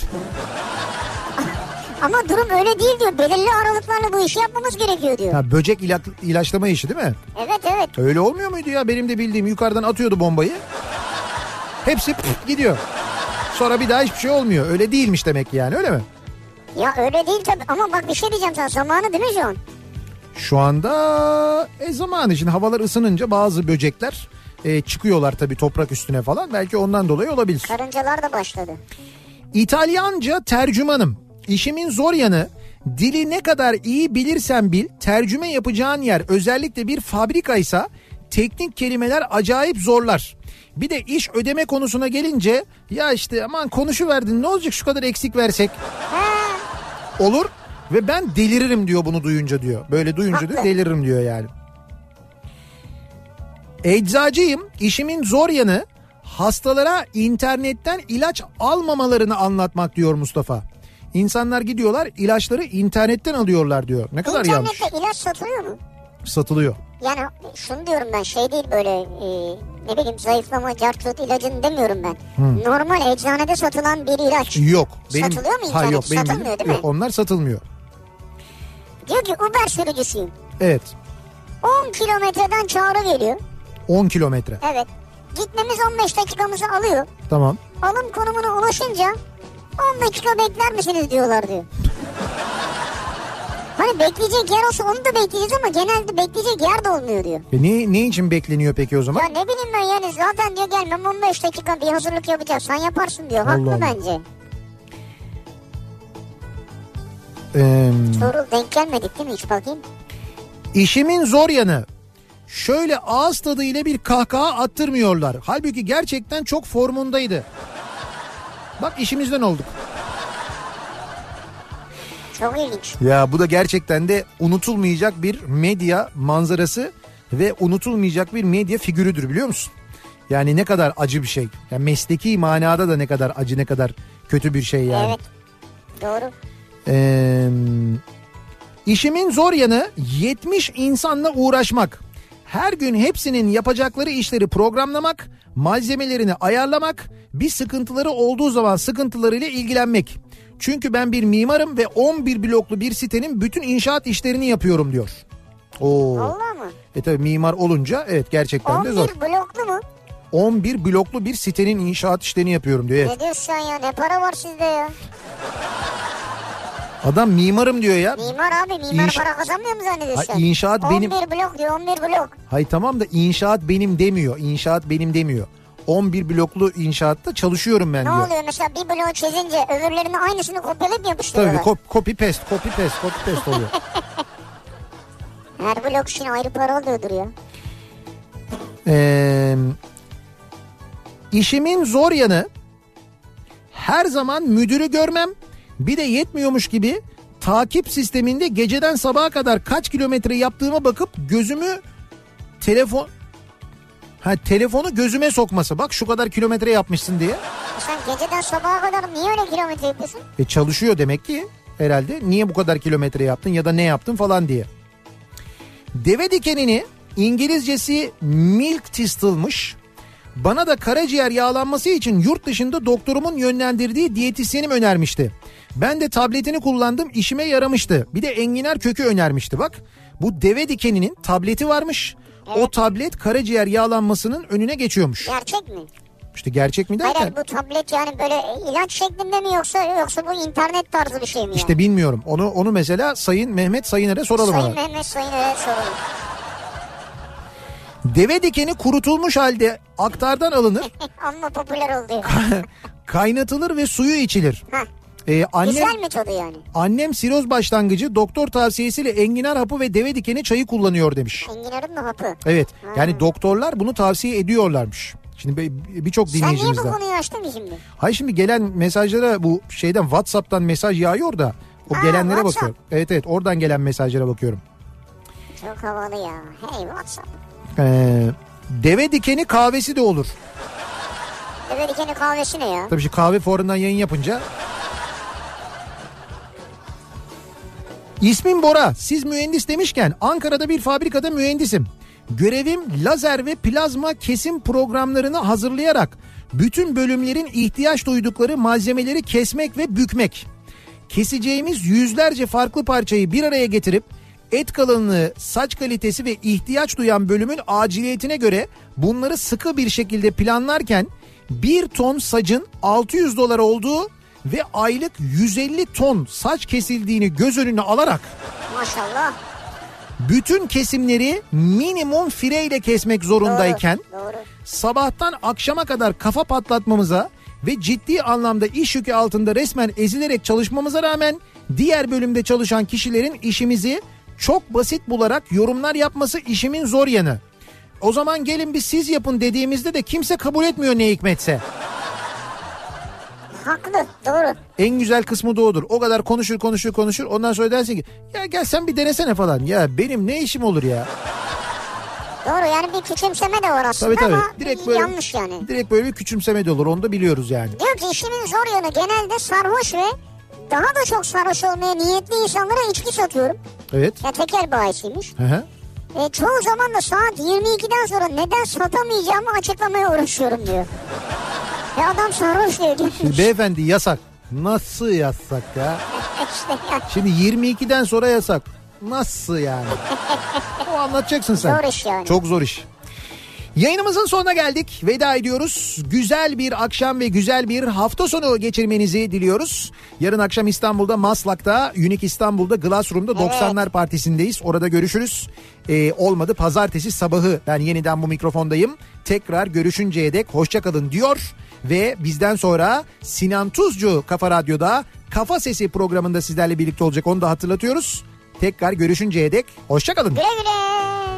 Ama durum öyle değil diyor. Belirli aralıklarla bu işi yapmamız gerekiyor diyor.
Ha, böcek ila- ilaçlama işi değil mi?
Evet evet.
Öyle olmuyor muydu ya? Benim de bildiğim yukarıdan atıyordu bombayı. Hepsi pf, gidiyor. Sonra bir daha hiçbir şey olmuyor. Öyle değilmiş demek ki yani, öyle mi?
Ya öyle değil tabii ama bak bir şey diyeceğim sana, zamanı değil mi şu an?
Şu anda e, zamanı için havalar ısınınca bazı böcekler e, çıkıyorlar tabii toprak üstüne falan. Belki ondan dolayı olabilir.
Karıncalar da başladı.
İtalyanca tercümanım. İşimin zor yanı, dili ne kadar iyi bilirsen bil, tercüme yapacağın yer özellikle bir fabrikaysa teknik kelimeler acayip zorlar. Bir de iş ödeme konusuna gelince ya işte aman konuşuverdin ne olacak şu kadar eksik versek olur ve ben deliririm diyor bunu duyunca diyor. Böyle duyunca diyor deliririm diyor yani. Eczacıyım, işimin zor yanı hastalara internetten ilaç almamalarını anlatmak diyor Mustafa. İnsanlar gidiyorlar ilaçları internetten alıyorlar diyor. Ne kadar yanlış.
İnternette ilaç satılıyor mu?
Satılıyor.
Yani şunu diyorum ben, şey değil böyle e, ne bileyim zayıflama, cartçut ilacını demiyorum ben. Hmm. Normal eczanede satılan bir ilaç.
Yok. Benim,
satılıyor mu internet?
Hayır yok. Benim
satılmıyor
bildiğim,
değil mi?
yok, onlar satılmıyor.
Diyor ki Uber sürücüsüyüm.
Evet.
on kilometreden çağrı geliyor.
on kilometre.
Evet. Gitmemiz on beş dakikamızı alıyor.
Tamam.
Alım konumuna ulaşınca on dakika bekler misiniz diyorlar diyor. Hani bekleyecek yer olsa onu da bekleyeceğiz ama genelde bekleyecek yer de olmuyor diyor.
E ne, ne için bekleniyor peki o zaman?
Ya ne bileyim ben yani zaten diyor gelmem on beş dakika bir hazırlık yapacağız. Sen yaparsın diyor.
Allah
Haklı
Allah.
bence.
Ee,
Sorul denk gelmedik değil mi hiç bakayım?
İşimin zor yanı. Şöyle ağız tadıyla bir kahkaha attırmıyorlar. Halbuki gerçekten çok formundaydı. Bak işimizden olduk.
Çok ilginç.
Ya bu da gerçekten de unutulmayacak bir medya manzarası ve unutulmayacak bir medya figürüdür biliyor musun? Yani ne kadar acı bir şey. Yani mesleki manada da ne kadar acı, ne kadar kötü bir şey yani.
Evet. Doğru.
Ee, işimin zor yanı yetmiş insanla uğraşmak. Her gün hepsinin yapacakları işleri programlamak, malzemelerini ayarlamak, bir sıkıntıları olduğu zaman sıkıntılarıyla ilgilenmek. Çünkü ben bir mimarım ve on bir bloklu bir sitenin bütün inşaat işlerini yapıyorum diyor. Oo.
Allah mı?
E tabii mimar olunca evet gerçekten de zor.
on bir bloklu mu?
on bir bloklu bir sitenin inşaat işlerini yapıyorum diyor. Evet.
Ne diyorsun sen ya? Ne para var sizde ya?
Adam mimarım diyor ya.
Mimar abi mimar
İnşa...
para kazanmıyor mu zannediyorsun?
Ha, inşaat benim.
on bir blok diyor on bir blok.
Hayır tamam da inşaat benim demiyor. İnşaat benim demiyor. on bir bloklu inşaatta çalışıyorum ben
ne
diyor.
Ne oluyor mesela bir bloğu çizince öbürlerinin aynısını kopyalayıp yapıştırıyorlar.
Tabii copy paste, copy paste, copy paste oluyor.
Her blok için ayrı para alıyordur ya.
Ee, işimin zor yanı her zaman müdürü görmem. Bir de yetmiyormuş gibi takip sisteminde geceden sabaha kadar kaç kilometre yaptığıma bakıp gözümü telefon ha telefonu gözüme sokması. Bak şu kadar kilometre yapmışsın diye.
Sen geceden sabaha kadar niye öyle kilometre yapıyorsun?
E çalışıyor demek ki herhalde. Niye bu kadar kilometre yaptın ya da ne yaptın falan diye. Deve dikenini İngilizcesi milk thistl'mış. Bana da karaciğer yağlanması için yurt dışında doktorumun yönlendirdiği diyetisyenim önermişti. Ben de tabletini kullandım, işime yaramıştı. Bir de enginar kökü önermişti bak. Bu deve dikeninin tableti varmış. Evet. O tablet karaciğer yağlanmasının önüne geçiyormuş.
Gerçek mi?
İşte gerçek mi derken?
Hayır, bu tablet yani böyle ilaç şeklinde mi yoksa yoksa bu internet tarzı bir şey mi yani?
İşte bilmiyorum. Onu onu mesela Sayın Mehmet Sayıner'e soralım.
Sayın
ona.
Mehmet Sayıner'e soralım.
Deve dikeni kurutulmuş halde aktardan alınır.
Amma popüler oldu ya.
Kaynatılır ve suyu içilir.
Heh.
Ee, annem,
Güzel mi tadı yani?
Annem siroz başlangıcı doktor tavsiyesiyle enginar hapı ve deve dikeni çayı kullanıyor demiş.
Enginarın mı hapı?
Evet.
Ha.
Yani doktorlar bunu tavsiye ediyorlarmış. Şimdi birçok dinleyicimizden.
Sen niye bu konuyu açtın ki şimdi?
Hayır, şimdi gelen mesajlara bu şeyden WhatsApp'tan mesaj yağıyor da o
Ha,
gelenlere
WhatsApp.
bakıyorum. Evet evet, oradan gelen mesajlara bakıyorum.
Çok havalı ya. Hey WhatsApp.
Ee, deve dikeni kahvesi de olur.
Deve dikeni kahvesi ne ya?
Tabii şu kahve fuarından yayın yapınca. İsmim Bora. Siz mühendis demişken Ankara'da bir fabrikada mühendisim. Görevim lazer ve plazma kesim programlarını hazırlayarak bütün bölümlerin ihtiyaç duydukları malzemeleri kesmek ve bükmek. Keseceğimiz yüzlerce farklı parçayı bir araya getirip et kalınlığı, saç kalitesi ve ihtiyaç duyan bölümün aciliyetine göre bunları sıkı bir şekilde planlarken bir ton sacın altı yüz dolar olduğu ve aylık yüz elli ton saç kesildiğini göz önüne alarak
Maşallah.
bütün kesimleri minimum fireyle kesmek zorundayken
Doğru, doğru.
sabahtan akşama kadar kafa patlatmamıza ve ciddi anlamda iş yükü altında resmen ezilerek çalışmamıza rağmen diğer bölümde çalışan kişilerin işimizi çok basit bularak yorumlar yapması işimin zor yanı. O zaman gelin bir siz yapın dediğimizde de kimse kabul etmiyor ne hikmetse.
Haklı, doğru.
En güzel kısmı da odur. O kadar konuşur konuşur konuşur. Ondan sonra dersin ki ya gel sen bir denesene falan. Ya benim ne işim olur ya.
Doğru, yani bir küçümseme de var aslında
Tabii tabii.
ama
Direkt böyle,
yanlış yani.
Direkt böyle bir küçümseme de olur. Onu da biliyoruz yani.
Diyor ki işimin zor yanı genelde sarhoş ve daha da çok sarhoş olmaya niyetli insanlara içki satıyorum.
Evet.
Ya tekel bayisiymiş.
Hı hı.
E, çoğu zaman da saat yirmi ikiden sonra neden satamayacağımı açıklamaya uğraşıyorum diyor. Ya adam sarhoş diyor.
Şimdi beyefendi yasak. Nasıl yasak ya?
işte ya.
Şimdi yirmi ikiden sonra yasak. Nasıl yani? O anlatacaksın sen.
Zor iş yani.
Çok zor iş. Yayınımızın sonuna geldik. Veda ediyoruz. Güzel bir akşam ve güzel bir hafta sonu geçirmenizi diliyoruz. Yarın akşam İstanbul'da Maslak'ta, Unique İstanbul'da Glassroom'da evet. doksanlar Partisi'ndeyiz. Orada görüşürüz. Ee, olmadı pazartesi sabahı ben yeniden bu mikrofondayım. Tekrar görüşünceye dek hoşça kalın diyor. Ve bizden sonra Sinan Tuzcu Kafa Radyo'da Kafa Sesi programında sizlerle birlikte olacak, onu da hatırlatıyoruz. Tekrar görüşünceye dek hoşça kalın.
Güle güle.